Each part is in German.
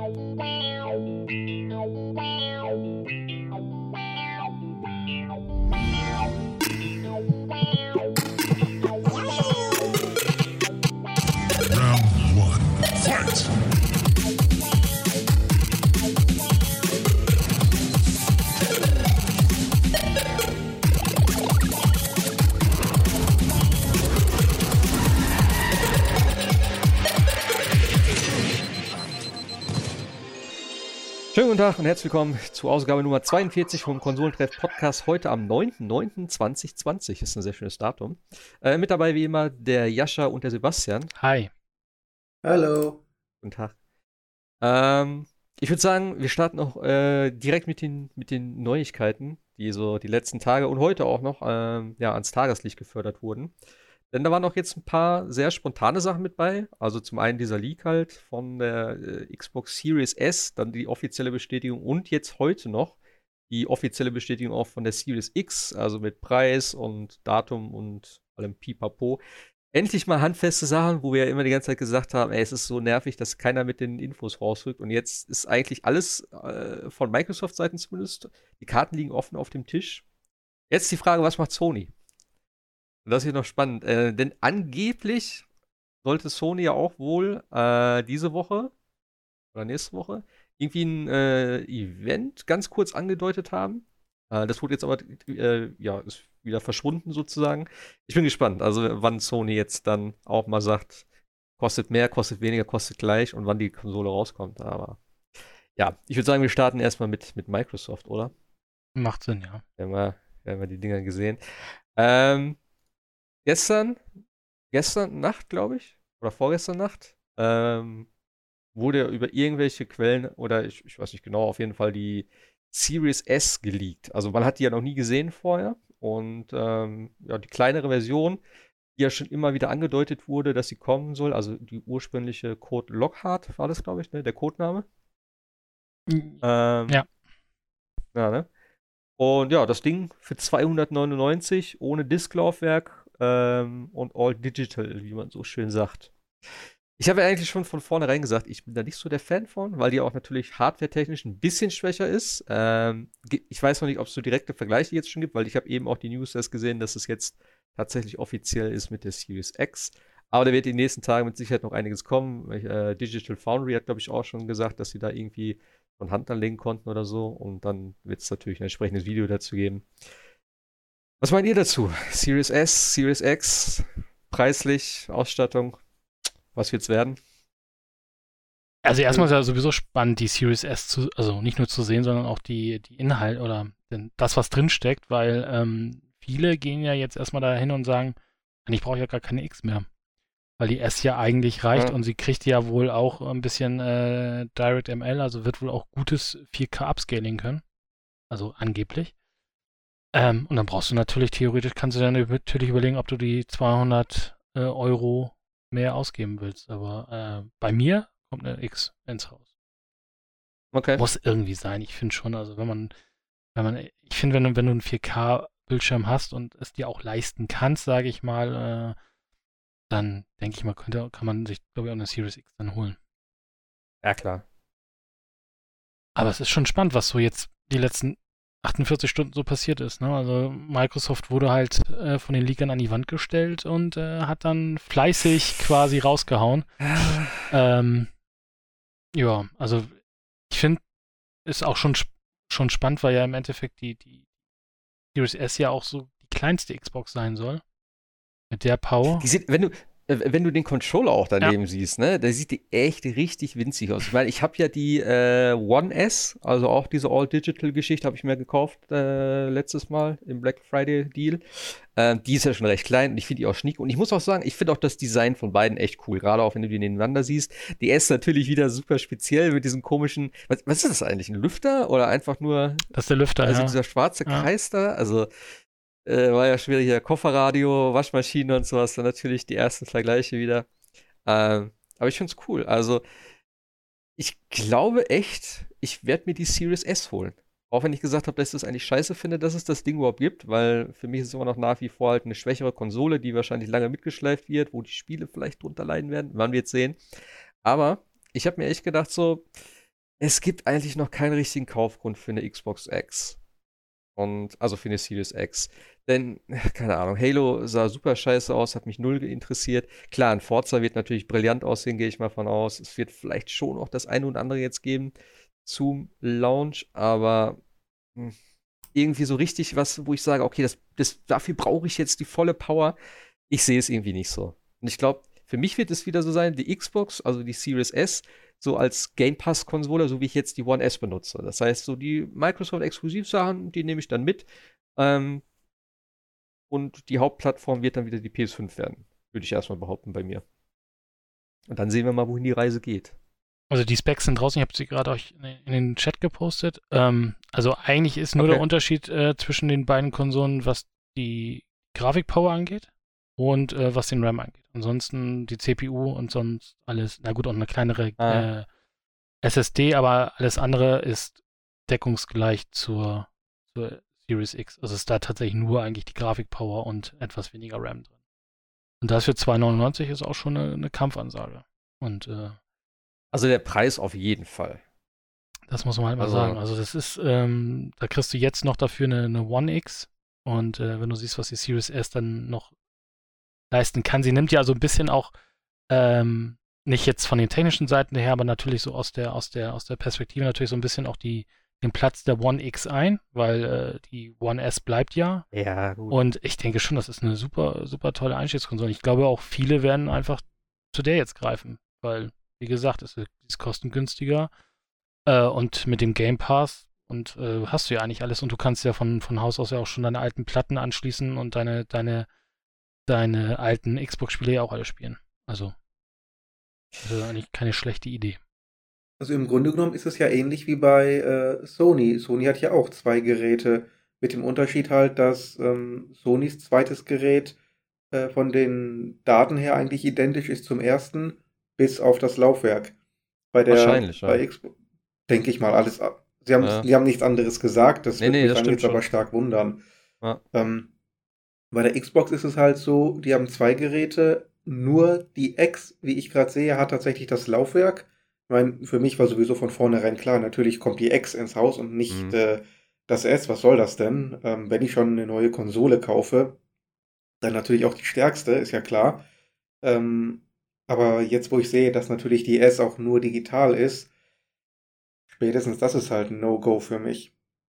Round one, fight! Schönen guten Tag und herzlich willkommen zur Ausgabe Nummer 42 vom Konsolentreff-Podcast. Heute am 9.9.2020. Ist ein sehr schönes Datum. Mit dabei wie immer der Jascha und der Sebastian. Hi. Hallo. Guten Tag. Ich würde sagen, wir starten auch direkt mit den Neuigkeiten, die so die letzten Tage und heute auch noch ans Tageslicht gefördert wurden. Denn da waren auch jetzt ein paar sehr spontane Sachen mit bei. Also zum einen dieser Leak halt von der Xbox Series S, dann die offizielle Bestätigung und jetzt heute noch die offizielle Bestätigung auch von der Series X, also mit Preis und Datum und allem Pipapo. Endlich mal handfeste Sachen, wo wir ja immer die ganze Zeit gesagt haben, es ist so nervig, dass keiner mit den Infos rausrückt. Und jetzt ist eigentlich alles von Microsoft-Seiten zumindest, die Karten liegen offen auf dem Tisch. Jetzt die Frage, was macht Sony? Und das ist hier noch spannend, denn angeblich sollte Sony ja auch wohl diese Woche oder nächste Woche irgendwie ein Event ganz kurz angedeutet haben. Das wurde jetzt aber, ist wieder verschwunden sozusagen. Ich bin gespannt, also wann Sony jetzt dann auch mal sagt, kostet mehr, kostet weniger, kostet gleich und wann die Konsole rauskommt. Aber ja, ich würde sagen, wir starten erstmal mit Microsoft, oder? Macht Sinn, ja. Wir haben wir die Dinger gesehen. Gestern Nacht, glaube ich, oder vorgestern Nacht, wurde über irgendwelche Quellen, oder ich weiß nicht genau, auf jeden Fall die Series S geleakt. Also man hat die ja noch nie gesehen vorher. Und die kleinere Version, die ja schon immer wieder angedeutet wurde, dass sie kommen soll, also die ursprüngliche Code Lockhart war das, glaube ich, ne? Der Codename. Ja. Ja, ne? Und ja, das Ding für 299 ohne Disklaufwerk und all digital, wie man so schön sagt. Ich habe ja eigentlich schon von vornherein gesagt, ich bin da nicht so der Fan von, weil die auch natürlich hardwaretechnisch ein bisschen schwächer ist. Ich weiß noch nicht, ob es so direkte Vergleiche jetzt schon gibt, weil ich habe eben auch die News erst gesehen, dass es jetzt tatsächlich offiziell ist mit der Series X. Aber da wird in den nächsten Tagen mit Sicherheit noch einiges kommen. Digital Foundry hat, glaube ich, auch schon gesagt, dass sie da irgendwie von Hand anlegen konnten oder so. Und dann wird es natürlich ein entsprechendes Video dazu geben. Was meint ihr dazu? Series S, Series X, preislich, Ausstattung? Was wird's werden? Also erstmal ist ja sowieso spannend, die Series S also nicht nur zu sehen, sondern auch die Inhalte oder das, was drinsteckt, weil viele gehen ja jetzt erstmal dahin und sagen, ich brauche ja gar keine X mehr. Weil die S ja eigentlich reicht und sie kriegt ja wohl auch ein bisschen DirectML, also wird wohl auch gutes 4K-Upscaling können. Also angeblich. Und dann brauchst du natürlich, theoretisch kannst du dann natürlich überlegen, ob du die 200 Euro mehr ausgeben willst. Aber bei mir kommt eine X ins Haus. Okay. Muss irgendwie sein. Ich finde schon, also wenn du einen 4K-Bildschirm hast und es dir auch leisten kannst, sage ich mal, dann denke ich mal, kann man sich, glaube ich, auch eine Series X dann holen. Ja, klar. Aber es ist schon spannend, was so jetzt die letzten 48 Stunden so passiert ist, ne? Also Microsoft wurde halt von den Leakern an die Wand gestellt und hat dann fleißig quasi rausgehauen. Ja, also ich finde, ist auch schon spannend, weil ja im Endeffekt die Series S ja auch so die kleinste Xbox sein soll. Mit der Power. Die sieht, wenn du den Controller auch daneben siehst, ne, da sieht die echt richtig winzig aus. Ich meine, ich habe ja die One S, also auch diese All-Digital-Geschichte, habe ich mir gekauft letztes Mal im Black Friday-Deal. Die ist ja schon recht klein und ich finde die auch schniek. Und ich muss auch sagen, ich finde auch das Design von beiden echt cool, gerade auch wenn du die nebeneinander siehst. Die S natürlich wieder super speziell mit diesem komischen, was ist das eigentlich, ein Lüfter oder einfach nur? Das ist der Lüfter, also dieser schwarze Kreis da, also war ja schwierig, hier Kofferradio, Waschmaschine und sowas, dann natürlich die ersten Vergleiche wieder. Aber ich find's cool. Also, ich glaube echt, ich werde mir die Series S holen. Auch wenn ich gesagt habe, dass ich das eigentlich scheiße finde, dass es das Ding überhaupt gibt, weil für mich ist es immer noch nach wie vor halt eine schwächere Konsole, die wahrscheinlich lange mitgeschleift wird, wo die Spiele vielleicht drunter leiden werden, werden wir jetzt sehen. Aber ich habe mir echt gedacht so, es gibt eigentlich noch keinen richtigen Kaufgrund für eine Xbox X. Und, also für eine Series X. Denn, keine Ahnung, Halo sah super scheiße aus, hat mich null interessiert. Klar, ein Forza wird natürlich brillant aussehen, gehe ich mal von aus. Es wird vielleicht schon auch das eine und andere jetzt geben zum Launch, aber irgendwie so richtig was, wo ich sage, okay, dafür brauche ich jetzt die volle Power. Ich sehe es irgendwie nicht so. Und ich glaube, für mich wird es wieder so sein, die Xbox, also die Series S, so als Game Pass-Konsole, so wie ich jetzt die One S benutze. Das heißt, so die Microsoft-Exklusivsachen, die nehme ich dann mit. Und die Hauptplattform wird dann wieder die PS5 werden. Würde ich erstmal behaupten bei mir. Und dann sehen wir mal, wohin die Reise geht. Also die Specs sind draußen, ich habe sie gerade euch in den Chat gepostet. Also eigentlich ist nur der Unterschied zwischen den beiden Konsolen, was die Grafikpower angeht und was den RAM angeht. Ansonsten die CPU und sonst alles, na gut, und eine kleinere SSD, aber alles andere ist deckungsgleich zur Series X. Also ist da tatsächlich nur eigentlich die Grafikpower und etwas weniger RAM drin. Und das für 2,99 ist auch schon eine Kampfansage. Und also der Preis auf jeden Fall. Das muss man halt mal sagen. Also das ist, da kriegst du jetzt noch dafür eine One X. Und wenn du siehst, was die Series S dann noch leisten kann, sie nimmt ja also ein bisschen auch, nicht jetzt von den technischen Seiten her, aber natürlich so aus der Perspektive natürlich so ein bisschen auch den Platz der One X ein, weil die One S bleibt ja. Ja, gut. Und ich denke schon, das ist eine super, super tolle Einstiegskonsole. Ich glaube auch, viele werden einfach zu der jetzt greifen, weil, wie gesagt, es ist kostengünstiger und mit dem Game Pass und hast du ja eigentlich alles und du kannst ja von Haus aus ja auch schon deine alten Platten anschließen und deine alten Xbox-Spiele ja auch alle spielen. Also, das ist eigentlich keine schlechte Idee. Also im Grunde genommen ist es ja ähnlich wie bei Sony. Sony hat ja auch 2 Geräte, mit dem Unterschied halt, dass Sonys zweites Gerät von den Daten her eigentlich identisch ist zum ersten, bis auf das Laufwerk. Wahrscheinlich, ja. Bei Xbox denke ich mal alles ab. Sie haben nichts anderes gesagt, das würde mich dann jetzt aber stark wundern. Ja. Bei der Xbox ist es halt so, die haben 2 Geräte, nur die X, wie ich gerade sehe, hat tatsächlich das Laufwerk. Ich meine, für mich war sowieso von vornherein klar, natürlich kommt die X ins Haus und nicht das S. Was soll das denn? Wenn ich schon eine neue Konsole kaufe, dann natürlich auch die stärkste, ist ja klar. Aber jetzt, wo ich sehe, dass natürlich die S auch nur digital ist, spätestens das ist halt ein No-Go für mich.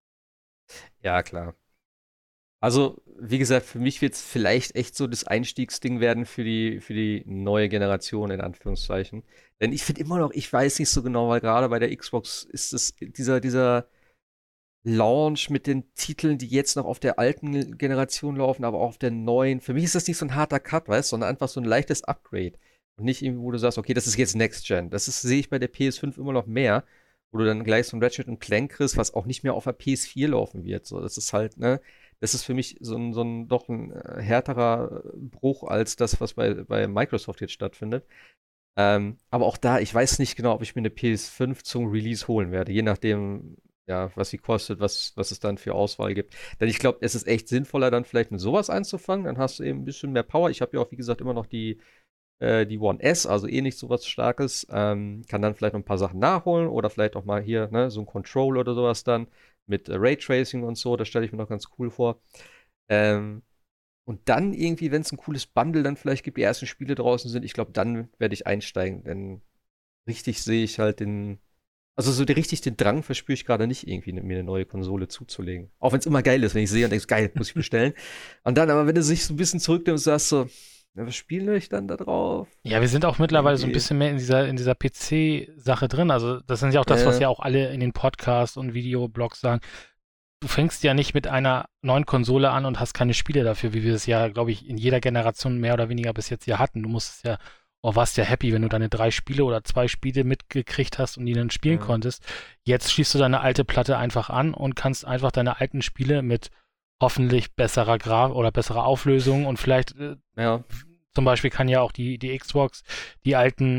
Ja, klar. Also, wie gesagt, für mich wird es vielleicht echt so das Einstiegsding werden für die neue Generation, in Anführungszeichen. Denn ich finde immer noch, ich weiß nicht so genau, weil gerade bei der Xbox ist es dieser Launch mit den Titeln, die jetzt noch auf der alten Generation laufen, aber auch auf der neuen. Für mich ist das nicht so ein harter Cut, weißt du, sondern einfach so ein leichtes Upgrade. Und nicht irgendwie, wo du sagst, okay, das ist jetzt Next Gen. Sehe ich bei der PS5 immer noch mehr, wo du dann gleich so ein Ratchet & Clank kriegst, was auch nicht mehr auf der PS4 laufen wird. So, das ist halt, ne, das ist für mich so ein härterer Bruch als das, was bei Microsoft jetzt stattfindet. Aber auch da, ich weiß nicht genau, ob ich mir eine PS5 zum Release holen werde, je nachdem, ja, was sie kostet, was es dann für Auswahl gibt. Denn ich glaube, es ist echt sinnvoller, dann vielleicht mit sowas anzufangen. Dann hast du eben ein bisschen mehr Power. Ich habe ja auch, wie gesagt, immer noch die One S, also nicht so was Starkes. Kann dann vielleicht noch ein paar Sachen nachholen oder vielleicht auch mal hier, ne, so ein Control oder sowas dann mit Raytracing und so. Das stelle ich mir noch ganz cool vor. Und dann irgendwie, wenn es ein cooles Bundle dann vielleicht gibt, die ersten Spiele draußen sind, ich glaube, dann werde ich einsteigen. Denn richtig sehe ich halt den Drang verspüre ich gerade nicht, irgendwie mir eine neue Konsole zuzulegen. Auch wenn es immer geil ist, wenn ich sehe und denke, geil, muss ich bestellen. Und dann aber, wenn du sich so ein bisschen zurücknimmst und sagst so, was spielen wir dann da drauf? Ja, wir sind auch mittlerweile so ein bisschen mehr in dieser PC-Sache drin. Also das ist ja auch das, was ja auch alle in den Podcasts und Videoblogs sagen. Du fängst ja nicht mit einer neuen Konsole an und hast keine Spiele dafür, wie wir es ja, glaube ich, in jeder Generation mehr oder weniger bis jetzt hier hatten. Du warst ja happy, wenn du deine 3 Spiele oder 2 Spiele mitgekriegt hast und die dann spielen konntest. Jetzt schließt du deine alte Platte einfach an und kannst einfach deine alten Spiele mit hoffentlich besserer besserer Auflösung und vielleicht zum Beispiel kann ja auch die Xbox die alten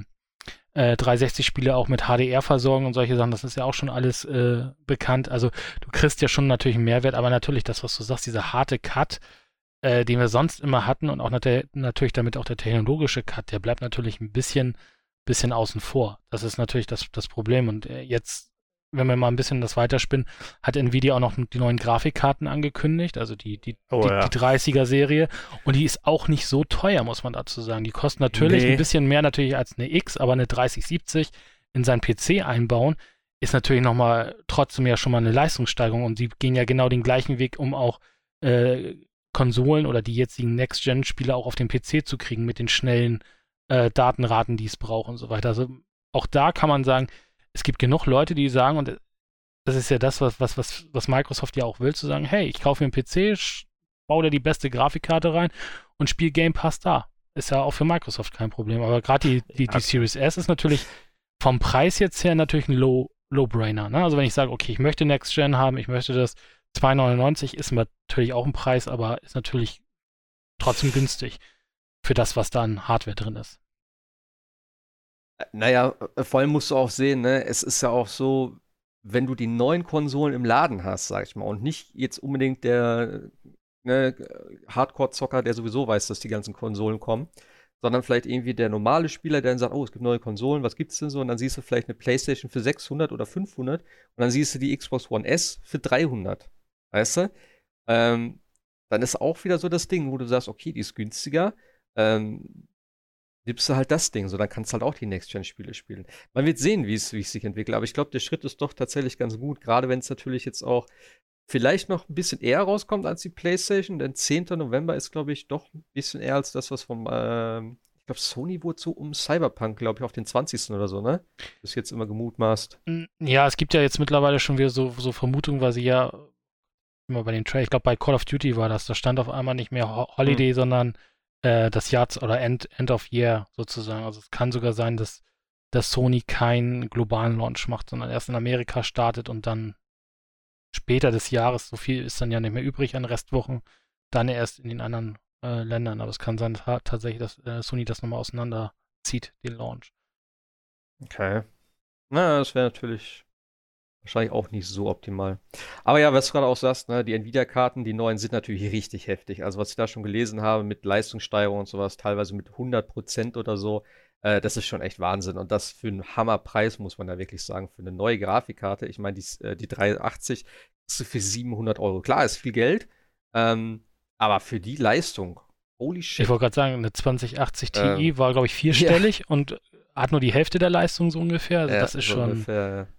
360-Spiele auch mit HDR versorgen und solche Sachen. Das ist ja auch schon alles bekannt. Also du kriegst ja schon natürlich einen Mehrwert, aber natürlich das, was du sagst, dieser harte Cut, den wir sonst immer hatten und auch natürlich damit auch der technologische Cut, der bleibt natürlich ein bisschen bisschen außen vor. Das ist natürlich das Problem. Und jetzt, wenn wir mal ein bisschen das weiterspinnen, hat Nvidia auch noch die neuen Grafikkarten angekündigt, also die 30er-Serie. Und die ist auch nicht so teuer, muss man dazu sagen. Die kosten natürlich ein bisschen mehr natürlich als eine X, aber eine 3070 in seinen PC einbauen, ist natürlich nochmal trotzdem ja schon mal eine Leistungssteigerung. Und sie gehen ja genau den gleichen Weg, um auch Konsolen oder die jetzigen Next-Gen-Spiele auch auf den PC zu kriegen mit den schnellen Datenraten, die es braucht und so weiter. Also auch da kann man sagen, es gibt genug Leute, die sagen, und das ist ja das, was Microsoft ja auch will, zu sagen, hey, ich kaufe mir einen PC, baue da die beste Grafikkarte rein und spiele Game Pass da. Ist ja auch für Microsoft kein Problem. Aber gerade die Series S ist natürlich vom Preis jetzt her natürlich ein Low-Brainer. Ne? Also wenn ich sage, okay, ich möchte Next Gen haben, ich möchte das 2,99, ist natürlich auch ein Preis, aber ist natürlich trotzdem günstig für das, was da an Hardware drin ist. Naja, vor allem musst du auch sehen, ne, es ist ja auch so, wenn du die neuen Konsolen im Laden hast, sag ich mal, und nicht jetzt unbedingt der Hardcore-Zocker, der sowieso weiß, dass die ganzen Konsolen kommen, sondern vielleicht irgendwie der normale Spieler, der dann sagt, oh, es gibt neue Konsolen, was gibt's denn so? Und dann siehst du vielleicht eine PlayStation für 600 oder 500 und dann siehst du die Xbox One S für 300, weißt du? Dann ist auch wieder so das Ding, wo du sagst, okay, die ist günstiger, nimmst du halt das Ding, so dann kannst du halt auch die Next-Gen-Spiele spielen. Man wird sehen, wie es sich entwickelt, aber ich glaube, der Schritt ist doch tatsächlich ganz gut, gerade wenn es natürlich jetzt auch vielleicht noch ein bisschen eher rauskommt als die PlayStation, denn 10. November ist, glaube ich, doch ein bisschen eher als das, was vom, ich glaube, Sony wurde so um Cyberpunk, glaube ich, auf den 20. oder so, ne? Das ist jetzt immer gemutmaßt. Ja, es gibt ja jetzt mittlerweile schon wieder so Vermutungen, weil sie ja immer bei den Trailern, ich glaube, bei Call of Duty war das, da stand auf einmal nicht mehr Holiday, sondern das Jahr oder End of Year sozusagen. Also es kann sogar sein, dass Sony keinen globalen Launch macht, sondern erst in Amerika startet und dann später des Jahres, so viel ist dann ja nicht mehr übrig an Restwochen, dann erst in den anderen Ländern. Aber es kann sein, tatsächlich, dass Sony das nochmal auseinanderzieht, den Launch. Okay. Na, das wäre natürlich wahrscheinlich auch nicht so optimal. Aber ja, was du gerade auch sagst, ne, die Nvidia-Karten, die neuen sind natürlich richtig heftig. Also was ich da schon gelesen habe mit Leistungssteigerung und sowas, teilweise mit 100% oder so, das ist schon echt Wahnsinn. Und das für einen Hammerpreis, muss man da wirklich sagen, für eine neue Grafikkarte. Ich meine, die 380 ist für 700 Euro. Klar, ist viel Geld, aber für die Leistung, holy shit. Ich wollte gerade sagen, eine 2080 Ti war, glaube ich, vierstellig und hat nur die Hälfte der Leistung so ungefähr. Also das ist so schon... Ungefähr,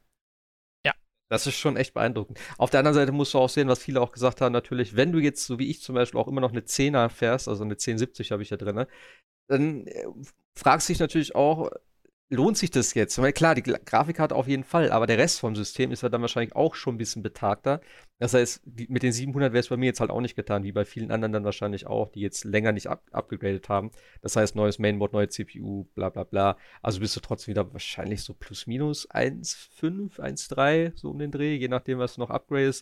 das ist schon echt beeindruckend. Auf der anderen Seite musst du auch sehen, was viele auch gesagt haben, natürlich, wenn du jetzt, so wie ich zum Beispiel, auch immer noch eine 10er fährst, also eine 1070 habe ich ja drin, dann fragst du dich natürlich auch, lohnt sich das jetzt? Weil klar, die Grafikkarte auf jeden Fall, aber der Rest vom System ist ja dann wahrscheinlich auch schon ein bisschen betagter. Das heißt, mit den 700 wäre es bei mir jetzt halt auch nicht getan, wie bei vielen anderen dann wahrscheinlich auch, die jetzt länger nicht abgegradet haben. Das heißt, neues Mainboard, neue CPU, bla bla bla. Also bist du trotzdem wieder wahrscheinlich so plus minus 1,5, 1,3, so um den Dreh, je nachdem, was du noch upgradest.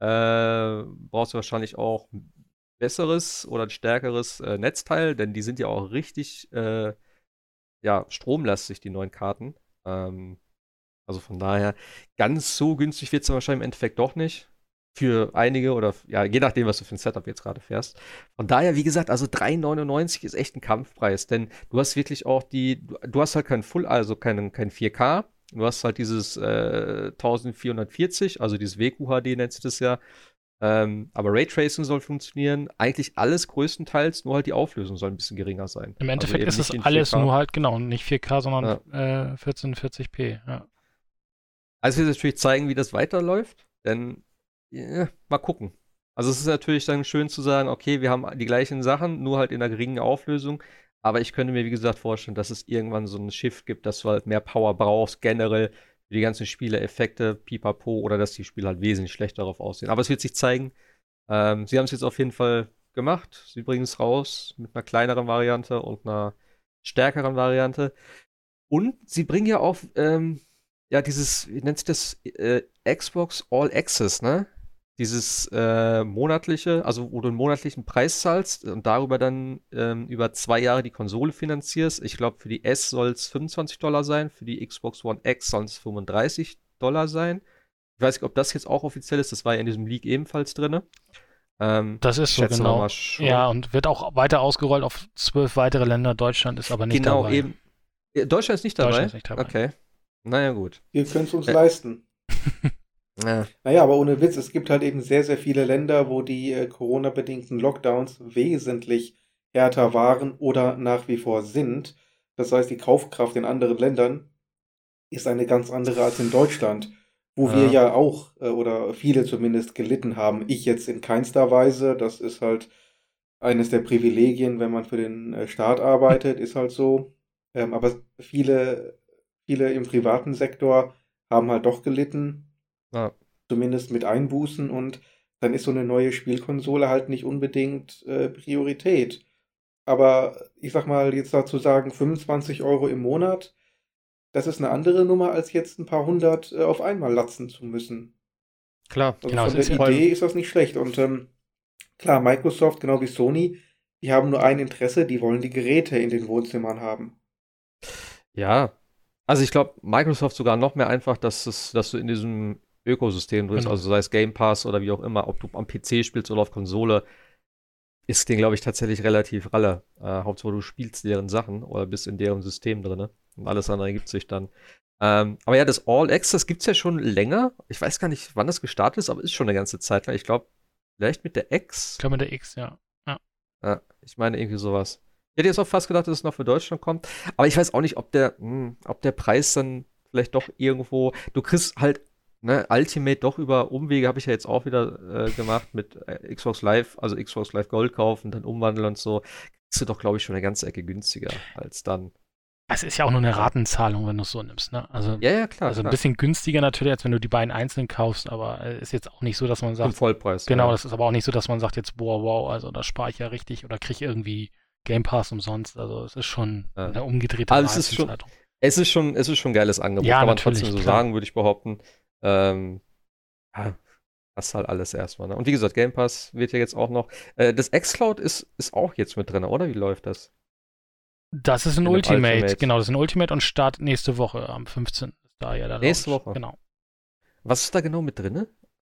Brauchst du wahrscheinlich auch ein besseres oder ein stärkeres Netzteil, denn die sind ja auch richtig stromlastig, die neuen Karten. Also von daher, ganz so günstig wird es wahrscheinlich im Endeffekt doch nicht. Für einige oder je nachdem, was du für ein Setup jetzt gerade fährst. Von daher, wie gesagt, also 3,99 ist echt ein Kampfpreis, denn du hast wirklich auch du hast halt kein 4K, du hast halt dieses 1440, also dieses WQHD nennt sich das ja. Aber Raytracing soll funktionieren. Eigentlich alles größtenteils, nur halt die Auflösung soll ein bisschen geringer sein. Im Endeffekt ist es alles 4K. Nur halt, genau, nicht 4K, sondern 1440p. Ja. Also wir natürlich zeigen, wie das weiterläuft, denn mal gucken. Also es ist natürlich dann schön zu sagen, okay, wir haben die gleichen Sachen, nur halt in einer geringen Auflösung. Aber ich könnte mir, wie gesagt, vorstellen, dass es irgendwann so einen Shift gibt, dass du halt mehr Power brauchst, generell für die ganzen Spiele, Effekte, pipapo, oder dass die Spiele halt wesentlich schlechter darauf aussehen. Aber es wird sich zeigen. Sie haben es jetzt auf jeden Fall gemacht. Sie bringen es raus mit einer kleineren Variante und einer stärkeren Variante. Und sie bringen ja auch, dieses, wie nennt sich das, Xbox All Access, ne? Dieses monatliche, also wo du einen monatlichen Preis zahlst und darüber dann über 2 Jahre die Konsole finanzierst. Ich glaube, für die S soll es $25 sein, für die Xbox One X sollen es $35 sein. Ich weiß nicht, ob das jetzt auch offiziell ist, das war ja in diesem Leak ebenfalls drin. Das ist so, genau. Ja, und wird auch weiter ausgerollt auf 12 weitere Länder. Deutschland ist aber nicht dabei. Deutschland ist nicht dabei? Deutschland ist nicht dabei. Okay. Naja, gut. Wir können es uns leisten. Ja. Naja, aber ohne Witz, es gibt halt eben sehr, sehr viele Länder, wo die Corona-bedingten Lockdowns wesentlich härter waren oder nach wie vor sind. Das heißt, die Kaufkraft in anderen Ländern ist eine ganz andere als in Deutschland, wo wir ja auch, oder viele zumindest, gelitten haben. Ich jetzt in keinster Weise. Das ist halt eines der Privilegien, wenn man für den Staat arbeitet, ist halt so. Aber viele im privaten Sektor haben halt doch gelitten. Ja. Zumindest mit Einbußen, und dann ist so eine neue Spielkonsole halt nicht unbedingt Priorität. Aber ich sag mal, jetzt dazu sagen, 25 € im Monat, das ist eine andere Nummer, als jetzt ein paar hundert auf einmal latzen zu müssen. Klar, also genau. Von der Idee ist das nicht schlecht. Und klar, Microsoft, genau wie Sony, die haben nur ein Interesse, die wollen die Geräte in den Wohnzimmern haben. Ja, also ich glaube, Microsoft sogar noch mehr einfach, dass du in diesem Ökosystem drin bist, also sei es Game Pass oder wie auch immer, ob du am PC spielst oder auf Konsole, ist denen, glaube ich, tatsächlich relativ ralle. Hauptsache du spielst deren Sachen oder bist in deren System drin, und alles andere ergibt sich dann. Aber ja, das All Access gibt es ja schon länger. Ich weiß gar nicht, wann das gestartet ist, aber ist schon eine ganze Zeit lang. Ich glaube, vielleicht mit der X. Ich glaube mit der X, ja. Ich meine irgendwie sowas. Ich hätte jetzt auch fast gedacht, dass es noch für Deutschland kommt. Aber ich weiß auch nicht, ob der Preis dann vielleicht doch irgendwo. Du kriegst halt Ultimate doch über Umwege, habe ich ja jetzt auch wieder gemacht mit Xbox Live, also Xbox Live Gold kaufen, dann umwandeln und so. Kriegst du doch, glaube ich, schon eine ganze Ecke günstiger als dann. Es ist ja auch nur eine Ratenzahlung, wenn du es so nimmst, ne? Also, ja, klar. Also ein bisschen günstiger natürlich, als wenn du die beiden einzeln kaufst, aber ist jetzt auch nicht so, dass man sagt. Zum Vollpreis. Genau, das ist aber auch nicht so, dass man sagt jetzt, boah, wow, also da spare ich ja richtig oder kriege irgendwie Game Pass umsonst. Also es ist schon eine umgedrehte Ratenzahlung. Es ist schon ein geiles Angebot, ja, kann man trotzdem so klar sagen, würde ich behaupten. Das halt alles erstmal. Ne? Und wie gesagt, Game Pass wird ja jetzt auch noch. Das xCloud ist auch jetzt mit drin, oder? Wie läuft das? Das ist ein Ultimate. Genau, das ist ein Ultimate und startet nächste Woche am 15. Ist da ja der nächste Woche? Genau. Was ist da genau mit drin?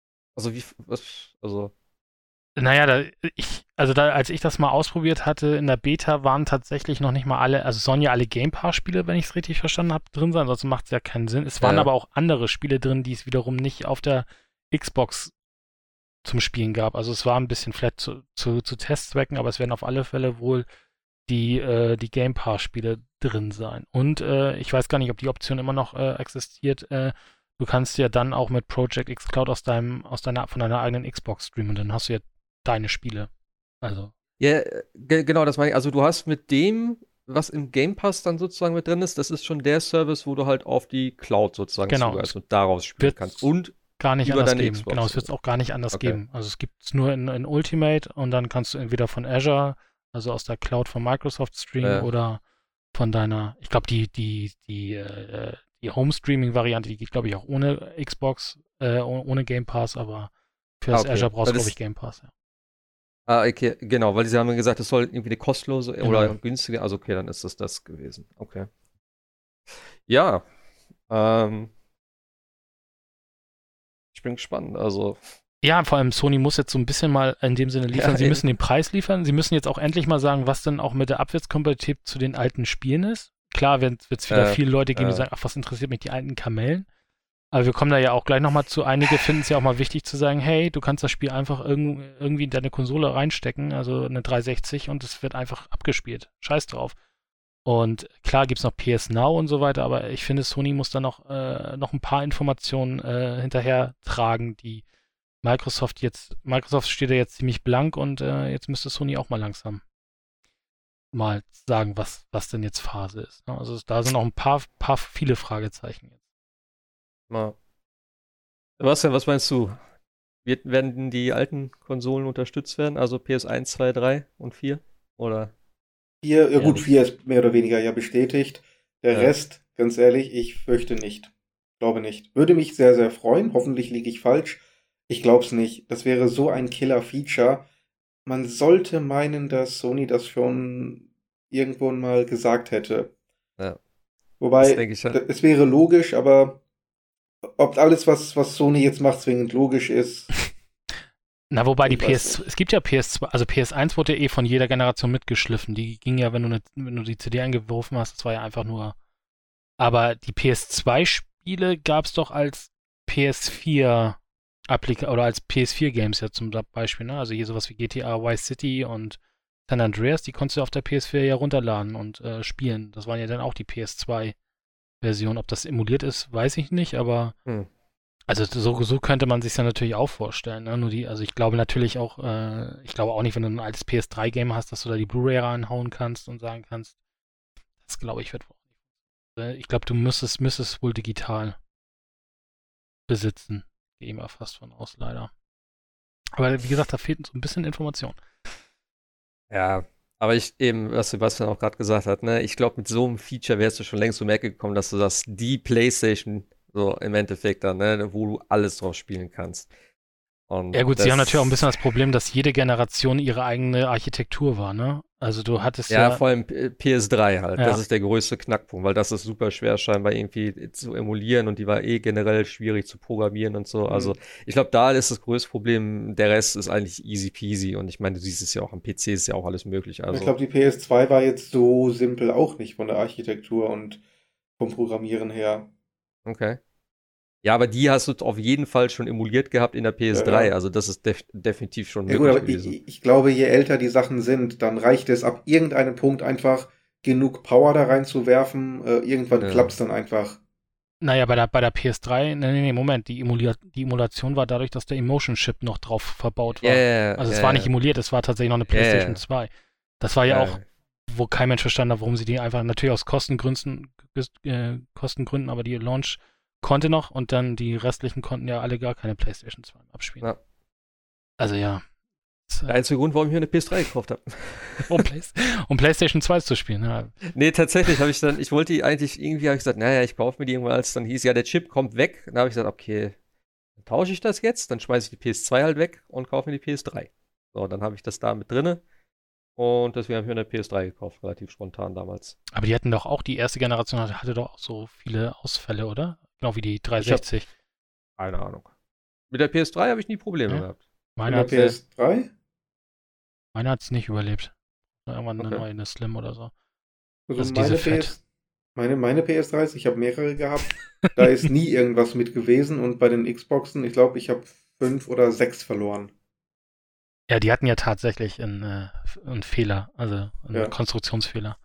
Naja, als ich das mal ausprobiert hatte, in der Beta waren tatsächlich noch nicht mal alle, also sollen ja alle Game Pass-Spiele, wenn ich es richtig verstanden habe, drin sein, sonst macht es ja keinen Sinn. Es waren aber auch andere Spiele drin, die es wiederum nicht auf der Xbox zum Spielen gab. Also es war ein bisschen vielleicht zu Testzwecken, aber es werden auf alle Fälle wohl die Game Pass-Spiele drin sein. Und ich weiß gar nicht, ob die Option immer noch existiert. Du kannst ja dann auch mit Project xCloud von deiner eigenen Xbox streamen und dann hast du ja deine Spiele. Also. Ja, genau, das meine ich. Also du hast mit dem, was im Game Pass dann sozusagen mit drin ist, das ist schon der Service, wo du halt auf die Cloud sozusagen zugreifst und daraus spielen kannst. Und gar nicht über anders deine geben. Xbox. Genau, es wird es auch gar nicht anders geben. Also es gibt es nur in Ultimate und dann kannst du entweder von Azure, also aus der Cloud von Microsoft streamen oder von deiner, ich glaube die Home-Streaming-Variante, die geht, glaube ich, auch ohne Xbox, ohne Game Pass, aber für das Azure brauchst du, glaube ich, Game Pass, ja. Okay, genau, weil sie haben gesagt, es soll irgendwie eine kostenlose oder günstige, also okay, dann ist das gewesen. Okay. Ja, ich bin gespannt, also. Ja, vor allem Sony muss jetzt so ein bisschen mal in dem Sinne liefern. Sie müssen den Preis liefern. Sie müssen jetzt auch endlich mal sagen, was denn auch mit der Abwärtskompatibilität zu den alten Spielen ist. Klar wird es wieder viele Leute geben, die sagen, ach, was interessiert mich die alten Kamellen? Aber wir kommen da ja auch gleich nochmal zu. Einige finden es ja auch mal wichtig zu sagen, hey, du kannst das Spiel einfach irgendwie in deine Konsole reinstecken, also eine 360, und es wird einfach abgespielt. Scheiß drauf. Und klar gibt es noch PS Now und so weiter, aber ich finde, Sony muss da noch ein paar Informationen hinterher tragen, die Microsoft steht da jetzt ziemlich blank, und jetzt müsste Sony auch mal langsam mal sagen, was denn jetzt Phase ist. Ne? Also da sind noch viele Fragezeichen jetzt. Sebastian, was meinst du? Werden die alten Konsolen unterstützt werden? Also PS1, 2, 3 und 4? Oder? 4, ja gut, 4 ist mehr oder weniger ja bestätigt. Der Rest, ganz ehrlich, ich fürchte nicht. Glaube nicht. Würde mich sehr, sehr freuen. Hoffentlich liege ich falsch. Ich glaube es nicht. Das wäre so ein Killer-Feature. Man sollte meinen, dass Sony das schon irgendwo mal gesagt hätte. Ja. Wobei, es wäre logisch, aber ob alles, was Sony jetzt macht, zwingend logisch ist. Na, wobei es gibt ja PS2, also PS1 wurde ja von jeder Generation mitgeschliffen. Die ging ja, wenn du die CD eingeworfen hast, das war ja einfach nur Aber die PS2-Spiele gab es doch als PS4 oder als PS4-Games ja zum Beispiel, ne? Also hier sowas wie GTA Vice City und San Andreas, die konntest du auf der PS4 ja runterladen und spielen. Das waren ja dann auch die PS2-Versionen. Ob das emuliert ist, weiß ich nicht, aber also so könnte man sich ja natürlich auch vorstellen. Ne? Also ich glaube natürlich auch, ich glaube auch nicht, wenn du ein altes PS3-Game hast, dass du da die Blu-ray reinhauen kannst und sagen kannst, das glaube ich wird wohl nicht. Ich glaube, du müsstest wohl digital besitzen. Gehe ich mal fast von aus, leider. Aber wie gesagt, da fehlt so ein bisschen Information. Ja, aber was Sebastian auch gerade gesagt hat, ne, ich glaube, mit so einem Feature wärst du schon längst um die Ecke gekommen, dass du die PlayStation so im Endeffekt dann, ne, wo du alles drauf spielen kannst. Und ja gut, sie haben natürlich auch ein bisschen das Problem, dass jede Generation ihre eigene Architektur war, ne? Also du hattest ja vor allem PS3 halt. Ja. Das ist der größte Knackpunkt, weil das ist super schwer scheinbar irgendwie zu emulieren und die war generell schwierig zu programmieren und so. Also ich glaube, da ist das größte Problem. Der Rest ist eigentlich easy peasy und ich meine, du siehst es ja auch am PC, ist ja auch alles möglich. Also ich glaube, die PS2 war jetzt so simpel auch nicht von der Architektur und vom Programmieren her. Okay. Ja, aber die hast du auf jeden Fall schon emuliert gehabt in der PS3. Ja. Also das ist definitiv schon Ja, möglich gut, aber gewesen. ich glaube, je älter die Sachen sind, dann reicht es ab irgendeinem Punkt einfach genug Power da reinzuwerfen. Irgendwann klappt es dann einfach. Naja, bei der PS3, nee, Moment, die Emulation war dadurch, dass der Emotion Chip noch drauf verbaut war. Also es war nicht emuliert, es war tatsächlich noch eine PlayStation 2. Das war ja auch, wo kein Mensch verstanden hat, warum sie die einfach, natürlich aus Kostengründen, aber die Launch konnte noch und dann die restlichen konnten ja alle gar keine PlayStation 2 abspielen. Ja. Also ja. Der einzige Grund, warum ich mir eine PS3 gekauft habe. Um PlayStation 2 zu spielen, ja. Nee, tatsächlich ich wollte die eigentlich, irgendwie habe ich gesagt, naja, ich kaufe mir die irgendwann, als dann hieß, ja, der Chip kommt weg. Dann habe ich gesagt, okay, dann tausche ich das jetzt, dann schmeiße ich die PS2 halt weg und kaufe mir die PS3. So, dann habe ich das da mit drinne. Und deswegen habe ich mir eine PS3 gekauft, relativ spontan damals. Aber die hatten doch auch, die erste Generation hatte doch auch so viele Ausfälle, oder? Genau wie die 360. Keine Ahnung. Mit der PS3 habe ich nie Probleme gehabt. Meine hat PS3? Meine hat es nicht überlebt. Irgendwann eine neue, eine Slim oder so. Also meine PS3s, ich habe mehrere gehabt. Da ist nie irgendwas mit gewesen und bei den Xboxen, ich glaube, ich habe 5 oder 6 verloren. Ja, die hatten ja tatsächlich einen Fehler, also einen Konstruktionsfehler.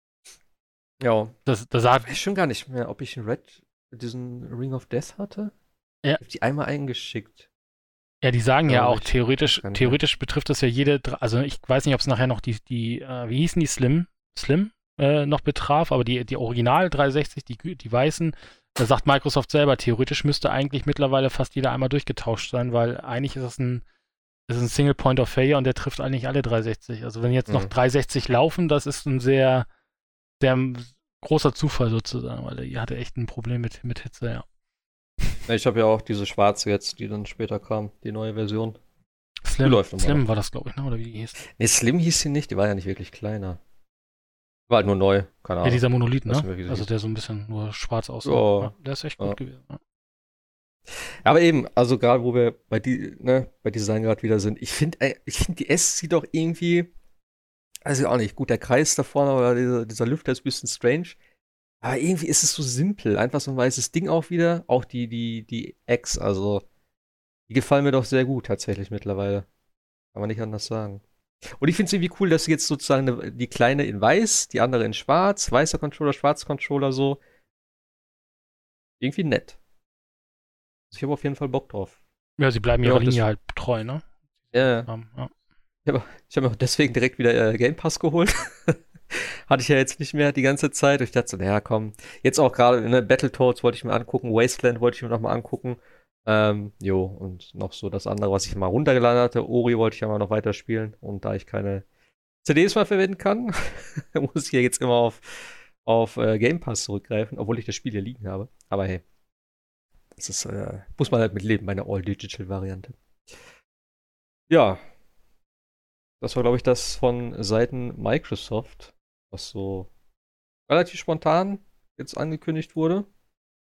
Ja. Das ich weiß schon gar nicht mehr, ob ich diesen Ring of Death hatte. Ja. Ich habe die einmal eingeschickt. Ja, die sagen ja auch, theoretisch betrifft das ja jede, also ich weiß nicht, ob es nachher noch die wie hießen die Slim noch betraf, aber die Original 360, die weißen, da sagt Microsoft selber, theoretisch müsste eigentlich mittlerweile fast jeder einmal durchgetauscht sein, weil eigentlich ist es ein Single Point of Failure und der trifft eigentlich alle 360. Also wenn jetzt noch 360 laufen, das ist ein sehr, sehr großer Zufall sozusagen, weil die hatte echt ein Problem mit Hitze, ja. Ich habe ja auch diese schwarze jetzt, die dann später kam, die neue Version. Slim war das, glaube ich, ne? Oder wie die hieß? Nee, Slim hieß sie nicht, die war ja nicht wirklich kleiner. War halt nur neu, keine Ahnung. Ja, dieser Monolith, ne? Also der so ein bisschen nur schwarz aussah. Ja, der ist echt gut gewesen. Ja. Aber eben, also gerade wo wir bei Design gerade wieder sind, ich finde, die S sieht doch irgendwie, also auch nicht, gut, der Kreis da vorne oder dieser Lüfter ist ein bisschen strange. Aber irgendwie ist es so simpel. Einfach so ein weißes Ding auch wieder. Auch die X, also die gefallen mir doch sehr gut tatsächlich mittlerweile. Kann man nicht anders sagen. Und ich finde es irgendwie cool, dass jetzt sozusagen die kleine in weiß, die andere in schwarz, weißer Controller, schwarzer Controller so. Irgendwie nett. Ich habe auf jeden Fall Bock drauf. Ja, sie bleiben ihrer Linie halt treu, ne? Ja. Ich habe mir auch deswegen direkt wieder Game Pass geholt. Hatte ich ja jetzt nicht mehr die ganze Zeit. Und ich dachte so, naja, komm. Jetzt auch gerade, Battletoads wollte ich mir angucken, Wasteland wollte ich mir nochmal angucken. Und noch so das andere, was ich mal runtergeladen hatte. Ori wollte ich ja mal noch weiterspielen. Und da ich keine CDs mehr verwenden kann, muss ich ja jetzt immer auf Game Pass zurückgreifen, obwohl ich das Spiel hier liegen habe. Aber hey, das ist, muss man halt mit leben, meine All-Digital-Variante. Ja. Das war, glaube ich, das von Seiten Microsoft, was so relativ spontan jetzt angekündigt wurde.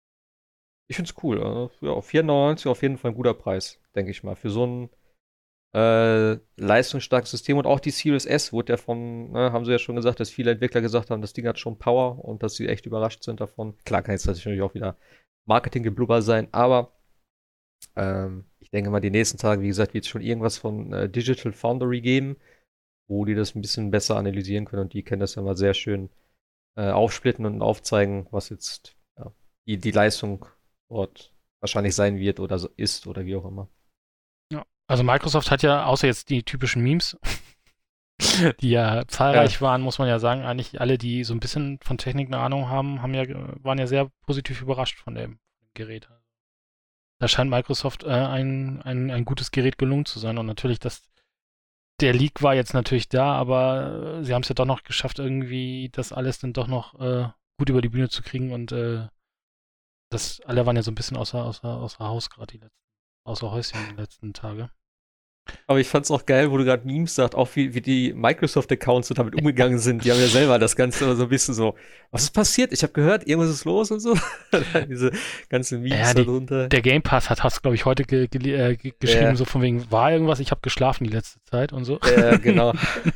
Ich finde es cool. Ja, 4,99 auf jeden Fall ein guter Preis, denke ich mal. Für so ein leistungsstarkes System und auch die Series S wurde ja haben sie ja schon gesagt, dass viele Entwickler gesagt haben, das Ding hat schon Power und dass sie echt überrascht sind davon. Klar kann jetzt natürlich auch wieder Marketinggeblubber sein, aber ich denke mal, die nächsten Tage, wie gesagt, wird es schon irgendwas von Digital Foundry geben, wo die das ein bisschen besser analysieren können und die können das ja mal sehr schön aufsplitten und aufzeigen, was jetzt die Leistung dort wahrscheinlich sein wird oder so ist oder wie auch immer. Ja, also Microsoft hat ja, außer jetzt die typischen Memes, die ja zahlreich waren, muss man ja sagen, eigentlich alle, die so ein bisschen von Technik eine Ahnung haben, waren ja sehr positiv überrascht von dem Gerät. Da scheint Microsoft ein gutes Gerät gelungen zu sein und natürlich, der Leak war jetzt natürlich da, aber sie haben es ja doch noch geschafft, irgendwie das alles dann doch noch gut über die Bühne zu kriegen und alle waren ja so ein bisschen außer Haus gerade außer Häuschen die letzten Tage. Aber ich fand's auch geil, wo du gerade Memes sagst, auch wie die Microsoft-Accounts so damit umgegangen sind. Die haben ja selber das Ganze immer so ein bisschen so, was ist passiert? Ich habe gehört, irgendwas ist los und so. Diese ganzen Memes darunter. Der Game Pass hat glaube ich, heute geschrieben, so von wegen, war irgendwas, ich habe geschlafen die letzte Zeit und so. Ja, genau.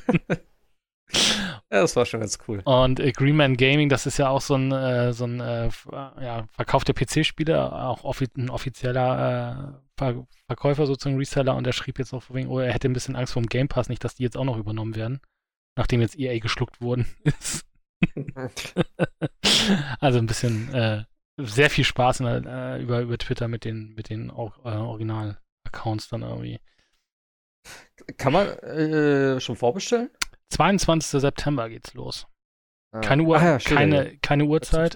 Ja, das war schon ganz cool. Und Green Man Gaming, das ist ja auch so ein Verkauf der PC-Spiele, auch ein offizieller Verkäufer, sozusagen Reseller, und der schrieb jetzt auch wegen, er hätte ein bisschen Angst vor dem Game Pass, nicht, dass die jetzt auch noch übernommen werden, nachdem jetzt EA geschluckt worden ist. Also ein bisschen sehr viel Spaß über Twitter mit den Original-Accounts dann irgendwie. Kann man schon vorbestellen? 22. September geht's los. Keine keine Uhrzeit.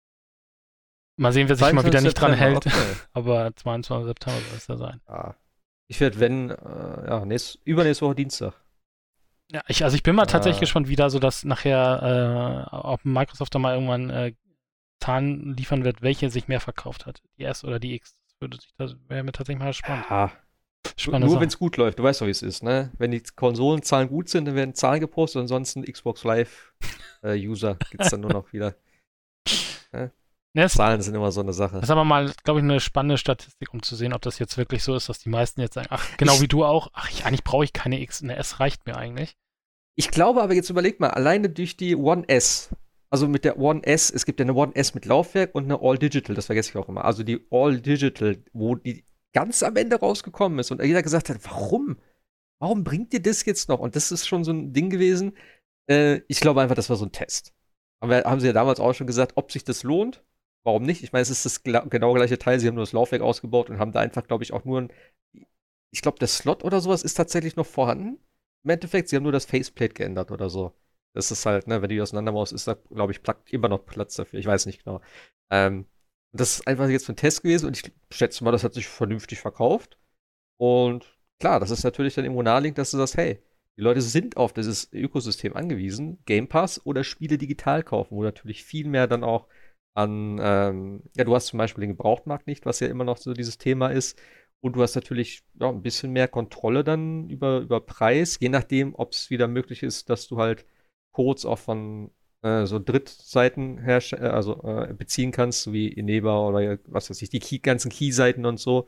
Mal sehen, wer sich mal wieder nicht dran hält. Okay. Aber 22. September soll es ja sein. Ich werde, übernächste Woche Dienstag. Ja, ich bin mal tatsächlich gespannt, wie da so das nachher, ob Microsoft da mal irgendwann Zahlen liefern wird, welche sich mehr verkauft hat. Die S oder die X. Das wäre mir tatsächlich mal spannend. Ja. Nur wenn es gut läuft, du weißt doch, wie es ist, ne? Wenn die Konsolenzahlen gut sind, dann werden Zahlen gepostet, ansonsten Xbox Live-User gibt es dann nur noch wieder. Ne? Zahlen sind immer so eine Sache. Das ist aber mal, glaube ich, eine spannende Statistik, um zu sehen, ob das jetzt wirklich so ist, dass die meisten jetzt sagen, wie du auch, eigentlich brauche ich keine X, eine S reicht mir eigentlich. Ich glaube aber, jetzt überleg mal, alleine durch die One S, also mit der One S, es gibt ja eine One S mit Laufwerk und eine All Digital, das vergesse ich auch immer. Also die All Digital, wo die ganz am Ende rausgekommen ist und jeder gesagt hat, warum? Warum bringt ihr das jetzt noch? Und das ist schon so ein Ding gewesen. Ich glaube einfach, das war so ein Test. Aber haben sie ja damals auch schon gesagt, ob sich das lohnt. Warum nicht? Ich meine, es ist das genau gleiche Teil. Sie haben nur das Laufwerk ausgebaut und haben da einfach, glaube ich, auch nur ich glaube, der Slot oder sowas ist tatsächlich noch vorhanden. Im Endeffekt, sie haben nur das Faceplate geändert oder so. Das ist halt, ne, wenn du die auseinanderbaust, ist da, glaube ich, immer noch Platz dafür. Ich weiß nicht genau. Das ist einfach jetzt ein Test gewesen und ich schätze mal, das hat sich vernünftig verkauft. Und klar, das ist natürlich dann irgendwo naheliegend, dass du sagst, hey, die Leute sind auf dieses Ökosystem angewiesen, Game Pass oder Spiele digital kaufen, wo natürlich viel mehr dann auch an, du hast zum Beispiel den Gebrauchtmarkt nicht, was ja immer noch so dieses Thema ist. Und du hast natürlich ein bisschen mehr Kontrolle dann über Preis, je nachdem, ob es wieder möglich ist, dass du halt Codes auch von so Drittseiten beziehen kannst, so wie Eneba oder was weiß ich, die ganzen Key-Seiten und so.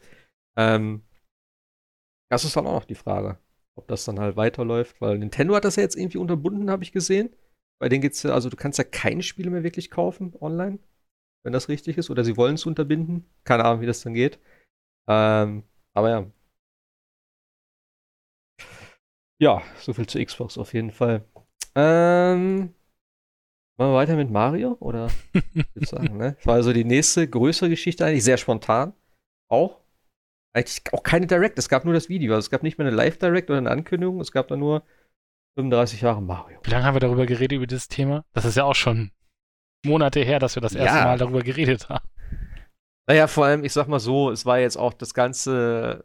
Das ist dann auch noch die Frage, ob das dann halt weiterläuft, weil Nintendo hat das ja jetzt irgendwie unterbunden, habe ich gesehen. Bei denen geht's ja, also du kannst ja keine Spiele mehr wirklich kaufen online, wenn das richtig ist, oder sie wollen es unterbinden. Keine Ahnung, wie das dann geht. Aber ja. Ja, so viel zu Xbox auf jeden Fall. Machen wir weiter mit Mario? Oder? Ich würde sagen, ne? Das war also die nächste größere Geschichte eigentlich, sehr spontan. Auch. Eigentlich auch keine Direct, es gab nur das Video. Also es gab nicht mehr eine Live-Direct oder eine Ankündigung, es gab da nur 35 Jahre Mario. Wie lange haben wir darüber geredet, über dieses Thema? Das ist ja auch schon Monate her, dass wir das erste Mal darüber geredet haben. Naja, vor allem, ich sag mal so, es war jetzt auch das ganze,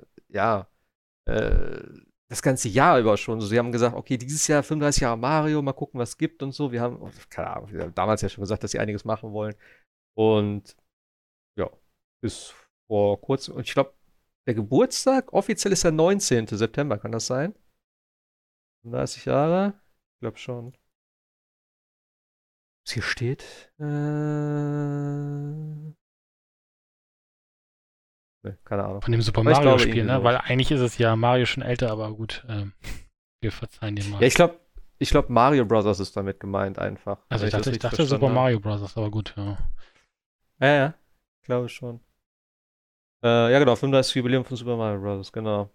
das ganze Jahr über schon. So, sie haben gesagt, okay, dieses Jahr 35 Jahre Mario, mal gucken, was es gibt und so. Wir haben, keine Ahnung, wir haben damals ja schon gesagt, dass sie einiges machen wollen. Und ja, bis vor kurzem, und ich glaube, der Geburtstag offiziell ist der 19. September, kann das sein? 35 Jahre? Ich glaube schon. Was hier steht? keine Ahnung. Von dem Super Mario-Spiel, ne? Weil eigentlich ist es ja Mario schon älter, aber gut, wir verzeihen dem mal. Ja, ich glaube Mario Bros. Ist damit gemeint einfach. Also ich dachte Super Mario Bros., aber gut, ja. Ja, glaube schon. Ja, genau, 35. Jubiläum von Super Mario Bros., genau.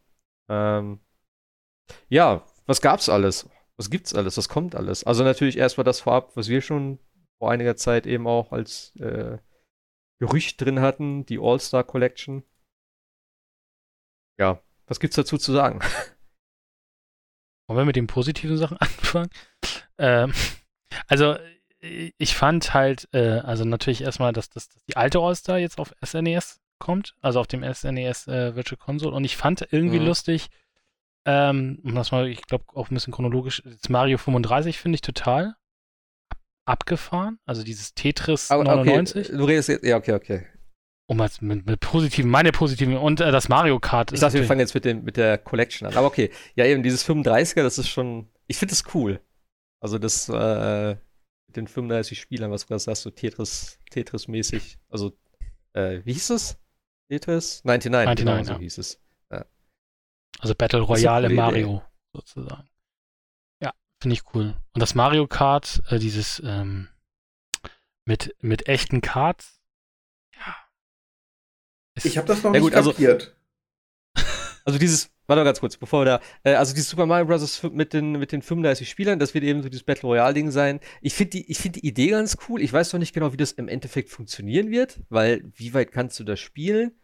Ja, was gab's alles? Was gibt's alles? Was kommt alles? Also natürlich erstmal das vorab, was wir schon vor einiger Zeit eben auch als Gerücht drin hatten, die All-Star Collection. Ja, was gibt's dazu zu sagen? Wollen wir mit den positiven Sachen anfangen? Also, ich fand halt, also natürlich erstmal, dass die alte All-Star jetzt auf SNES kommt, also auf dem SNES Virtual Console. Und ich fand irgendwie lustig, um das mal, ich glaube, auch ein bisschen chronologisch, das Mario 35 finde ich total abgefahren. Also dieses Tetris 99. Okay. Du redest jetzt, ja, okay. Um mal mit positiven, meine positiven und das Mario Kart. Ich dachte, wir fangen jetzt mit der Collection an. Aber okay, ja eben, dieses 35er, das ist schon, ich finde das cool. Also das mit den 35 Spielern, was du gerade sagst, so Tetris-mäßig. Also, wie hieß es? Tetris? 99, genau, so hieß es. Ja. Also Battle Royale im Mario, sozusagen. Ja, finde ich cool. Und das Mario Kart, dieses mit echten Karts, ja. Ich habe das noch nicht kapiert. Also dieses, warte mal ganz kurz, bevor wir da, also dieses Super Mario Bros. mit den 35 Spielern, das wird eben so dieses Battle Royale-Ding sein. Ich finde die Idee ganz cool. Ich weiß noch nicht genau, wie das im Endeffekt funktionieren wird, weil wie weit kannst du das spielen?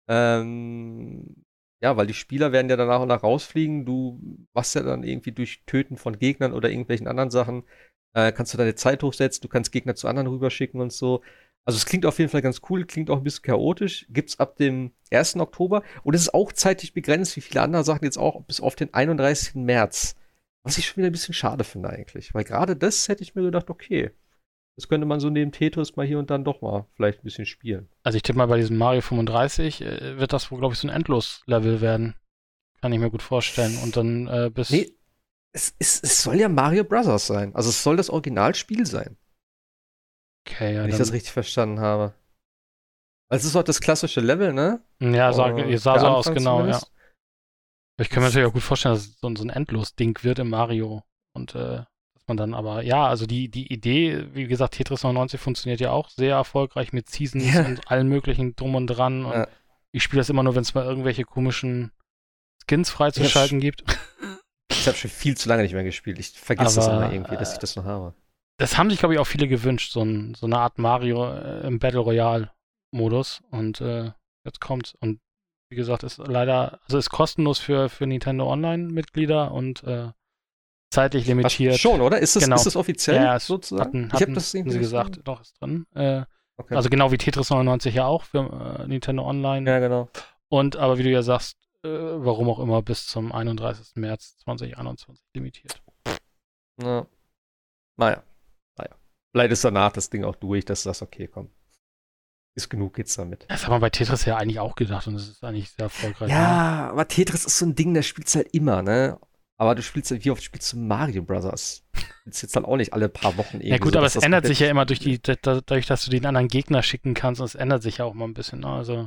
Ja, weil die Spieler werden ja dann nach und nach rausfliegen. Du machst ja dann irgendwie durch Töten von Gegnern oder irgendwelchen anderen Sachen, kannst du deine Zeit hochsetzen, du kannst Gegner zu anderen rüberschicken und so. Also es klingt auf jeden Fall ganz cool, klingt auch ein bisschen chaotisch. Gibt's ab dem 1. Oktober. Und es ist auch zeitlich begrenzt, wie viele andere Sachen jetzt auch, bis auf den 31. März. Was ich schon wieder ein bisschen schade finde eigentlich. Weil gerade das hätte ich mir gedacht, okay, das könnte man so neben Tetris mal hier und dann doch mal vielleicht ein bisschen spielen. Also ich tippe mal, bei diesem Mario 35 wird das wohl, glaube ich, so ein Endlos-Level werden. Kann ich mir gut vorstellen. Und dann bis... Nee, es soll ja Mario Bros. Sein. Also es soll das Originalspiel sein. Okay, ja. Wenn ich das richtig verstanden habe. Also es ist auch das klassische Level, ne? Ja, sah so aus, genau, zumindest. Ja. Ich kann mir natürlich auch gut vorstellen, dass es so ein Endlos-Ding wird im Mario. Und dass man dann aber, ja, also die Idee, wie gesagt, Tetris 99 funktioniert ja auch sehr erfolgreich mit Seasons und allen möglichen drum und dran. Und ich spiele das immer nur, wenn es mal irgendwelche komischen Skins freizuschalten gibt. Ich habe schon viel zu lange nicht mehr gespielt. Ich vergesse das immer irgendwie, dass ich das noch habe. Das haben sich, glaube ich, auch viele gewünscht, so eine Art Mario im Battle Royale-Modus. Und jetzt kommt's. Und wie gesagt, ist leider, also ist kostenlos für Nintendo Online-Mitglieder und zeitlich limitiert. Ach, schon, oder? Ist das offiziell? Ja, sozusagen? Ich habe das irgendwie gesagt, doch, ist drin. Okay. Also genau wie Tetris 99 ja auch für Nintendo Online. Ja, genau. Und aber wie du ja sagst, warum auch immer bis zum 31. März 2021 limitiert. Ja. Naja. Vielleicht ist danach das Ding auch durch, dass du sagst, okay, komm. Ist genug jetzt damit. Das haben wir bei Tetris ja eigentlich auch gedacht und es ist eigentlich sehr erfolgreich. Ja, aber Tetris ist so ein Ding, das spielst du halt immer, ne? Aber du spielst halt, wie oft spielst du Mario Bros.? Das ist jetzt dann auch nicht alle paar Wochen irgendwie. Ja gut, so, aber es ändert sich ja immer dadurch, dass du den anderen Gegner schicken kannst und es ändert sich ja auch mal ein bisschen, ne? Also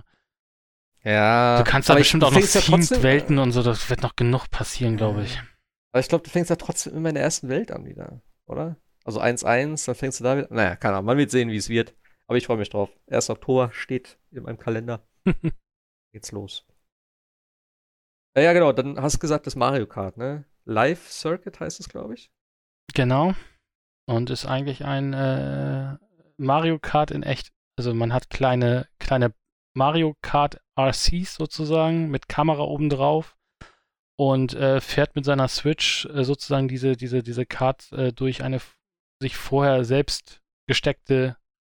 ja. Du kannst da bestimmt auch noch Themed-Welten und so, das wird noch genug passieren, glaube ich. Aber ich glaube, du fängst ja trotzdem immer in der ersten Welt an wieder, oder? Also 1-1, dann fängst du da wieder. Naja, keine Ahnung, man wird sehen, wie es wird. Aber ich freue mich drauf. 1. Oktober steht in meinem Kalender. Geht's los. Ja, genau, dann hast du gesagt, das Mario Kart, ne? Live Circuit heißt es, glaube ich. Genau. Und ist eigentlich ein Mario Kart in echt. Also man hat kleine Mario Kart RCs sozusagen mit Kamera oben drauf und fährt mit seiner Switch sozusagen diese Kart durch eine sich vorher selbst gesteckte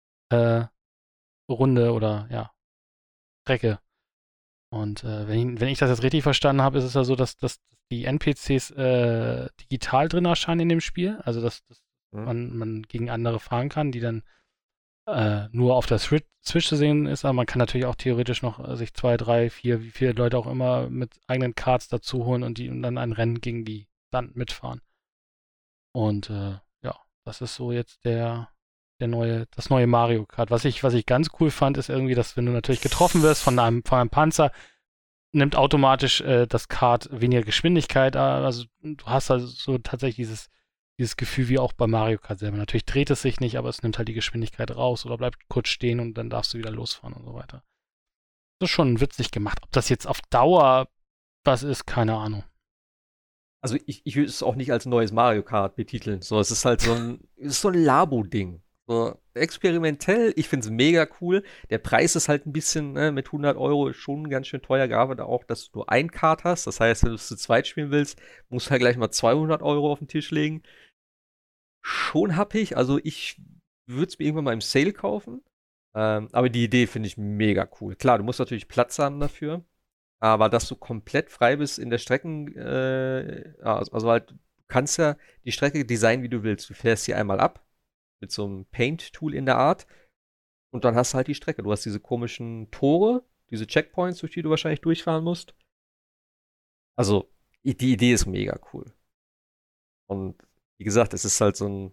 Runde oder ja Strecke. Und wenn ich das jetzt richtig verstanden habe, ist es ja so, dass die NPCs digital drin erscheinen in dem Spiel. Also dass man gegen andere fahren kann, die dann nur auf der Switch zu sehen ist. Aber man kann natürlich auch theoretisch noch sich 2, 3, 4, wie viele Leute auch immer mit eigenen Karts dazu holen und dann ein Rennen gegen die dann mitfahren. Und ja, das ist so jetzt der das neue Mario Kart. Was ich ganz cool fand, ist irgendwie, dass wenn du natürlich getroffen wirst von einem Panzer, nimmt automatisch das Kart weniger Geschwindigkeit. Also du hast also so tatsächlich dieses Gefühl wie auch bei Mario Kart selber. Natürlich dreht es sich nicht, aber es nimmt halt die Geschwindigkeit raus oder bleibt kurz stehen und dann darfst du wieder losfahren und so weiter. Das ist schon witzig gemacht. Ob das jetzt auf Dauer was ist, keine Ahnung. Also ich würde es auch nicht als neues Mario Kart betiteln. So, es ist halt so ein Labo-Ding. So, experimentell, ich finde es mega cool. Der Preis ist halt ein bisschen, mit 100 € ist schon ganz schön teuer, gerade auch, dass du nur ein Kart hast. Das heißt, wenn du es zu zweit spielen willst, musst du halt gleich mal 200 € auf den Tisch legen. Schon happig, also ich würde es mir irgendwann mal im Sale kaufen. Aber die Idee finde ich mega cool. Klar, du musst natürlich Platz haben dafür. Aber dass du komplett frei bist in der Strecken, also halt, du kannst ja die Strecke designen, wie du willst. Du fährst sie einmal ab mit so einem Paint-Tool in der Art und dann hast du halt die Strecke. Du hast diese komischen Tore, diese Checkpoints, durch die du wahrscheinlich durchfahren musst. Also, die Idee ist mega cool. Und wie gesagt, es ist halt so ein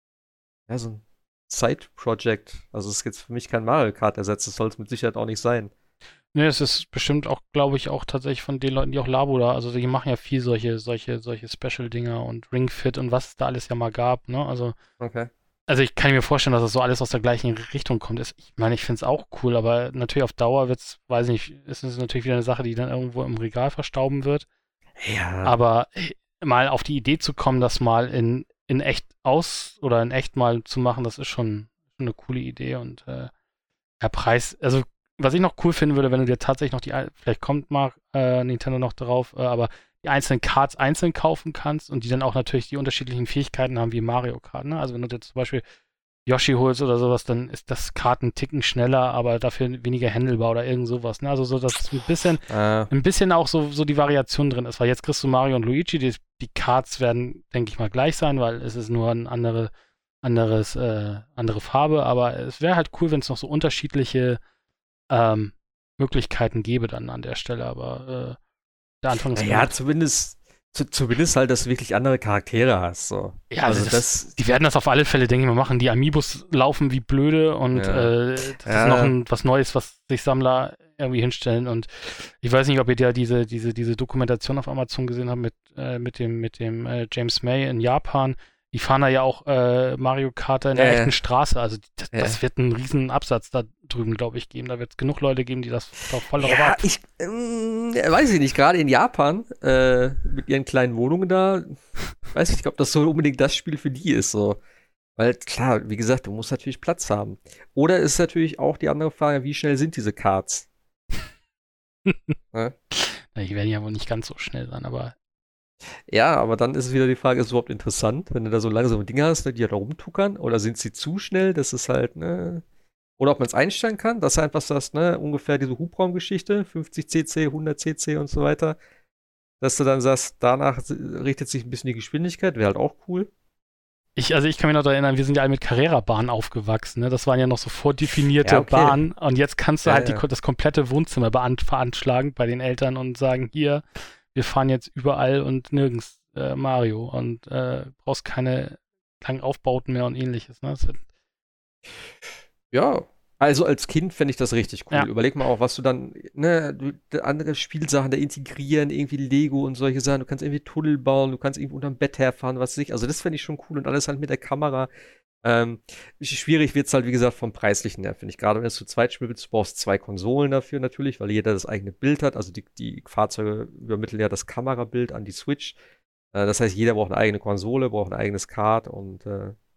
Side-Project. Also es ist jetzt für mich kein Mario Kart-Ersatz, das soll es mit Sicherheit auch nicht sein. Ne, es ist bestimmt auch, glaube ich, auch tatsächlich von den Leuten, die auch Labo da, also die machen ja viel solche Special-Dinger und Ring Fit und was es da alles ja mal gab, ne? Okay. Also ich kann mir vorstellen, dass das so alles aus der gleichen Richtung kommt. Ich meine, ich finde es auch cool, aber natürlich auf Dauer wird's, weiß nicht, ist es natürlich wieder eine Sache, die dann irgendwo im Regal verstauben wird. Ja. Aber mal auf die Idee zu kommen, das mal in echt in echt mal zu machen, das ist schon eine coole Idee und der Preis, also was ich noch cool finden würde, wenn du dir tatsächlich noch vielleicht kommt mal Nintendo noch drauf, aber die einzelnen Cards einzeln kaufen kannst und die dann auch natürlich die unterschiedlichen Fähigkeiten haben wie Mario Kart, ne? Also wenn du dir zum Beispiel Yoshi holst oder sowas, dann ist das Kart ein Ticken schneller, aber dafür weniger handelbar oder irgend sowas, ne? Also so, dass ein bisschen auch so die Variation drin ist, weil jetzt kriegst du Mario und Luigi, die Karts werden, denke ich mal, gleich sein, weil es ist nur eine andere Farbe, aber es wäre halt cool, wenn es noch so unterschiedliche Möglichkeiten gäbe dann an der Stelle, aber der Anfang ist ja, zumindest halt, dass du wirklich andere Charaktere hast. So. Ja, also die werden das auf alle Fälle, denke ich mal, machen. Die Amiibos laufen wie blöde und das ist noch was Neues, was sich Sammler irgendwie hinstellen und ich weiß nicht, ob ihr ja diese Dokumentation auf Amazon gesehen habt mit dem James May in Japan. Die fahren da ja auch Mario Kart in der echten Straße. Also das wird einen riesen Absatz da drüben, glaube ich, geben. Da wird es genug Leute geben, die das voll darauf ab. Weiß ich nicht. Gerade in Japan mit ihren kleinen Wohnungen da, weiß ich nicht, ob das so unbedingt das Spiel für die ist. So. Weil klar, wie gesagt, du musst natürlich Platz haben. Oder ist natürlich auch die andere Frage, wie schnell sind diese Karts? Na, die werden ja wohl nicht ganz so schnell sein, aber ja, aber dann ist es wieder die Frage, ist es überhaupt interessant, wenn du da so langsame Dinge hast, die ja da rumtuckern? Oder sind sie zu schnell? Das ist halt, ne? Oder ob man es einstellen kann, dass einfach das, ne, ungefähr diese Hubraumgeschichte, 50 cc, 100 cc und so weiter, dass du dann sagst, danach richtet sich ein bisschen die Geschwindigkeit, wäre halt auch cool. Ich kann mich noch daran erinnern, wir sind ja alle mit Carrera-Bahnen aufgewachsen, ne? Das waren ja noch so vordefinierte Bahnen und jetzt kannst du halt das komplette Wohnzimmer veranschlagen bei den Eltern und sagen, hier, wir fahren jetzt überall und nirgends Mario und brauchst keine langen Aufbauten mehr und ähnliches. Ne? Ja, also als Kind fände ich das richtig cool. Ja. Überleg mal auch, was du dann, ne, andere Spielsachen da integrieren, irgendwie Lego und solche Sachen. Du kannst irgendwie Tunnel bauen, du kannst irgendwie unterm Bett herfahren, was weiß ich. Also das fände ich schon cool und alles halt mit der Kamera. Schwierig wird es halt, wie gesagt, vom Preislichen her, finde ich. Gerade wenn du es zu zweit spielst, du brauchst 2 Konsolen dafür natürlich, weil jeder das eigene Bild hat. Also die Fahrzeuge übermitteln ja das Kamerabild an die Switch. Das heißt, jeder braucht eine eigene Konsole, braucht ein eigenes Kart und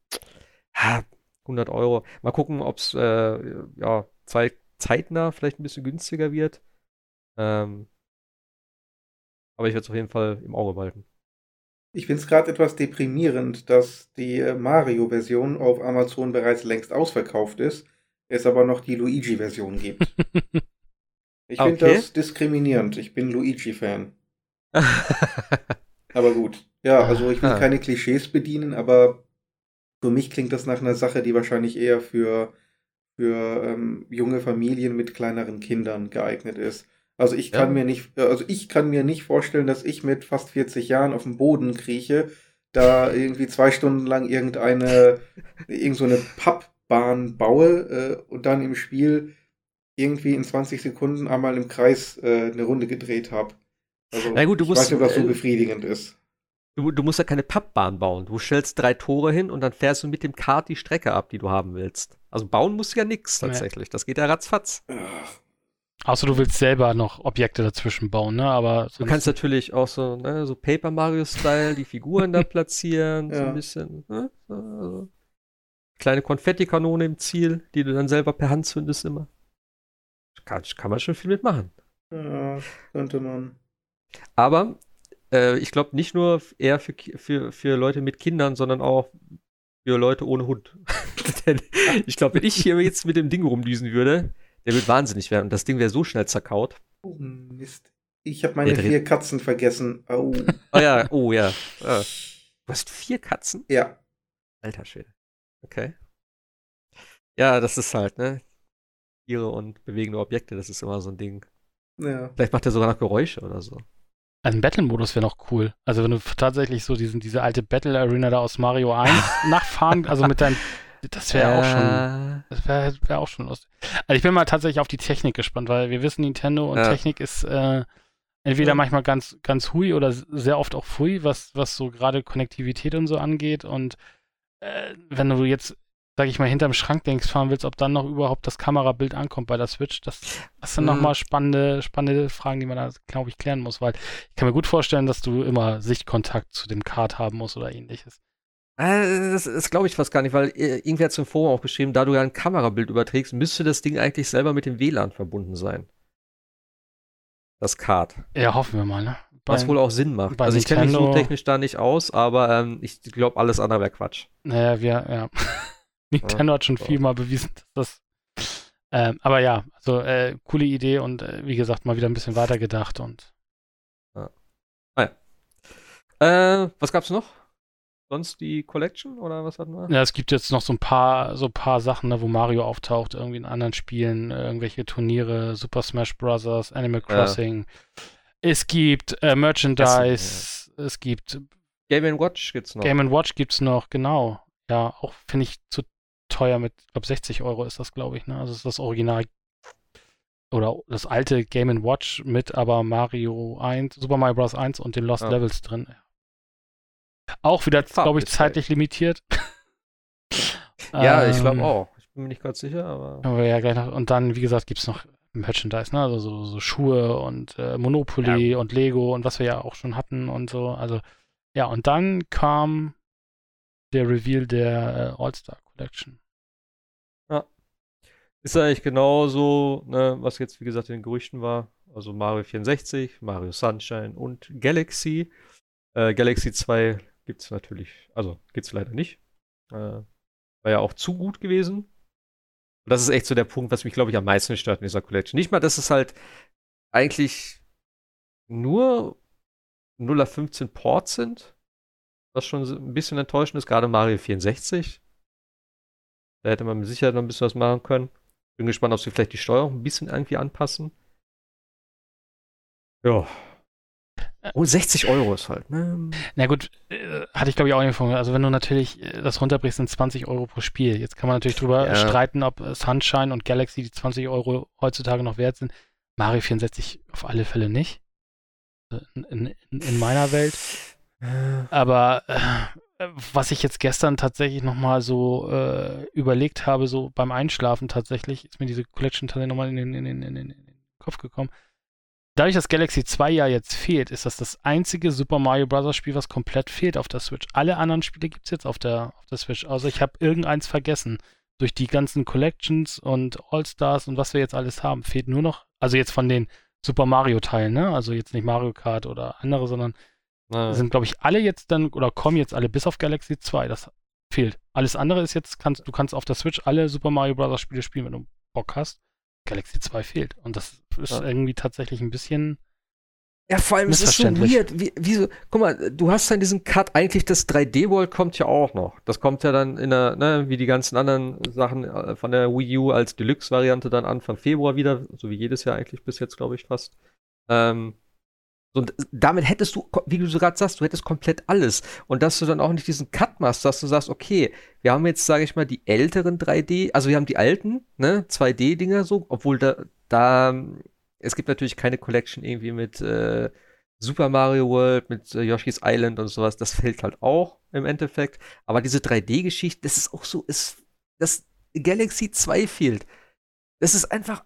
100 €. Mal gucken, ob es zeitnah vielleicht ein bisschen günstiger wird. Aber ich werde es auf jeden Fall im Auge behalten. Ich finde es gerade etwas deprimierend, dass die Mario-Version auf Amazon bereits längst ausverkauft ist, es aber noch die Luigi-Version gibt. Ich finde das diskriminierend. Ich bin Luigi-Fan. Aber gut. Ja, also ich will keine Klischees bedienen, aber für mich klingt das nach einer Sache, die wahrscheinlich eher für junge Familien mit kleineren Kindern geeignet ist. Also ich kann mir nicht vorstellen, dass ich mit fast 40 Jahren auf dem Boden krieche, da irgendwie 2 Stunden lang irgend so eine Pappbahn baue und dann im Spiel irgendwie in 20 Sekunden einmal im Kreis eine Runde gedreht habe. Also na gut, ich weiß nicht, ob das so befriedigend ist. Du musst ja keine Pappbahn bauen. Du stellst 3 Tore hin und dann fährst du mit dem Kart die Strecke ab, die du haben willst. Also bauen musst du ja nichts tatsächlich. Das geht ja ratzfatz. Außer du willst selber noch Objekte dazwischen bauen, ne? Aber du kannst natürlich auch so, ne, so Paper Mario-Style die Figuren da platzieren, so ein bisschen, ne? Also, kleine Konfettikanone im Ziel, die du dann selber per Hand zündest immer. Kann man schon viel mitmachen. Ja, könnte man. Aber ich glaube nicht nur eher für Leute mit Kindern, sondern auch für Leute ohne Hund. Denn ich glaube, wenn ich hier jetzt mit dem Ding rumdüsen würde, der wird wahnsinnig werden und das Ding wäre so schnell zerkaut. Oh Mist. Ich habe meine 4 Katzen vergessen. Oh. Oh ja. Du hast 4 Katzen? Ja. Alter Schwede. Okay. Ja, das ist halt, ne? Tiere und bewegende Objekte, das ist immer so ein Ding. Ja. Vielleicht macht er sogar noch Geräusche oder so. Also ein Battle-Modus wäre noch cool. Also wenn du tatsächlich so diese alte Battle-Arena da aus Mario 1 nachfahren, also mit deinem, das wäre auch schon lustig. Also ich bin mal tatsächlich auf die Technik gespannt, weil wir wissen, Nintendo und Technik ist entweder manchmal ganz, ganz hui oder sehr oft auch pfui, was so gerade Konnektivität und so angeht. Und wenn du jetzt, sag ich mal, hinterm Schrank denkst, fahren willst, ob dann noch überhaupt das Kamerabild ankommt bei der Switch, das sind nochmal spannende Fragen, die man da, glaube ich, klären muss, weil ich kann mir gut vorstellen, dass du immer Sichtkontakt zu dem Kart haben musst oder ähnliches. Das glaube ich fast gar nicht, weil irgendwer hat es im Forum auch geschrieben, da du ja ein Kamerabild überträgst, müsste das Ding eigentlich selber mit dem WLAN verbunden sein. Das Kart. Ja, hoffen wir mal, ne? Was wohl auch Sinn macht. Also ich kenne mich so technisch da nicht aus, aber ich glaube, alles andere wäre Quatsch. Naja, Nintendo hat schon viel mal bewiesen, dass das. Aber ja, also coole Idee und wie gesagt, mal wieder ein bisschen weitergedacht und. Was gab's noch? Sonst die Collection oder was hatten wir? Ja, es gibt jetzt noch so ein paar Sachen, ne, wo Mario auftaucht, irgendwie in anderen Spielen, irgendwelche Turniere, Super Smash Bros., Animal Crossing. Es gibt Merchandise, es gibt Game & Watch gibt's noch. Game & Watch gibt's noch, genau. Ja, auch finde ich zu teuer mit, ich glaube 60 € ist das, glaube ich, ne? Also ist das Original oder das alte Game & Watch mit aber Super Mario Bros. 1 und den Lost Levels drin. Auch wieder, glaube ich, zeitlich limitiert. Ja, ich glaube auch. Ich bin mir nicht ganz sicher, aber ja, gleich noch. Und dann, wie gesagt, gibt es noch Merchandise, ne? Also so Schuhe und Monopoly und Lego und was wir ja auch schon hatten und so. Also, ja, und dann kam der Reveal der All-Star Collection. Ja. Ist eigentlich genauso, ne, was jetzt, wie gesagt, in den Gerüchten war. Also Mario 64, Mario Sunshine und Galaxy. Galaxy 2 gibt's natürlich, also gibt's leider nicht. War ja auch zu gut gewesen. Und das ist echt so der Punkt, was mich, glaube ich, am meisten stört in dieser Collection. Nicht mal, dass es halt eigentlich nur 0:15 Ports sind, was schon ein bisschen enttäuschend ist, gerade Mario 64. Da hätte man mit Sicherheit noch ein bisschen was machen können. Bin gespannt, ob sie vielleicht die Steuerung ein bisschen irgendwie anpassen. Ja. Oh, 60 € ist halt, ne? Na gut, hatte ich glaube ich auch nicht. Also wenn du natürlich das runterbrichst, sind 20 € pro Spiel. Jetzt kann man natürlich drüber streiten, ob Sunshine und Galaxy die 20 € heutzutage noch wert sind. Mario 64 auf alle Fälle nicht. In meiner Welt. Aber was ich jetzt gestern tatsächlich nochmal so überlegt habe, so beim Einschlafen tatsächlich, ist mir diese Collection tatsächlich nochmal in den Kopf gekommen. Dadurch, dass Galaxy 2 ja jetzt fehlt, ist das einzige Super Mario Bros. Spiel, was komplett fehlt auf der Switch. Alle anderen Spiele gibt es jetzt auf der Switch. Also ich habe irgendeins vergessen. Durch die ganzen Collections und All-Stars und was wir jetzt alles haben, fehlt nur noch, also jetzt von den Super Mario-Teilen, ne? Also jetzt nicht Mario Kart oder andere, sondern sind, glaube ich, alle jetzt dann, oder kommen jetzt alle bis auf Galaxy 2. Das fehlt. Alles andere ist jetzt, du kannst auf der Switch alle Super Mario Bros. Spiele spielen, wenn du Bock hast. Galaxy 2 fehlt. Und das ist irgendwie tatsächlich ein bisschen. Ja, vor allem, es ist so weird. Wieso? Guck mal, du hast dann diesen Cut, eigentlich das 3D-World kommt ja auch noch. Das kommt ja dann in der, ne, wie die ganzen anderen Sachen von der Wii U als Deluxe-Variante dann Anfang Februar wieder, so wie jedes Jahr eigentlich bis jetzt, glaube ich, fast. Und damit hättest du, wie du so gerade sagst, du hättest komplett alles. Und dass du dann auch nicht diesen Cut machst, dass du sagst, okay, wir haben jetzt, sage ich mal, die älteren 3D, also wir haben die alten, ne, 2D-Dinger so, obwohl es gibt natürlich keine Collection irgendwie mit Super Mario World, mit Yoshi's Island und sowas, das fällt halt auch im Endeffekt. Aber diese 3D-Geschichte, das ist auch so, das Galaxy 2 fehlt. Das ist einfach,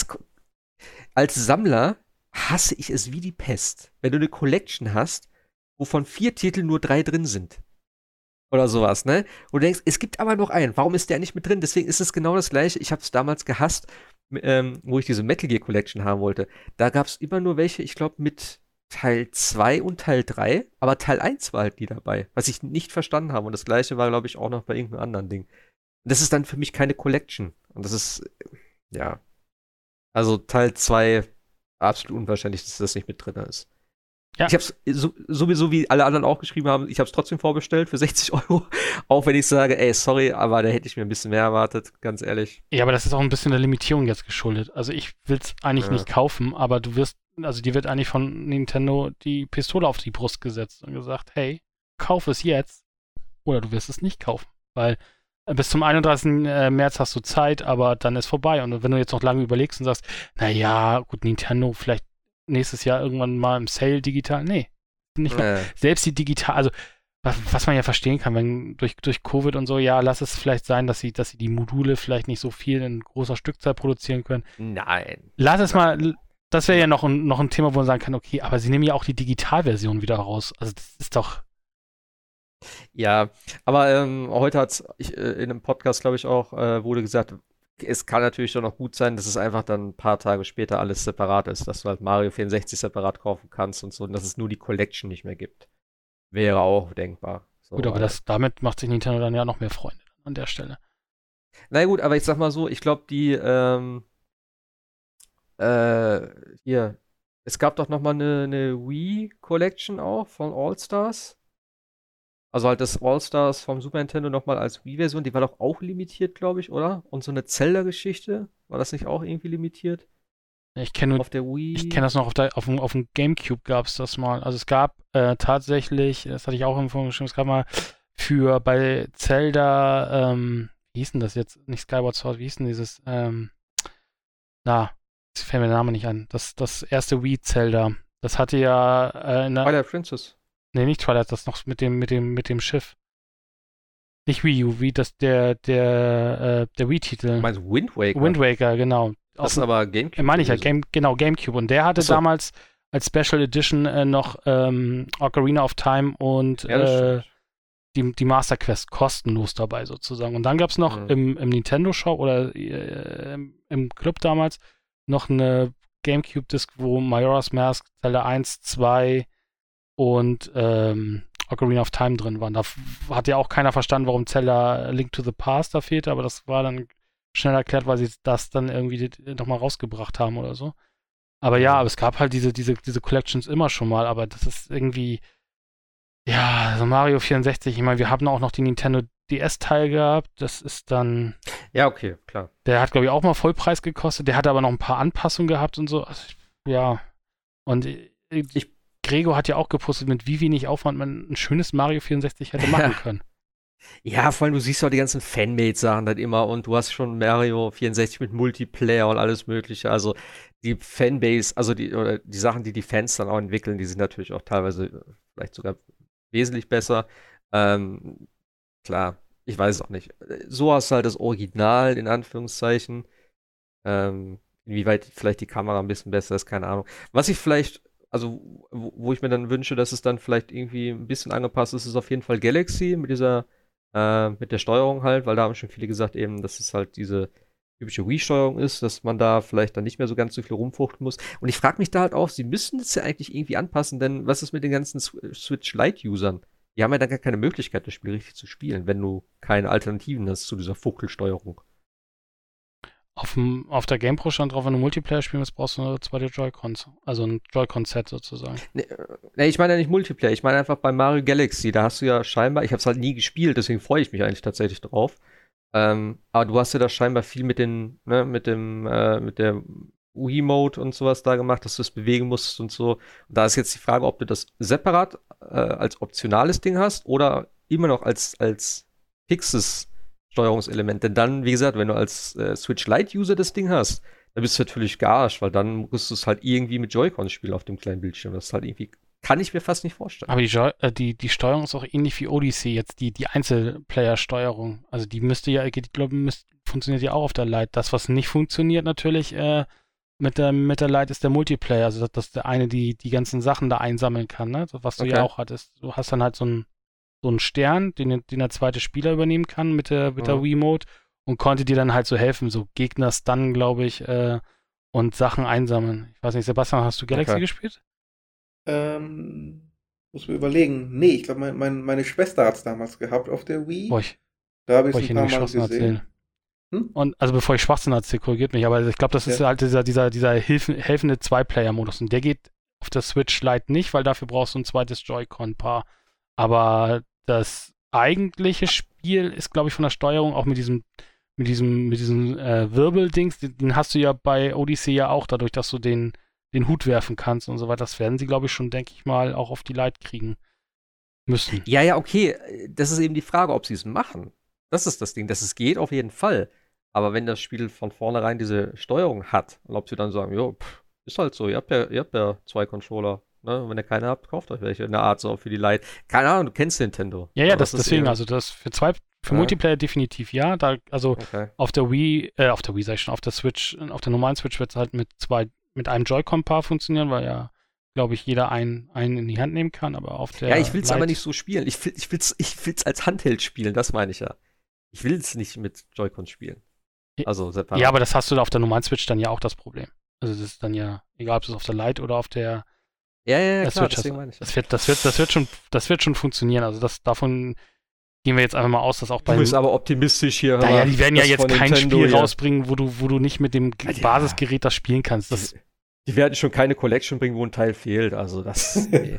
als Sammler hasse ich es wie die Pest, wenn du eine Collection hast, wovon 4 Titel nur 3 drin sind. Oder sowas, ne? Und du denkst, es gibt aber noch einen, warum ist der nicht mit drin? Deswegen ist es genau das Gleiche. Ich habe es damals gehasst, wo ich diese Metal Gear Collection haben wollte. Da gab es immer nur welche, ich glaube, mit Teil 2 und Teil 3, aber Teil 1 war halt nie dabei, was ich nicht verstanden habe. Und das Gleiche war, glaube ich, auch noch bei irgendeinem anderen Ding. Und das ist dann für mich keine Collection. Und das ist, ja. Also Teil 2 absolut unwahrscheinlich, dass das nicht mit drin ist. Ja. Ich habe es sowieso, wie alle anderen auch geschrieben haben, ich habe es trotzdem vorbestellt für 60 €, auch wenn ich sage, ey, sorry, aber da hätte ich mir ein bisschen mehr erwartet, ganz ehrlich. Ja, aber das ist auch ein bisschen der Limitierung jetzt geschuldet. Also ich will es eigentlich nicht kaufen, aber dir wird eigentlich von Nintendo die Pistole auf die Brust gesetzt und gesagt, hey, kauf es jetzt oder du wirst es nicht kaufen, weil bis zum 31. März hast du Zeit, aber dann ist vorbei. Und wenn du jetzt noch lange überlegst und sagst, naja, gut, Nintendo vielleicht nächstes Jahr irgendwann mal im Sale digital. Nee, nicht mal. Selbst die digital, also was man ja verstehen kann, wenn durch Covid und so, ja, lass es vielleicht sein, dass sie die Module vielleicht nicht so viel in großer Stückzahl produzieren können. Nein. Lass es mal, das wäre ja noch ein Thema, wo man sagen kann, okay, aber sie nehmen ja auch die Digitalversion wieder raus. Also das ist doch. Ja, aber heute hat es in einem Podcast, glaube ich, auch, wurde gesagt, es kann natürlich schon noch gut sein, dass es einfach dann ein paar Tage später alles separat ist, dass du halt Mario 64 separat kaufen kannst und so, und dass es nur die Collection nicht mehr gibt. Wäre auch denkbar. So, gut, aber damit macht sich Nintendo dann ja noch mehr Freunde an der Stelle. Na gut, aber ich sag mal so, ich glaube, hier, es gab doch noch mal eine Wii-Collection auch von All-Stars. Also halt das All-Stars vom Super Nintendo nochmal als Wii-Version, die war doch auch limitiert, glaube ich, oder? Und so eine Zelda-Geschichte, war das nicht auch irgendwie limitiert? Ich kenne auf der Wii. Ich kenne das noch, auf dem Gamecube gab es das mal. Also es gab tatsächlich, das hatte ich auch im Vorhin geschrieben, es gab mal bei Zelda, wie hieß denn das jetzt? Nicht Skyward Sword, wie hieß denn dieses, jetzt fällt mir der Name nicht ein. Das erste Wii-Zelda. Das hatte ja Twilight Princess. Nee, nicht Twilight, das noch mit dem Schiff. Nicht Wii U, der Wii-Titel. Du meinst Wind Waker? Wind Waker, genau. Das ist aber GameCube. Meine ich ja, GameCube. Und der hatte damals als Special Edition noch Ocarina of Time und die Master Quest kostenlos dabei sozusagen. Und dann gab es noch im Nintendo Shop oder im Club damals noch eine GameCube-Disc, wo Majora's Mask, Zelda 1, 2 und Ocarina of Time drin waren. Da hat ja auch keiner verstanden, warum Zelda Link to the Past da fehlte, aber das war dann schnell erklärt, weil sie das dann irgendwie nochmal rausgebracht haben oder so. Aber ja, aber es gab halt diese Collections immer schon mal, aber das ist irgendwie, ja, also Mario 64, ich meine, wir haben auch noch den Nintendo DS-Teil gehabt, das ist dann. Ja, okay, klar. Der hat, glaube ich, auch mal Vollpreis gekostet, der hat aber noch ein paar Anpassungen gehabt und so. Also, ja. Und Gregor hat ja auch gepostet, mit wie wenig Aufwand man ein schönes Mario 64 hätte machen können. Ja, vor allem, du siehst auch die ganzen Fanmade-Sachen dann immer und du hast schon Mario 64 mit Multiplayer und alles Mögliche. Also die Fanbase, also die Sachen, die Fans dann auch entwickeln, die sind natürlich auch teilweise vielleicht sogar wesentlich besser. Klar, ich weiß es auch nicht. So hast du halt das Original, in Anführungszeichen. Inwieweit vielleicht die Kamera ein bisschen besser ist, keine Ahnung. Was ich vielleicht, also wo ich mir dann wünsche, dass es dann vielleicht irgendwie ein bisschen angepasst ist, ist auf jeden Fall Galaxy mit der Steuerung halt, weil da haben schon viele gesagt eben, dass es halt diese typische Wii-Steuerung ist, dass man da vielleicht dann nicht mehr so ganz so viel rumfuchteln muss. Und ich frage mich da halt auch, sie müssen es ja eigentlich irgendwie anpassen, denn was ist mit den ganzen Switch Lite-Usern? Die haben ja dann gar keine Möglichkeit, das Spiel richtig zu spielen, wenn du keine Alternativen hast zu dieser Fuchtelsteuerung. Auf der GamePro stand drauf, wenn du Multiplayer spielen willst, brauchst du eine zweite Joy-Cons. Also ein Joy-Con-Set sozusagen. Nee, ich meine ja nicht Multiplayer. Ich meine einfach bei Mario Galaxy. Da hast du ja scheinbar, ich habe es halt nie gespielt, deswegen freue ich mich eigentlich tatsächlich drauf. Aber du hast ja da scheinbar viel mit der Wii-Mode und sowas da gemacht, dass du es bewegen musst und so. Und da ist jetzt die Frage, ob du das separat als optionales Ding hast oder immer noch als fixes Steuerungselement. Denn dann, wie gesagt, wenn du als Switch Lite-User das Ding hast, dann bist du natürlich gearscht, weil dann musst du es halt irgendwie mit Joy-Cons spielen auf dem kleinen Bildschirm. Das ist halt irgendwie, kann ich mir fast nicht vorstellen. Aber die Steuerung ist auch ähnlich wie Odyssey, jetzt die Einzelplayer-Steuerung. Also die müsste ja, ich glaube, funktioniert ja auch auf der Lite. Das, was nicht funktioniert natürlich mit der Lite, ist der Multiplayer. Also dass der eine die ganzen Sachen da einsammeln kann, ne? Was du ja auch hattest. Du hast dann halt so einen Stern, den der zweite Spieler übernehmen kann mit der Wii-Mode und konnte dir dann halt so helfen, so Gegner stunnen, glaube ich, und Sachen einsammeln. Ich weiß nicht, Sebastian, hast du Galaxy gespielt? Muss mir überlegen. Nee, ich glaube, meine Schwester hat es damals gehabt auf der Wii. Da habe ich es ein paar Mal gesehen. Und also bevor ich Schwachsinn erzähle, korrigiert mich, aber ich glaube, das ist halt dieser helfende Zwei-Player-Modus. Und der geht auf der Switch Lite nicht, weil dafür brauchst du ein zweites Joy-Con-Paar. Aber das eigentliche Spiel ist, glaube ich, von der Steuerung auch mit diesem Wirbeldings, den hast du ja bei Odyssey ja auch, dadurch, dass du den Hut werfen kannst und so weiter. Das werden sie, glaube ich, schon, denke ich mal, auch auf die Lite kriegen müssen. Ja, okay. Das ist eben die Frage, ob sie es machen. Das ist das Ding. Das geht auf jeden Fall. Aber wenn das Spiel von vornherein diese Steuerung hat, und ob sie dann sagen, jo, ist halt so, ihr habt ja 2 Controller. Ne? Und wenn ihr keine habt, kauft euch welche. Eine Art so für die Lite. Keine Ahnung, du kennst Nintendo. Ja, deswegen, also das für Multiplayer definitiv ja. Auf der Wii sag ich schon, auf der Switch, auf der normalen Switch wird es halt mit einem Joy-Con-Paar funktionieren, weil ja, glaube ich, jeder einen in die Hand nehmen kann, aber auf der ich will es aber nicht so spielen. Ich will's als Handheld spielen, das meine ich ja. Ich will es nicht mit Joy-Con spielen. Also separat. Ja, aber das hast du auf der normalen Switch dann ja auch das Problem. Also das ist dann ja, egal ob du es auf der Lite oder auf der klar, Switch deswegen meine ich das wird schon funktionieren. Also davon gehen wir jetzt einfach mal aus, dass auch bei. Du bist aber optimistisch hier. Naja, die werden ja jetzt kein Nintendo Spiel rausbringen, wo du nicht mit dem Basisgerät das spielen kannst. Die werden schon keine Collection bringen, wo ein Teil fehlt. Also das. Nee.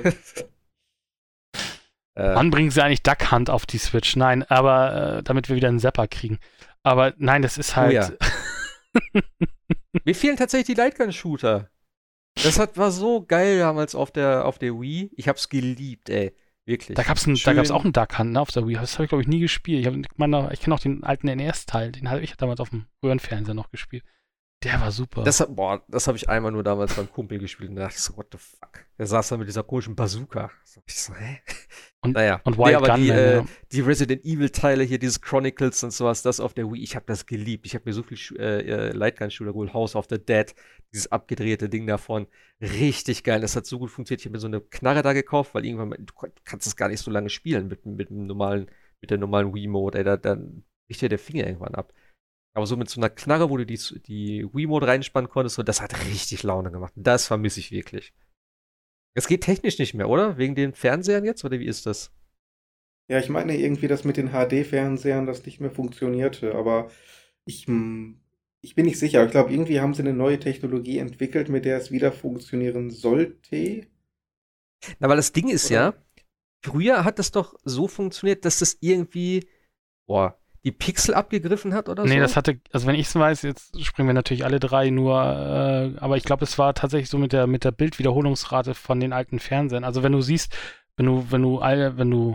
Wann bringen sie eigentlich Duck Hunt auf die Switch? Nein, aber damit wir wieder einen Zapper kriegen. Aber nein, das ist halt. Oh ja. Mir fehlen tatsächlich die Lightgun-Shooter. Das war so geil damals auf der Wii. Ich hab's geliebt, ey. Wirklich. Da gab's auch einen Duck Hunt, ne, auf der Wii. Das habe ich, glaube ich, nie gespielt. Ich kenne auch den alten NES-Teil. Den habe ich damals auf dem Röhrenfernseher noch gespielt. Der war super. Das habe ich einmal nur damals beim Kumpel gespielt und da dachte ich so, what the fuck? Der saß da mit dieser komischen Bazooka. Ich so, hä? Und naja. Und Wild Gunman, die Resident Evil-Teile hier, dieses Chronicles und sowas, das auf der Wii, ich habe das geliebt. Ich habe mir so viel Lightgun-Shooter geholt. House of the Dead, dieses abgedrehte Ding davon. Richtig geil. Das hat so gut funktioniert. Ich habe mir so eine Knarre da gekauft, weil irgendwann, du kannst es gar nicht so lange spielen mit der normalen Wii-Mode. Ey, dann bricht dir der Finger irgendwann ab. Aber so mit so einer Knarre, wo du die Wii-Mode reinspannen konntest, so, das hat richtig Laune gemacht. Das vermisse ich wirklich. Es geht technisch nicht mehr, oder? Wegen den Fernsehern jetzt? Oder wie ist das? Ja, ich meine irgendwie, dass mit den HD-Fernsehern das nicht mehr funktionierte. Aber ich bin nicht sicher. Ich glaube, irgendwie haben sie eine neue Technologie entwickelt, mit der es wieder funktionieren sollte. Na, weil das Ding ist ja, früher hat das doch so funktioniert, dass das irgendwie, die Pixel abgegriffen hat oder so? Nee, das hatte, also wenn ich es weiß, jetzt springen wir natürlich alle drei nur, aber ich glaube, es war tatsächlich so mit der Bildwiederholungsrate von den alten Fernsehern. Also wenn du siehst, wenn du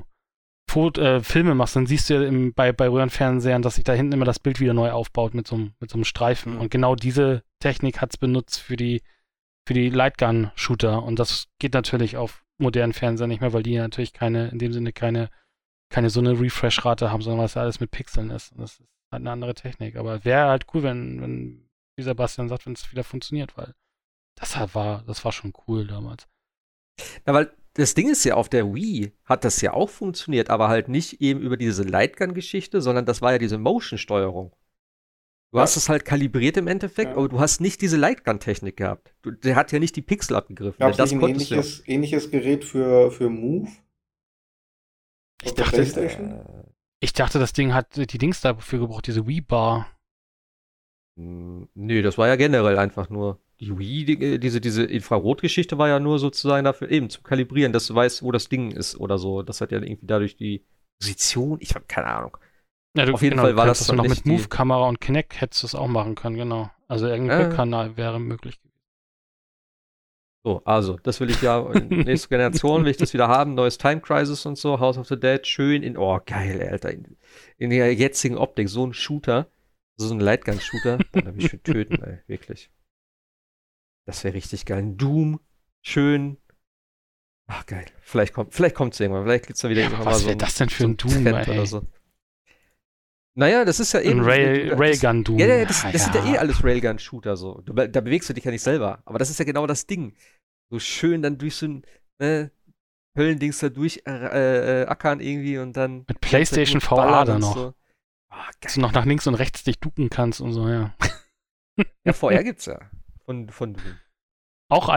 Filme machst, dann siehst du ja bei Röhrenfernsehern, dass sich da hinten immer das Bild wieder neu aufbaut mit so einem Streifen. Mhm. Und genau diese Technik hat es benutzt für die Lightgun-Shooter. Und das geht natürlich auf modernen Fernsehern nicht mehr, weil die natürlich in dem Sinne keine so eine Refresh-Rate haben, sondern was ja alles mit Pixeln ist. Und das ist halt eine andere Technik. Aber wäre halt cool, wenn wie Sebastian sagt, wenn es wieder funktioniert, weil das war schon cool damals. Na, weil das Ding ist ja, auf der Wii hat das ja auch funktioniert, aber halt nicht eben über diese Lightgun-Geschichte, sondern das war ja diese Motion-Steuerung. Du hast es halt kalibriert im Endeffekt, aber du hast nicht diese Lightgun-Technik gehabt. Der hat ja nicht die Pixel abgegriffen. Gab es nicht ein ähnliches Gerät für Move? Ich dachte, das Ding hat die Dings dafür gebraucht, diese Wii-Bar. Nö, das war ja generell einfach nur. Die Wii, diese Infrarot-Geschichte war ja nur sozusagen dafür, eben zu kalibrieren, dass du weißt, wo das Ding ist oder so. Das hat ja irgendwie dadurch die Position, ich habe keine Ahnung. Ja, auf jeden Fall war das dann noch mit Move-Kamera und Kinect hättest du es auch machen können, genau. Also irgendein Rückkanal wäre möglich gewesen. So, also, das will ich ja, nächste Generation will ich das wieder haben, neues Time Crisis und so, House of the Dead, schön geil, Alter, in der jetzigen Optik, so ein Shooter, so ein Lightgun-Shooter, da will ich für töten, ey, wirklich. Das wäre richtig geil. Ein Doom, schön. Ach, geil. Vielleicht kommt's irgendwann, vielleicht gibt's dann wieder irgendwann mal so. Was wäre das denn für ein Doom, ey? Oder so. Naja, das ist ja eben. Ein Railgun-Doom. Ja, das sind ja alles Railgun-Shooter so. Da bewegst du dich ja nicht selber. Aber das ist ja genau das Ding. So schön dann durch so ein Höllendings da durch ackern irgendwie und dann. Mit PlayStation VR da noch. So. Oh, dass du noch nach links und rechts dich ducken kannst und so, ja. Ja, VR gibt's ja. Von Doom. Auch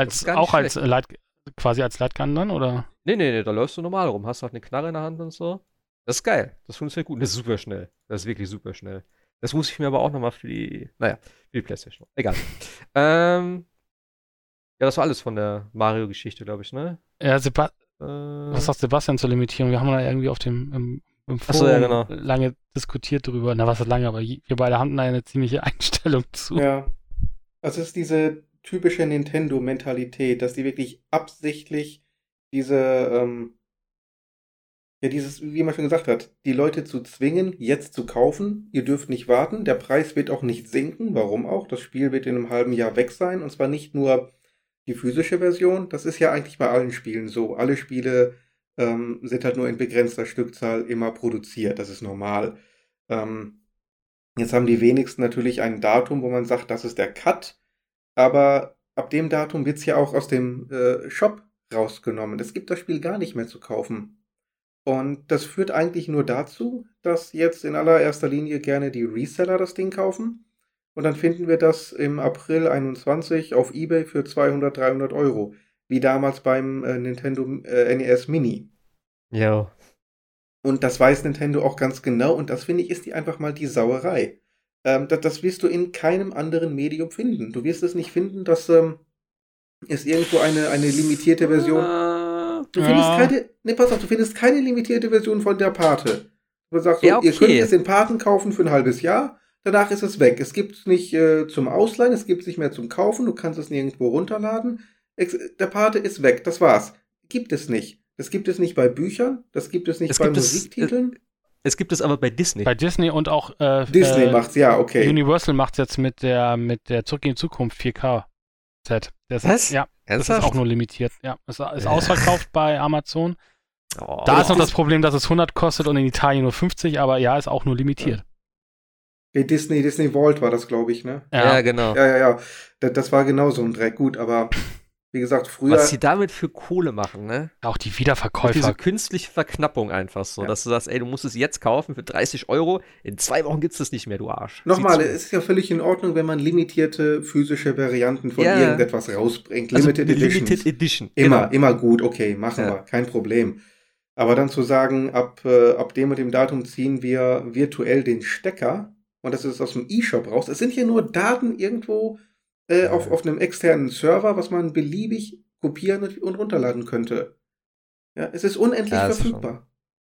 quasi als Lightgun dann, oder? Nee, da läufst du normal rum. Hast halt eine Knarre in der Hand und so. Das ist geil. Das funktioniert gut. Das ist super schnell. Das ist wirklich super schnell. Das muss ich mir aber auch nochmal für die PlayStation. Egal. Ja, das war alles von der Mario-Geschichte, glaube ich, ne? Ja, was sagt Sebastian zur Limitierung? Wir haben da irgendwie auf im Forum lange diskutiert drüber. Na, was ist lange, aber wir beide haben da eine ziemliche Einstellung zu. Ja. Also es ist diese typische Nintendo-Mentalität, dass die wirklich absichtlich dieses, wie man schon gesagt hat, die Leute zu zwingen, jetzt zu kaufen. Ihr dürft nicht warten. Der Preis wird auch nicht sinken. Warum auch? Das Spiel wird in einem halben Jahr weg sein. Und zwar nicht nur die physische Version. Das ist ja eigentlich bei allen Spielen so. Alle Spiele sind halt nur in begrenzter Stückzahl immer produziert. Das ist normal. Jetzt haben die wenigsten natürlich ein Datum, wo man sagt, das ist der Cut. Aber ab dem Datum wird es ja auch aus dem Shop rausgenommen. Es gibt das Spiel gar nicht mehr zu kaufen. Und das führt eigentlich nur dazu, dass jetzt in allererster Linie gerne die Reseller das Ding kaufen. Und dann finden wir das im April 21 auf eBay für 200, 300 Euro. Wie damals beim Nintendo NES Mini. Ja. Und das weiß Nintendo auch ganz genau. Und das, finde ich, ist einfach mal die Sauerei. Das wirst du in keinem anderen Medium finden. Du wirst es nicht finden, dass es irgendwo eine limitierte Version... Du findest keine limitierte Version von der Pate. Du sagst so, ja, okay. Ihr könnt jetzt den Paten kaufen für ein halbes Jahr, danach ist es weg. Es gibt es nicht zum Ausleihen, es gibt es nicht mehr zum Kaufen, du kannst es nirgendwo runterladen. Der Pate ist weg, das war's. Gibt es nicht. Das gibt es nicht bei Büchern, das gibt es nicht bei Musiktiteln. Es gibt es aber bei Disney. Bei Disney und auch Disney macht's, ja, okay. Universal macht's jetzt mit der Zurück in die Zukunft 4K-Set. Was? Ja, das ist auch nur limitiert. Ja, es ist ausverkauft bei Amazon. Da ist noch das Problem, dass es 100 kostet und in Italien nur 50, aber ja, ist auch nur limitiert. Ja. Disney Vault war das, glaube ich, ne? Ja, genau. Ja. Das war genau so ein Dreck. Gut, aber wie gesagt, früher... Was sie damit für Kohle machen, ne? Auch die Wiederverkäufer. Diese künstliche Verknappung einfach so, dass du sagst, ey, du musst es jetzt kaufen für 30 Euro, in 2 Wochen gibt's das nicht mehr, du Arsch. Nochmal, es ist ja völlig in Ordnung, wenn man limitierte physische Varianten von irgendetwas rausbringt. Limited Edition. Immer gut, okay, machen wir, kein Problem. Aber dann zu sagen, ab dem und dem Datum ziehen wir virtuell den Stecker und das ist aus dem eShop raus. Es sind hier nur Daten irgendwo auf einem externen Server, was man beliebig kopieren und runterladen könnte. Ja, es ist unendlich verfügbar.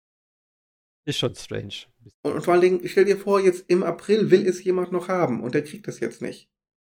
Ist schon strange. Und vor allen Dingen, stell dir vor, jetzt im April will es jemand noch haben und der kriegt das jetzt nicht.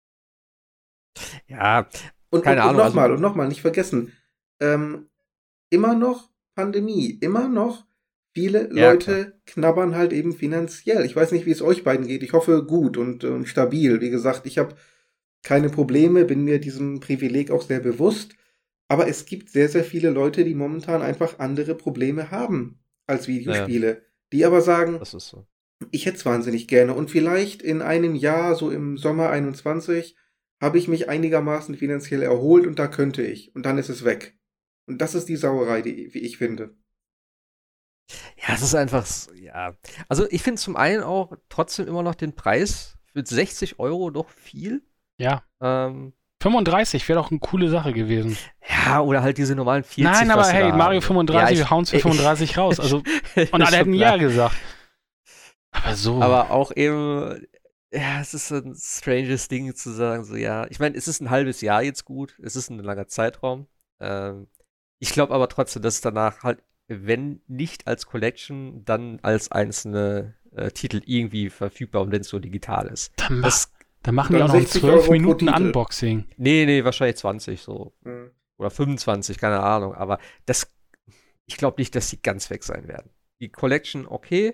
Ja, keine Ahnung. Und nochmal, nicht vergessen, immer noch Pandemie, immer noch viele Leute knabbern halt eben finanziell. Ich weiß nicht, wie es euch beiden geht. Ich hoffe gut und stabil. Wie gesagt, ich habe keine Probleme, bin mir diesem Privileg auch sehr bewusst. Aber es gibt sehr, sehr viele Leute, die momentan einfach andere Probleme haben als Videospiele. Die aber sagen, das ist so. Ich hätte es wahnsinnig gerne. Und vielleicht in einem Jahr, so im Sommer 21, habe ich mich einigermaßen finanziell erholt und da könnte ich. Und dann ist es weg. Und das ist die Sauerei, wie ich finde. Ja, es ist einfach, Also ich finde zum einen auch trotzdem immer noch den Preis für 60 Euro doch viel. Ja. 35 wäre doch eine coole Sache gewesen. Ja, oder halt diese normalen 40. Nein, aber hey, Mario 35, wir hauen es für 35 raus. Also, und alle hätten ja gesagt. Aber so. Aber auch eben, es ist so ein stranges Ding zu sagen, so ich meine, es ist ein halbes Jahr jetzt gut, es ist ein langer Zeitraum. Ich glaube aber trotzdem, dass es danach halt, wenn nicht als Collection, dann als einzelne Titel irgendwie verfügbar und wenn es so digital ist. Dann machen die auch noch ein 12 Minuten Unboxing. Nee, wahrscheinlich 20 so. Oder 25, keine Ahnung. Aber ich glaube nicht, dass die ganz weg sein werden. Die Collection, okay.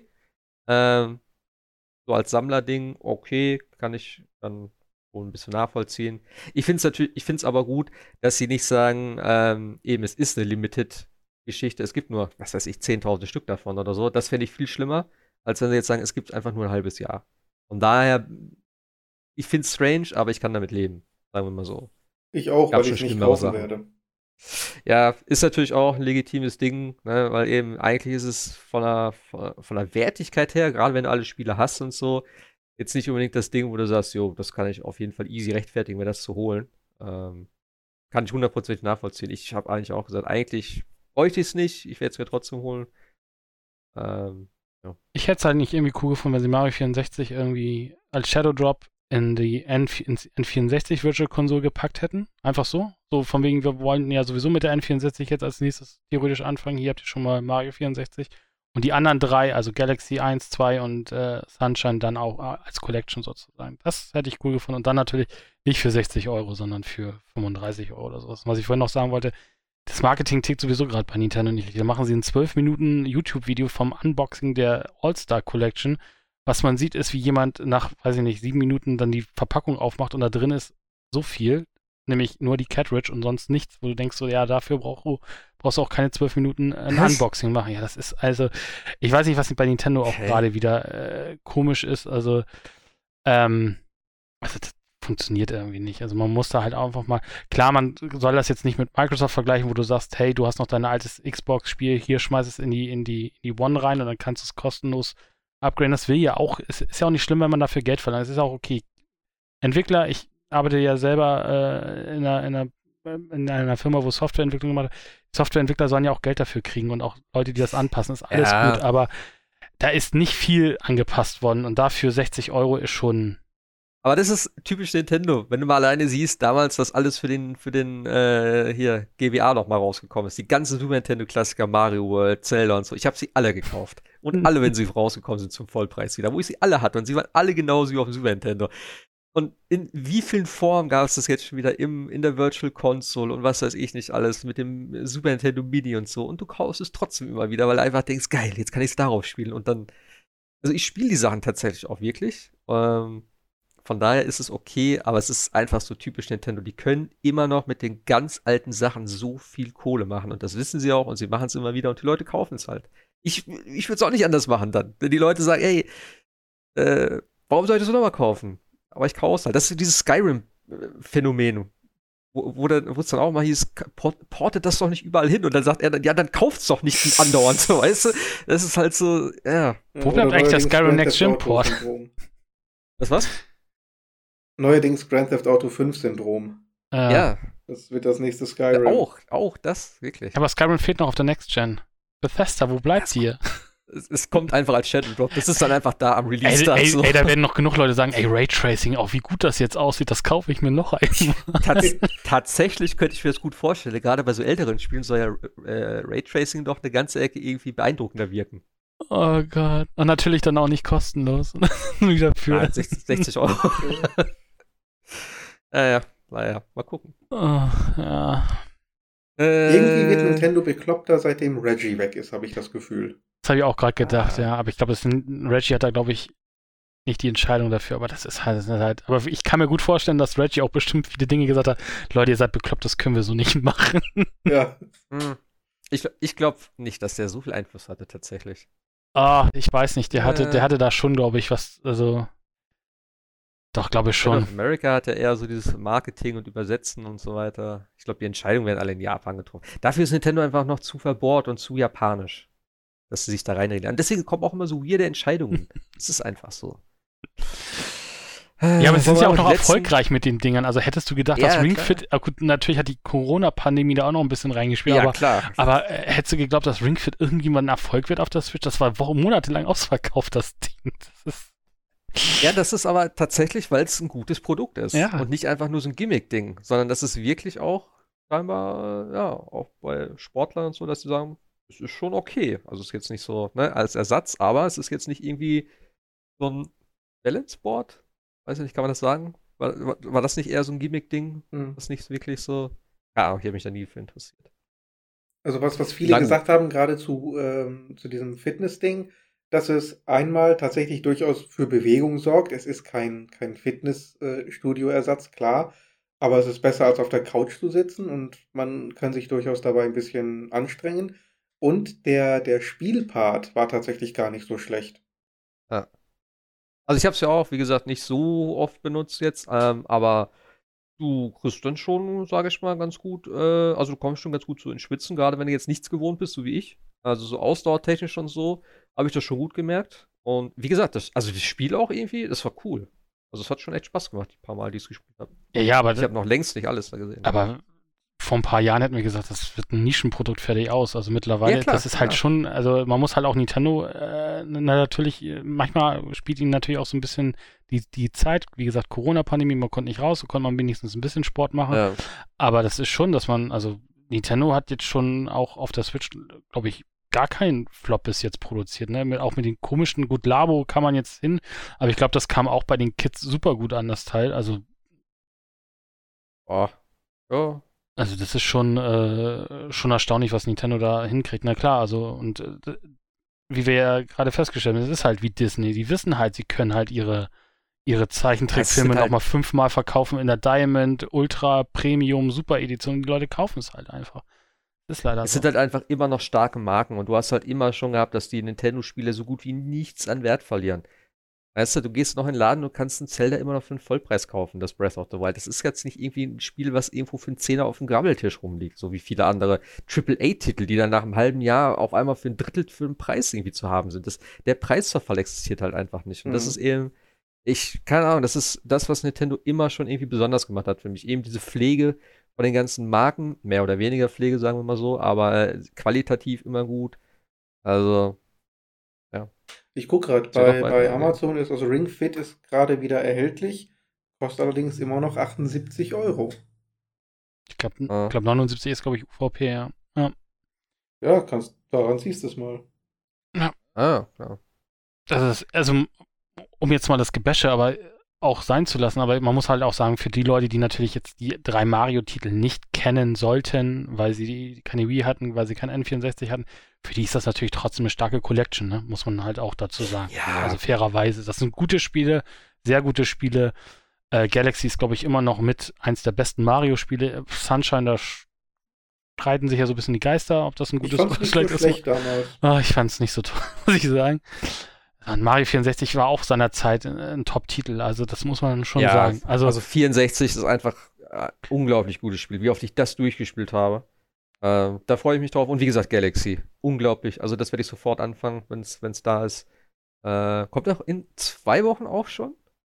So als Sammlerding, okay, kann ich dann wohl ein bisschen nachvollziehen. Ich finde es aber gut, dass sie nicht sagen, eben, es ist eine Limited-Geschichte, es gibt nur, was weiß ich, 10.000 Stück davon oder so. Das fände ich viel schlimmer, als wenn sie jetzt sagen, es gibt einfach nur ein halbes Jahr. Von daher, ich finde es strange, aber ich kann damit leben, sagen wir mal so. Ich auch, weil ich nicht kaufen werde. Ja, ist natürlich auch ein legitimes Ding, ne, weil eben eigentlich ist es von der Wertigkeit her, gerade wenn du alle Spiele hast und so, jetzt nicht unbedingt das Ding, wo du sagst, jo, das kann ich auf jeden Fall easy rechtfertigen, mir das zu holen. Kann ich 100% nachvollziehen. Ich habe eigentlich auch gesagt, eigentlich bräuchte ich es nicht, ich werde es mir trotzdem holen. Ja. Ich hätte es halt nicht irgendwie cool gefunden, wenn sie Mario 64 irgendwie als Shadow Drop in die N64 Virtual Console gepackt hätten. Einfach so. So von wegen, wir wollen ja sowieso mit der N64 jetzt als nächstes theoretisch anfangen. Hier habt ihr schon mal Mario 64. Und die anderen 3, also Galaxy 1, 2 und Sunshine dann auch als Collection sozusagen. Das hätte ich cool gefunden. Und dann natürlich nicht für 60 €, sondern für 35 € oder sowas. Was ich vorhin noch sagen wollte, das Marketing tickt sowieso gerade bei Nintendo nicht richtig. Da machen sie ein 12 Minuten YouTube-Video vom Unboxing der All-Star Collection. Was man sieht, ist, wie jemand nach, weiß ich nicht, 7 Minuten dann die Verpackung aufmacht und da drin ist so viel, nämlich nur die Cartridge und sonst nichts, wo du denkst so, ja, dafür brauchst du auch keine 12 das Unboxing machen. Ja, das ist also, ich weiß nicht, was bei Nintendo auch gerade wieder komisch ist, also das funktioniert irgendwie nicht. Also man muss da halt einfach mal, klar, man soll das jetzt nicht mit Microsoft vergleichen, wo du sagst, hey, du hast noch dein altes Xbox-Spiel, hier schmeiß es in die One rein und dann kannst du es kostenlos upgraden. Das will ja auch, es ist ja auch nicht schlimm, wenn man dafür Geld verlangt. Es ist auch okay. Entwickler, ich arbeite ja selber in einer Firma, wo Softwareentwicklung gemacht wird. Softwareentwickler sollen ja auch Geld dafür kriegen und auch Leute, die das anpassen, ist alles gut, aber da ist nicht viel angepasst worden und dafür 60 € ist schon. Aber das ist typisch Nintendo. Wenn du mal alleine siehst, damals, was alles für den hier GBA noch mal rausgekommen ist. Die ganzen Super Nintendo-Klassiker, Mario World, Zelda und so. Ich habe sie alle gekauft. Und alle, wenn sie rausgekommen sind, zum Vollpreis wieder. Wo ich sie alle hatte. Und sie waren alle genauso wie auf dem Super Nintendo. Und in wie vielen Formen gab es das jetzt schon wieder in der Virtual Console und was weiß ich nicht alles mit dem Super Nintendo Mini und so. Und du kaufst es trotzdem immer wieder, weil du einfach denkst, geil, jetzt kann ich es darauf spielen. Und dann, also ich spiele die Sachen tatsächlich auch wirklich. Von daher ist es okay, aber es ist einfach so typisch Nintendo. Die können immer noch mit den ganz alten Sachen so viel Kohle machen. Und das wissen sie auch und sie machen es immer wieder und die Leute kaufen es halt. Ich würde es auch nicht anders machen dann. Wenn die Leute sagen, ey, warum soll ich das nochmal kaufen? Aber ich kaufe es halt. Das ist dieses Skyrim-Phänomen, wo es dann auch mal hieß, portet das doch nicht überall hin. Und dann sagt er, ja, dann kauft's doch nicht andauernd, so, weißt du? Das ist halt so, ja. Wo bleibt eigentlich der Skyrim Next Gen Port? Das was? Neuerdings Grand Theft Auto 5 Syndrom. Ja. Das wird das nächste Skyrim. Auch das, wirklich. Aber Skyrim fehlt noch auf der Next Gen. Bethesda, wo bleibt's hier? Es kommt einfach als Shadow Drop. Das ist dann einfach da am Release. Ey, da werden noch genug Leute sagen, ey, Raytracing, auch wie gut das jetzt aussieht, das kaufe ich mir noch einmal. Tatsächlich könnte ich mir das gut vorstellen. Gerade bei so älteren Spielen soll ja Raytracing doch eine ganze Ecke irgendwie beeindruckender wirken. Oh Gott. Und natürlich dann auch nicht kostenlos. Wieder für. Nein, 60 €. Naja, mal gucken. Oh, ja. Irgendwie wird Nintendo bekloppter, seitdem Reggie weg ist, habe ich das Gefühl. Das habe ich auch gerade gedacht, ja. Aber ich glaube, Reggie hat da, glaube ich, nicht die Entscheidung dafür. Aber das ist halt. Aber ich kann mir gut vorstellen, dass Reggie auch bestimmt viele Dinge gesagt hat. Leute, ihr seid bekloppt, das können wir so nicht machen. Ja. Ich glaube nicht, dass der so viel Einfluss hatte, tatsächlich. Ich weiß nicht. Der hatte da schon, glaube ich, was. Also. Doch, glaube ich schon. In Amerika hat er eher so dieses Marketing und Übersetzen und so weiter. Ich glaube, die Entscheidungen werden alle in Japan getroffen. Dafür ist Nintendo einfach noch zu verbohrt und zu japanisch, dass sie sich da reinreden. Und deswegen kommen auch immer so weirde Entscheidungen. Das ist einfach so. Ja, aber sie sind ja auch noch erfolgreich mit den Dingern. Also hättest du gedacht, dass Ring Fit, gut, natürlich hat die Corona-Pandemie da auch noch ein bisschen reingespielt, ja, klar. Aber hättest du geglaubt, dass Ring Fit irgendjemand ein Erfolg wird auf der Switch? Das war monatelang ausverkauft, das Ding. Das ist aber tatsächlich, weil es ein gutes Produkt ist. Ja. Und nicht einfach nur so ein Gimmick-Ding, sondern das ist wirklich auch scheinbar, auch bei Sportlern und so, dass sie sagen, es ist schon okay. Also es ist jetzt nicht so, ne, als Ersatz, aber es ist jetzt nicht irgendwie so ein Balance-Board? Weiß ich nicht, kann man das sagen? War das nicht eher so ein Gimmick-Ding? Was nicht wirklich so... Ja, ich habe mich da nie für interessiert. Also was viele gesagt haben, gerade zu diesem Fitness-Ding, dass es einmal tatsächlich durchaus für Bewegung sorgt. Es ist kein Fitnessstudio-Ersatz, klar, aber es ist besser, als auf der Couch zu sitzen und man kann sich durchaus dabei ein bisschen anstrengen. Und der Spielpart war tatsächlich gar nicht so schlecht. Ja. Also ich habe es ja auch, wie gesagt, nicht so oft benutzt jetzt, aber du kriegst dann schon, sage ich mal, ganz gut, also du kommst schon ganz gut so ins Schwitzen, gerade wenn du jetzt nichts gewohnt bist, so wie ich. Also so ausdauertechnisch und so, habe ich das schon gut gemerkt. Und wie gesagt, das Spiel auch irgendwie, das war cool. Also es hat schon echt Spaß gemacht, die paar Mal, die ich es gespielt habe. Ja, aber ich habe noch längst nicht alles da gesehen. Aber vor ein paar Jahren hätten wir gesagt, das wird ein Nischenprodukt fertig aus. Also mittlerweile, ja, klar, das ist halt schon, also man muss halt auch Nintendo natürlich, manchmal spielt ihnen natürlich auch so ein bisschen die Zeit, wie gesagt, Corona-Pandemie, man konnte nicht raus, so konnte man wenigstens ein bisschen Sport machen. Ja. Aber das ist schon, dass man, also Nintendo hat jetzt schon auch auf der Switch, glaube ich, gar keinen Flop bis jetzt produziert, ne? Auch mit den komischen, gut, Labo kann man jetzt hin, aber ich glaube, das kam auch bei den Kids super gut an, das Teil, also ja. Also das ist schon erstaunlich, was Nintendo da hinkriegt. Na klar, also und wie wir ja gerade festgestellt haben, es ist halt wie Disney. Die wissen halt, sie können halt ihre Zeichentrickfilme halt nochmal 5-mal verkaufen in der Diamond, Ultra, Premium, Super Edition. Die Leute kaufen es halt einfach. Das ist leider Es sind halt einfach immer noch starke Marken und du hast halt immer schon gehabt, dass die Nintendo-Spiele so gut wie nichts an Wert verlieren. Weißt du kannst noch in den Laden, du kannst ein Zelda immer noch für einen Vollpreis kaufen, das Breath of the Wild. Das ist jetzt nicht irgendwie ein Spiel, was irgendwo für einen Zehner auf dem Grabbeltisch rumliegt, so wie viele andere AAA-Titel, die dann nach einem halben Jahr auf einmal für ein Drittel für einen Preis irgendwie zu haben sind. Der Preisverfall existiert halt einfach nicht. Und das ist eben, keine Ahnung, das ist das, was Nintendo immer schon irgendwie besonders gemacht hat für mich. Eben diese Pflege von den ganzen Marken, mehr oder weniger Pflege, sagen wir mal so, aber qualitativ immer gut. Also, ja. Ich gucke gerade, bei Amazon ist, also Ring Fit ist gerade wieder erhältlich, kostet allerdings immer noch 78 €. Ich glaube 79 ist, glaube ich, UVP, ja. Ja, daran siehst du es mal. Ja. Klar. Das ist, also, um jetzt mal das Gebäsche aber auch sein zu lassen, aber man muss halt auch sagen, für die Leute, die natürlich jetzt die 3 Mario-Titel nicht kennen sollten, weil sie keine Wii hatten, weil sie kein N64 hatten, für die ist das natürlich trotzdem eine starke Collection, ne? Muss man halt auch dazu sagen. Ja. Also fairerweise, das sind gute Spiele, sehr gute Spiele. Galaxy ist, glaube ich, immer noch mit eins der besten Mario-Spiele. Sunshine, da streiten sich ja so ein bisschen die Geister, ob das ein gutes oder schlechtes ist. Ich fand es nicht so toll, muss ich sagen. Mario 64 war auch seiner Zeit ein Top-Titel, also das muss man schon sagen. Also 64 ist einfach ein unglaublich gutes Spiel, wie oft ich das durchgespielt habe. Da freue ich mich drauf. Und wie gesagt, Galaxy, unglaublich. Also das werde ich sofort anfangen, wenn es da ist. Kommt auch in 2 Wochen auch schon?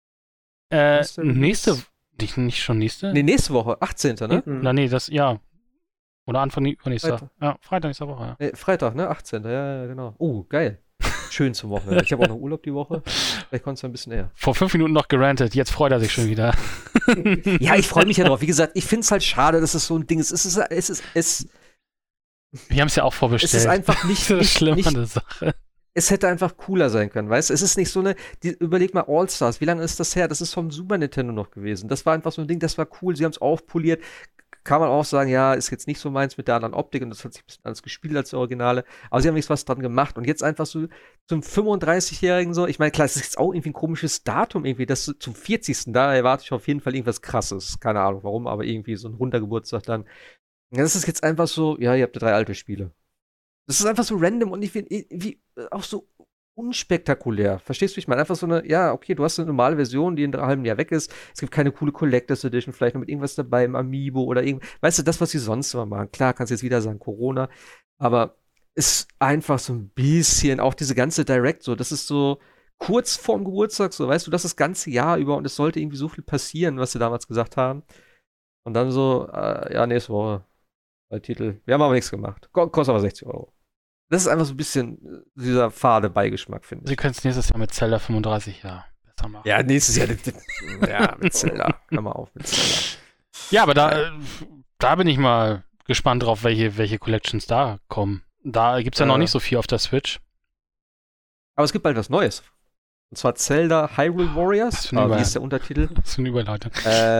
Nicht schon nächste? Nee, nächste Woche, 18. ne? Nee, oder Anfang übernächster. Ja, Freitag nächster Woche, ja. Freitag, ne? 18. Ja, genau. Geil. Schön zum Wochenende. Ich habe auch noch Urlaub die Woche. Vielleicht kommt es ein bisschen eher. Vor 5 Minuten noch gerantet, jetzt freut er sich schon wieder. Ja, ich freue mich ja drauf. Wie gesagt, ich finde es halt schade, dass es so ein Ding ist. Wir haben es ja auch vorbestellt. Es ist einfach nicht so schlimm an der Sache. Es hätte einfach cooler sein können, weißt du? Es ist nicht so überleg mal, All-Stars, wie lange ist das her? Das ist vom Super Nintendo noch gewesen. Das war einfach so ein Ding, das war cool. Sie haben es aufpoliert. Kann man auch sagen, ja, ist jetzt nicht so meins mit der anderen Optik und das hat sich ein bisschen anders gespielt als die Originale, aber sie haben nichts was dran gemacht und jetzt einfach so zum 35-Jährigen so, ich meine, klar, es ist jetzt auch irgendwie ein komisches Datum irgendwie, das zum 40. Da erwarte ich auf jeden Fall irgendwas Krasses, keine Ahnung warum, aber irgendwie so ein runder Geburtstag dann. Das ist jetzt einfach so, ja, ihr habt ja 3 alte Spiele. Das ist einfach so random und ich finde, wie auch so unspektakulär. Verstehst du, wie ich meine? Einfach so eine, ja, okay, du hast eine normale Version, die in einem halben Jahr weg ist. Es gibt keine coole Collectors Edition, vielleicht noch mit irgendwas dabei im Amiibo oder irgendwas. Weißt du, das, was sie sonst immer machen. Klar, kannst du jetzt wieder sagen, Corona, aber es ist einfach so ein bisschen, auch diese ganze Direct so, das ist so kurz vorm Geburtstag, so, weißt du, das ganze Jahr über und es sollte irgendwie so viel passieren, was sie damals gesagt haben. Und dann so, ja, nächste Woche, Titel. Wir haben aber nichts gemacht. Kostet aber 60 €. Das ist einfach so ein bisschen dieser fade Beigeschmack, finde ich. Sie können es nächstes Jahr mit Zelda 35 besser machen. Ja, nächstes Jahr. Ja, mit Zelda. Hör mal auf mit Zelda. Ja, aber da bin ich mal gespannt drauf, welche Collections da kommen. Da gibt es ja noch nicht so viel auf der Switch. Aber es gibt bald was Neues. Und zwar Zelda Hyrule Warriors. Wie ist der Untertitel? Das ist eine Überleitung.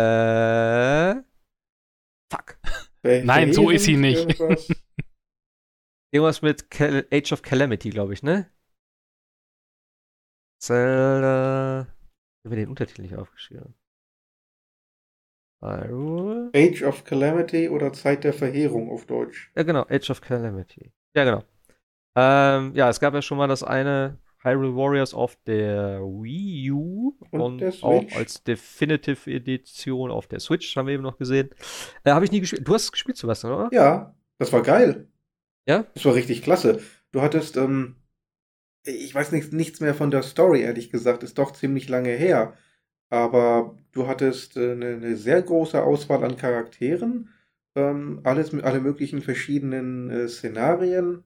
Fuck. Nein, so ist sie nicht. Irgendwas mit Age of Calamity, glaube ich, ne? Zelda. Ich habe mir den Untertitel nicht aufgeschrieben. Hyrule. Age of Calamity oder Zeit der Verheerung auf Deutsch. Ja, genau, Age of Calamity. Ja, genau. Ja, es gab ja schon mal das eine Hyrule Warriors auf der Wii U und auch als Definitive Edition auf der Switch, haben wir eben noch gesehen. Habe ich nie gespielt. Du hast es gespielt, Sebastian, oder? Ja, das war geil. Ja? Das war richtig klasse. Du hattest, ich weiß nichts mehr von der Story, ehrlich gesagt, ist doch ziemlich lange her. Aber du hattest eine sehr große Auswahl an Charakteren, alles mit alle möglichen verschiedenen Szenarien.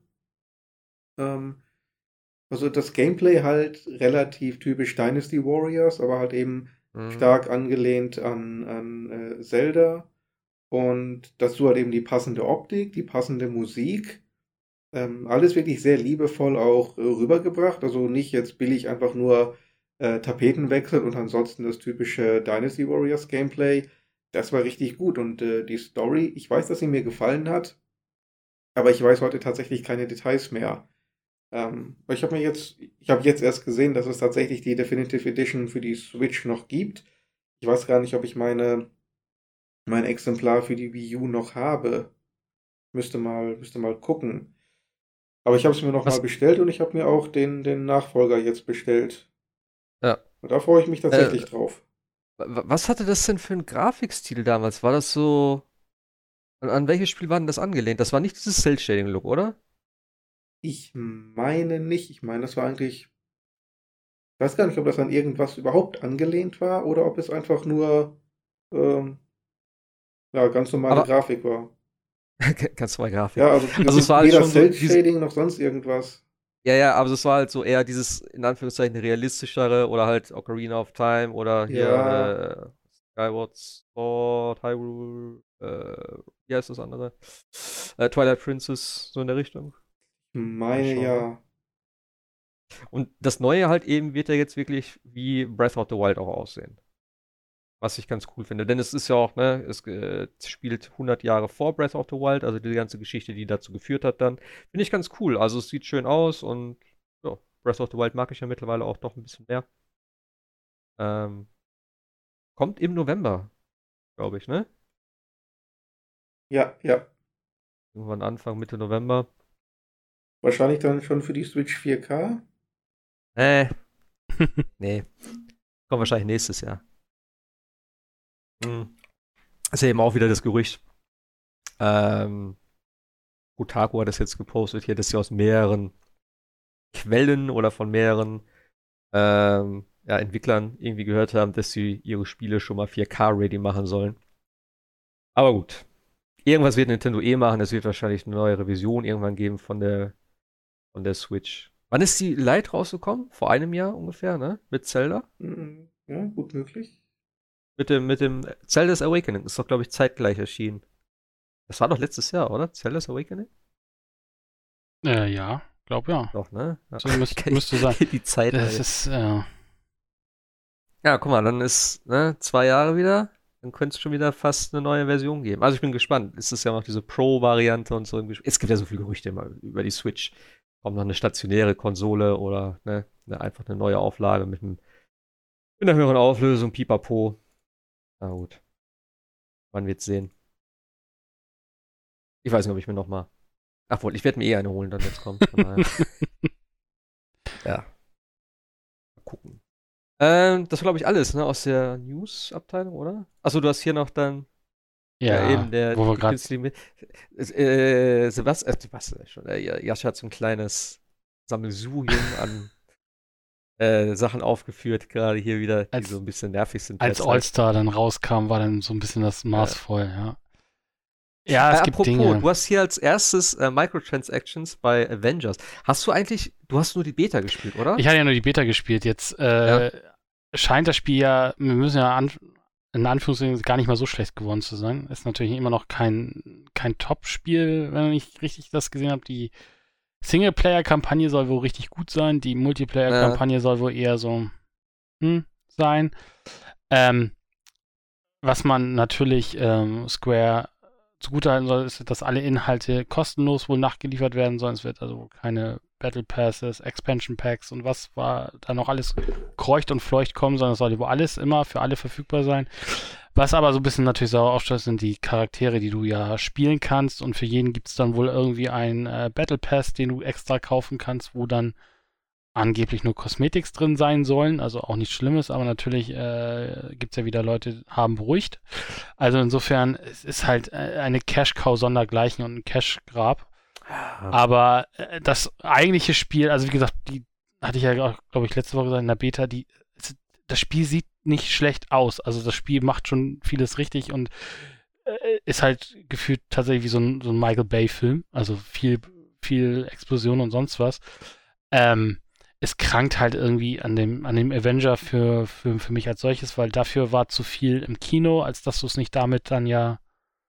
Also das Gameplay halt relativ typisch Dynasty Warriors, aber halt eben stark angelehnt an Zelda. Und dazu halt eben die passende Optik, die passende Musik. Alles wirklich sehr liebevoll auch rübergebracht. Also nicht jetzt billig einfach nur Tapetenwechsel und ansonsten das typische Dynasty Warriors Gameplay. Das war richtig gut. Und die Story, ich weiß, dass sie mir gefallen hat, aber ich weiß heute tatsächlich keine Details mehr. Ich habe jetzt erst gesehen, dass es tatsächlich die Definitive Edition für die Switch noch gibt. Ich weiß gar nicht, ob ich mein Exemplar für die Wii U noch habe. Müsste mal gucken. Aber ich habe es mir noch mal bestellt und ich habe mir auch den Nachfolger jetzt bestellt. Ja. Und da freue ich mich tatsächlich drauf. Was hatte das denn für einen Grafikstil damals? War das so... An welches Spiel war denn das angelehnt? Das war nicht dieses Cell-Shading-Look, oder? Ich meine nicht. Ich meine, das war eigentlich... Ich weiß gar nicht, ob das an irgendwas überhaupt angelehnt war oder ob es einfach nur ganz normale Grafik war. Ganz normale Grafik. Ja, also es war halt weder schon Cell-Shading noch sonst irgendwas. Ja, aber es war halt so eher dieses, in Anführungszeichen, realistischere oder halt Ocarina of Time oder hier Skyward Sword, Hyrule, wie heißt das andere? Twilight Princess, so in der Richtung. Ich meine, ja. Und das Neue halt eben wird ja jetzt wirklich wie Breath of the Wild auch aussehen. Was ich ganz cool finde. Denn es ist ja auch, ne, es spielt 100 Jahre vor Breath of the Wild, also die ganze Geschichte, die dazu geführt hat dann. Finde ich ganz cool. Also es sieht schön aus und ja, Breath of the Wild mag ich ja mittlerweile auch doch ein bisschen mehr. Kommt im November, glaube ich, ne? Ja. Irgendwann Anfang, Mitte November. Wahrscheinlich dann schon für die Switch 4K? Nee. Kommt wahrscheinlich nächstes Jahr. Ist ja eben auch wieder das Gerücht. Kotaku hat das jetzt gepostet hier, dass sie aus mehreren Quellen oder von mehreren Entwicklern irgendwie gehört haben, dass sie ihre Spiele schon mal 4K-ready machen sollen. Aber gut. Irgendwas wird Nintendo machen. Es wird wahrscheinlich eine neue Revision irgendwann geben von der Switch. Wann ist die Lite rausgekommen? Vor einem Jahr ungefähr, ne? Mit Zelda? Ja, gut möglich. Mit dem Zelda's Awakening ist doch, glaube ich, zeitgleich erschienen. Das war doch letztes Jahr, oder? Zelda's Awakening? Ja, glaube ja. Doch, ne? Ja. So müsste sein. Die Zeit. Das ist, Ja, guck mal, dann ist, 2 Jahre wieder. Dann könnte es schon wieder fast eine neue Version geben. Also ich bin gespannt. Es ist ja noch diese Pro-Variante und so. Es gibt ja so viele Gerüchte immer über die Switch. Kommt noch eine stationäre Konsole oder einfach eine neue Auflage mit einer höheren Auflösung, pipapo. Na gut. Man wird's sehen. Ich weiß nicht, ob ich mir noch mal... Ach wohl, ich werde mir eine holen, dann jetzt kommt. Ja. Mal gucken. Das war, glaube ich, alles, ne, aus der News-Abteilung, oder? Achso, du hast hier noch dann... Ja, eben der... wo wir gerade... Sebastian schon. Jascha hat so ein kleines Sammelsurium an Sachen aufgeführt, gerade hier wieder, die so ein bisschen nervig sind. Als All-Star dann rauskam, war dann so ein bisschen das Maß voll, ja. Ja, es gibt Dinge. Du hast hier als erstes Microtransactions bei Avengers. Du hast nur die Beta gespielt, oder? Ich hatte ja nur die Beta gespielt. Jetzt scheint das Spiel ja, wir müssen ja in Anführungszeichen gar nicht mal so schlecht geworden zu sein. Ist natürlich immer noch kein Top-Spiel, wenn ich richtig das gesehen habe. Die Singleplayer-Kampagne soll wohl richtig gut sein. Die Multiplayer-Kampagne soll wohl eher so sein. Was man natürlich Square zugutehalten soll, ist, dass alle Inhalte kostenlos wohl nachgeliefert werden sollen. Es wird also keine Battle Passes, Expansion Packs und was war da noch alles kreucht und fleucht kommen, sondern es soll wohl alles immer für alle verfügbar sein. Was aber so ein bisschen natürlich sauer aufstellt, sind die Charaktere, die du ja spielen kannst, und für jeden gibt es dann wohl irgendwie einen Battle Pass, den du extra kaufen kannst, wo dann angeblich nur Cosmetics drin sein sollen, also auch nichts Schlimmes, aber natürlich gibt es ja wieder Leute, haben beruhigt. Also insofern, es ist halt eine Cash-Cow sondergleichen und ein Cash-Grab. Aber das eigentliche Spiel, also wie gesagt, die hatte ich ja, glaube ich, letzte Woche gesagt in der Beta, das Spiel sieht nicht schlecht aus. Also das Spiel macht schon vieles richtig und ist halt gefühlt tatsächlich wie so ein Michael Bay-Film. Also viel Explosion und sonst was. Es krankt halt irgendwie an dem Avenger für mich als solches, weil dafür war zu viel im Kino, als dass du es nicht damit dann ja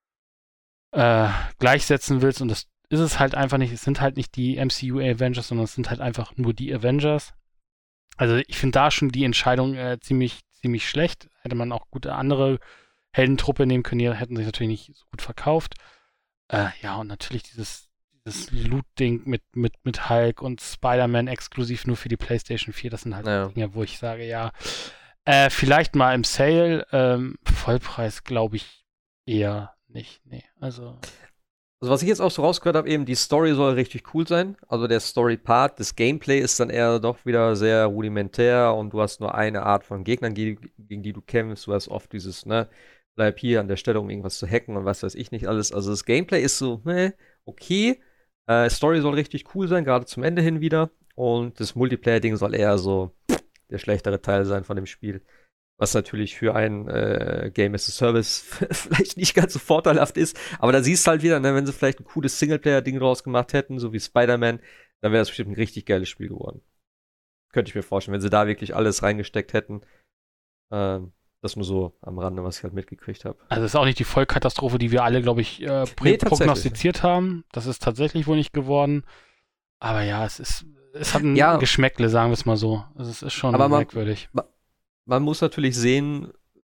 gleichsetzen willst, und das ist es halt einfach nicht. Es sind halt nicht die MCU Avengers, sondern es sind halt einfach nur die Avengers. Also ich finde da schon die Entscheidung ziemlich schlecht. Hätte man auch gute andere Heldentruppe nehmen können, die hätten sich natürlich nicht so gut verkauft. Ja, und natürlich dieses Loot-Ding mit Hulk und Spider-Man exklusiv nur für die PlayStation 4, das sind halt Dinge, wo ich sage, ja, vielleicht mal im Sale, Vollpreis glaube ich eher nicht. Nee, also was ich jetzt auch so rausgehört habe, eben die Story soll richtig cool sein. Also der Story-Part, das Gameplay ist dann eher doch wieder sehr rudimentär und du hast nur eine Art von Gegnern, gegen die du kämpfst. Du hast oft dieses, bleib hier an der Stelle, um irgendwas zu hacken und was weiß ich nicht alles. Also das Gameplay ist so, okay. Story soll richtig cool sein, gerade zum Ende hin wieder. Und das Multiplayer-Ding soll eher so der schlechtere Teil sein von dem Spiel. Was natürlich für ein Game as a Service vielleicht nicht ganz so vorteilhaft ist. Aber da siehst du halt wieder, wenn sie vielleicht ein cooles Singleplayer-Ding draus gemacht hätten, so wie Spider-Man, dann wäre das bestimmt ein richtig geiles Spiel geworden. Könnte ich mir vorstellen, wenn sie da wirklich alles reingesteckt hätten. Das nur so am Rande, was ich halt mitgekriegt habe. Also es ist auch nicht die Vollkatastrophe, die wir alle, glaube ich, prognostiziert haben. Das ist tatsächlich wohl nicht geworden. Aber ja, es hat ein Geschmäckle, sagen wir es mal so. Also es ist schon merkwürdig. Man muss natürlich sehen,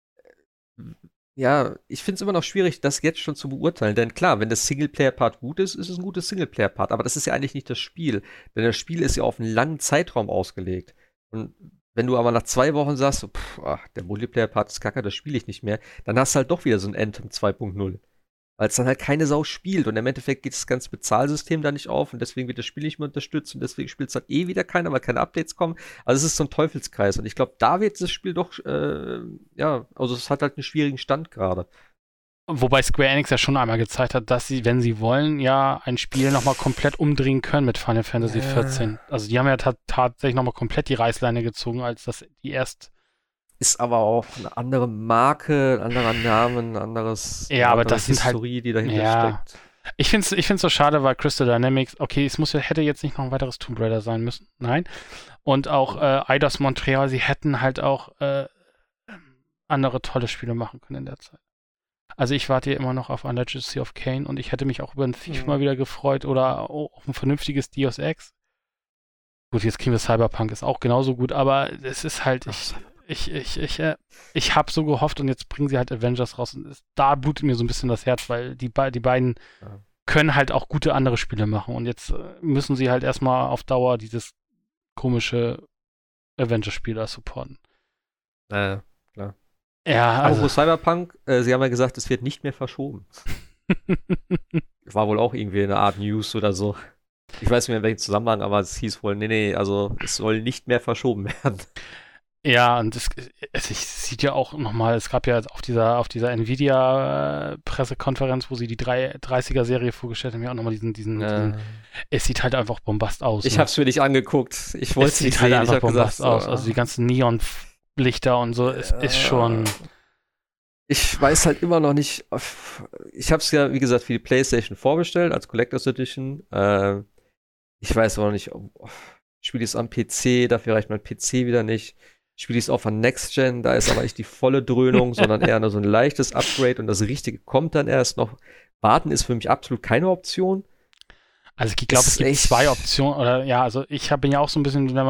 ich finde es immer noch schwierig, das jetzt schon zu beurteilen. Denn klar, wenn das Singleplayer-Part gut ist, ist es ein gutes Singleplayer-Part. Aber das ist ja eigentlich nicht das Spiel. Denn das Spiel ist ja auf einen langen Zeitraum ausgelegt. Und wenn du aber nach 2 Wochen sagst, der Multiplayer-Part ist kacke, das spiele ich nicht mehr, dann hast du halt doch wieder so ein Anthem 2.0. Weil es dann halt keine Sau spielt. Und im Endeffekt geht das ganze Bezahlsystem da nicht auf und deswegen wird das Spiel nicht mehr unterstützt und deswegen spielt es dann wieder keiner, weil keine Updates kommen. Also es ist so ein Teufelskreis. Und ich glaube, da wird das Spiel doch, also es hat halt einen schwierigen Stand gerade. Wobei Square Enix ja schon einmal gezeigt hat, dass sie, wenn sie wollen, ja ein Spiel nochmal komplett umdrehen können mit Final Fantasy XIV. Also die haben ja tatsächlich nochmal komplett die Reißleine gezogen, als das die erst... Ist aber auch eine andere Marke, ein anderer Name, ein anderes aber das sind Historie, halt, die dahinter steckt. Ich find's so schade, weil Crystal Dynamics, okay, hätte jetzt nicht noch ein weiteres Tomb Raider sein müssen, nein. Und auch Eidos Montreal, sie hätten halt auch andere tolle Spiele machen können in der Zeit. Also ich warte hier immer noch auf Legacy of Kain und ich hätte mich auch über ein Thief mal wieder gefreut oder auf ein vernünftiges Deus Ex. Gut, jetzt kriegen wir Cyberpunk, ist auch genauso gut, aber es ist halt, ich habe so gehofft und jetzt bringen sie halt Avengers raus und da blutet mir so ein bisschen das Herz, weil die beiden können halt auch gute andere Spiele machen und jetzt müssen sie halt erstmal auf Dauer dieses komische Avengers-Spiel da supporten. Klar. Ja, also Cyberpunk, sie haben ja gesagt, es wird nicht mehr verschoben. War wohl auch irgendwie eine Art News oder so. Ich weiß nicht mehr in welchem Zusammenhang, aber es hieß wohl, also es soll nicht mehr verschoben werden. Ja, und es sieht ja auch nochmal, es gab ja auf dieser Nvidia-Pressekonferenz, wo sie die 30er-Serie vorgestellt haben, ja auch nochmal diesen es sieht halt einfach bombast aus. Ich hab's mir nicht angeguckt. Ich wollte es nicht sehen. Halt einfach bombast aus. Also die ganzen Neonlichter und so, es ist schon... Ich weiß halt immer noch nicht, ich hab's ja, wie gesagt, für die PlayStation vorbestellt, als Collector's Edition. Ich weiß aber noch nicht, spiele ich es am PC, dafür reicht mein PC wieder nicht. Spiele ich es auf der Next Gen, da ist aber nicht die volle Dröhnung, sondern eher nur so ein leichtes Upgrade und das Richtige kommt dann erst noch. Warten ist für mich absolut keine Option. Also ich glaube, es gibt 2 Optionen, oder ja, also ich bin ja auch so ein bisschen Dilemma,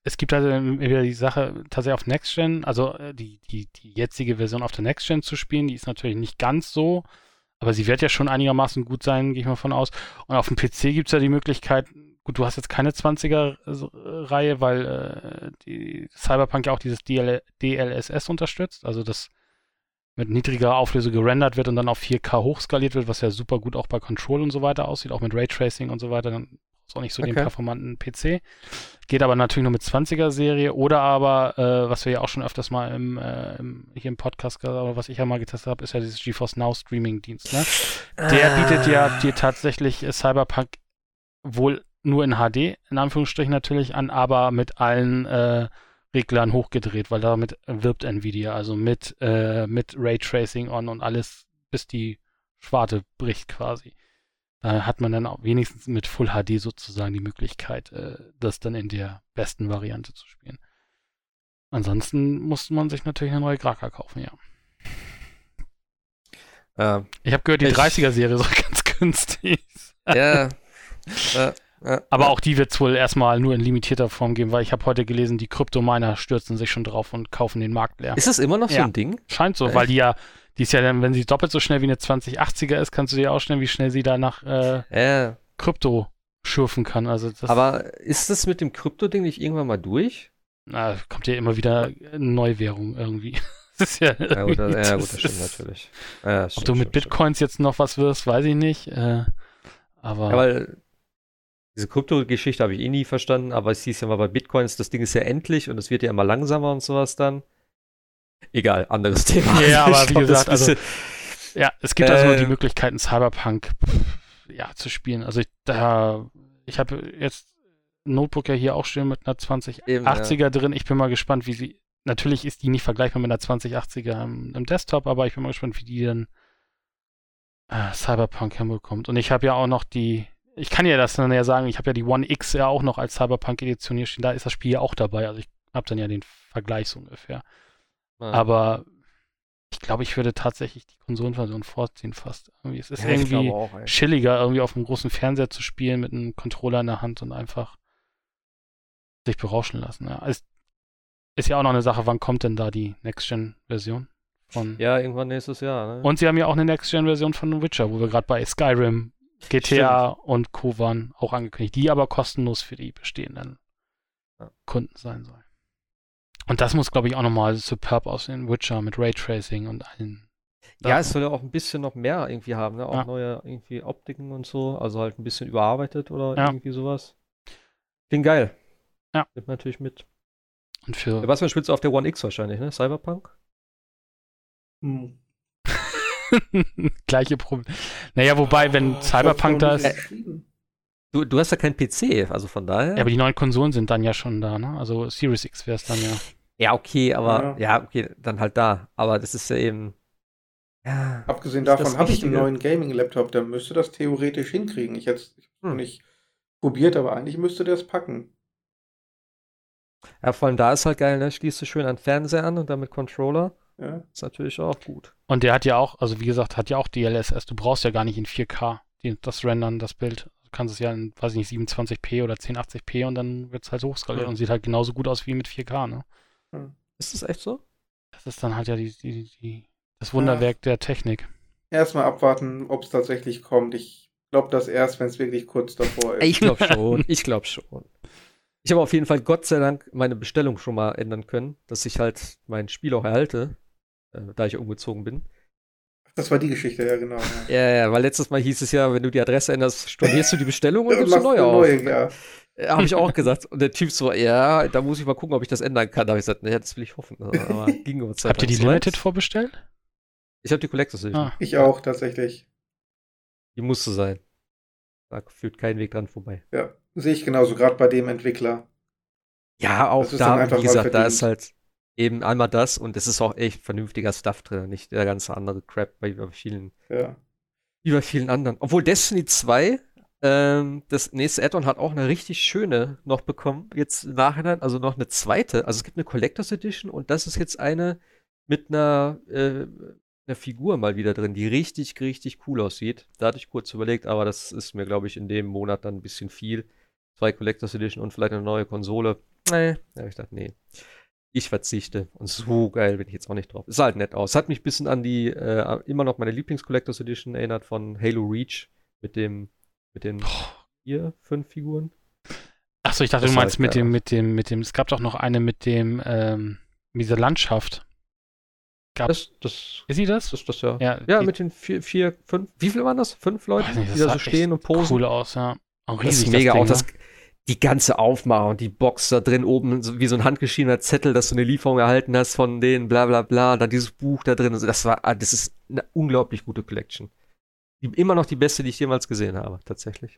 es gibt also wieder die Sache tatsächlich auf Next Gen, also die jetzige Version auf der Next Gen zu spielen, die ist natürlich nicht ganz so, aber sie wird ja schon einigermaßen gut sein, gehe ich mal von aus. Und auf dem PC gibt es ja die Möglichkeit, gut, du hast jetzt keine 20er-Reihe, weil die Cyberpunk ja auch dieses DLSS unterstützt, also das mit niedriger Auflösung gerendert wird und dann auf 4K hochskaliert wird, was ja super gut auch bei Control und so weiter aussieht, auch mit Raytracing und so weiter, dann ist auch nicht so den performanten PC. Geht aber natürlich nur mit 20er-Serie oder aber, was wir ja auch schon öfters mal hier im Podcast, oder was ich ja mal getestet habe, ist ja dieses GeForce Now Streaming-Dienst. Ne? Der bietet ja dir tatsächlich Cyberpunk wohl nur in HD, in Anführungsstrichen natürlich an, aber mit allen Reglern hochgedreht, weil damit wirbt Nvidia, also mit Raytracing on und alles, bis die Schwarte bricht quasi. Da hat man dann auch wenigstens mit Full HD sozusagen die Möglichkeit, das dann in der besten Variante zu spielen. Ansonsten musste man sich natürlich eine neue Graka kaufen, ja. Ich habe gehört, die 30er-Serie soll ganz günstig sein. Ja. Aber auch die wird es wohl erstmal nur in limitierter Form geben, weil ich habe heute gelesen, die Kryptominer stürzen sich schon drauf und kaufen den Markt leer. Ist das immer noch so ein Ding? Scheint so, weil die ist ja dann, wenn sie doppelt so schnell wie eine 2080er ist, kannst du dir ausstellen, wie schnell sie da nach Krypto schürfen kann. Also aber ist das mit dem Krypto-Ding nicht irgendwann mal durch? Na, kommt ja immer wieder eine Neuwährung irgendwie. Das ist ja gut, das stimmt natürlich. Ja, ob du mit Bitcoins jetzt noch was wirst, weiß ich nicht. Aber weil diese Krypto-Geschichte habe ich eh nie verstanden, aber es hieß ja mal bei Bitcoins, das Ding ist ja endlich und es wird ja immer langsamer und sowas dann. Egal, anderes Thema. Ja, aber wie gesagt, es gibt also nur die Möglichkeiten, Cyberpunk zu spielen. Also ich habe jetzt ein Notebook ja hier auch stehen mit einer 2080er drin. Ich bin mal gespannt, wie sie, natürlich ist die nicht vergleichbar mit einer 2080er im Desktop, aber ich bin mal gespannt, wie die dann Cyberpunk hinbekommt. Und ich habe ja auch noch ich kann ja das dann ja sagen, ich habe ja die One X ja auch noch als Cyberpunk-Edition hier stehen, da ist das Spiel ja auch dabei, also ich habe dann ja den Vergleich so ungefähr. Aber ich glaube, ich würde tatsächlich die Konsolenversion vorziehen fast. Es ist irgendwie chilliger, irgendwie auf einem großen Fernseher zu spielen mit einem Controller in der Hand und einfach sich berauschen lassen. Ja. Ist ja auch noch eine Sache, wann kommt denn da die Next-Gen-Version? Ja, irgendwann nächstes Jahr. Ne? Und sie haben ja auch eine Next-Gen-Version von The Witcher, wo wir gerade bei Skyrim, GTA und Co. waren auch angekündigt, die aber kostenlos für die bestehenden Kunden sein soll. Und das muss, glaube ich, auch nochmal superb aussehen. Witcher mit Raytracing und allen. Ja, es soll ja auch ein bisschen noch mehr irgendwie haben, ne? Auch neue irgendwie Optiken und so. Also halt ein bisschen überarbeitet oder irgendwie sowas. Klingt geil. Ja. Nimmt natürlich mit. Und für was spielst du auf der One X wahrscheinlich, ne? Cyberpunk? Gleiche Problem. Naja, wobei, wenn Cyberpunk da ist. Du hast ja keinen PC, also von daher. Ja, aber die neuen Konsolen sind dann ja schon da, ne? Also Series X wäre es dann ja. Ja, okay, aber okay, dann halt da. Aber das ist ja eben. Ja, abgesehen davon habe ich einen neuen Gaming-Laptop, der müsste das theoretisch hinkriegen. Ich habe es noch nicht probiert, aber eigentlich müsste der es packen. Ja, vor allem da ist halt geil, ne? Schließt du schön an den Fernseher an und dann mit Controller. Ja. Ist natürlich auch gut. Und der hat ja auch, also wie gesagt, hat ja auch DLSS. Du brauchst ja gar nicht in 4K das Rendern, das Bild. Du kannst es ja in, weiß ich nicht, 27p oder 1080p und dann wird es halt hochskaliert und sieht halt genauso gut aus wie mit 4K, ne? Ist das echt so? Das ist dann halt ja das Wunderwerk der Technik. Erstmal abwarten, ob es tatsächlich kommt. Ich glaube das erst, wenn es wirklich kurz davor ist. Ich glaube schon. Ich habe auf jeden Fall Gott sei Dank meine Bestellung schon mal ändern können, dass ich halt mein Spiel auch erhalte, da ich umgezogen bin. Das war die Geschichte, ja genau. Ja, weil letztes Mal hieß es ja, wenn du die Adresse änderst, stornierst du die Bestellung und gibst eine neue auf. Habe ich auch gesagt. Und der Typ so, ja, da muss ich mal gucken, ob ich das ändern kann. Da habe ich gesagt, naja, das will ich hoffen. Aber ging uns Habt ihr die Limited vorbestellt? Ich habe die Collectors Edition. Ich auch, tatsächlich. Die musste sein. Da führt kein Weg dran vorbei. Ja, sehe ich genauso, gerade bei dem Entwickler. Ja, auch da, wie gesagt, da ist halt eben einmal das und es ist auch echt vernünftiger Stuff drin, nicht der ganze andere Crap bei über vielen anderen. Obwohl Destiny 2, das nächste Add-on hat auch eine richtig schöne noch bekommen, jetzt im Nachhinein, also noch eine zweite. Also es gibt eine Collectors Edition und das ist jetzt eine mit einer Figur mal wieder drin, die richtig, richtig cool aussieht. Da hatte ich kurz überlegt, aber das ist mir, glaube ich, in dem Monat dann ein bisschen viel. 2 Collectors Edition und vielleicht eine neue Konsole. Nee. Da habe ich gedacht, nee. Ich verzichte. Und so geil bin ich jetzt auch nicht drauf. Es sah halt nett aus. Hat mich ein bisschen an die, immer noch meine Lieblings-Collectors Edition erinnert von Halo Reach mit den 5 Figuren. Achso, ich dachte, du meinst mit dem, es gab doch noch eine mit dem, mit dieser Landschaft. Ist sie das? Das ist das, ja. Ja, mit den 4, 5, wie viele waren das? 5 Leute, die da so stehen und posen. Cool aus, ja. Auch riesig, das ist mega. Auch die ganze Aufmachung und die Box da drin oben, wie so ein handgeschriebener Zettel, dass du eine Lieferung erhalten hast von denen, bla bla bla, dann dieses Buch da drin. Das ist eine unglaublich gute Collection. Immer noch die beste, die ich jemals gesehen habe, tatsächlich.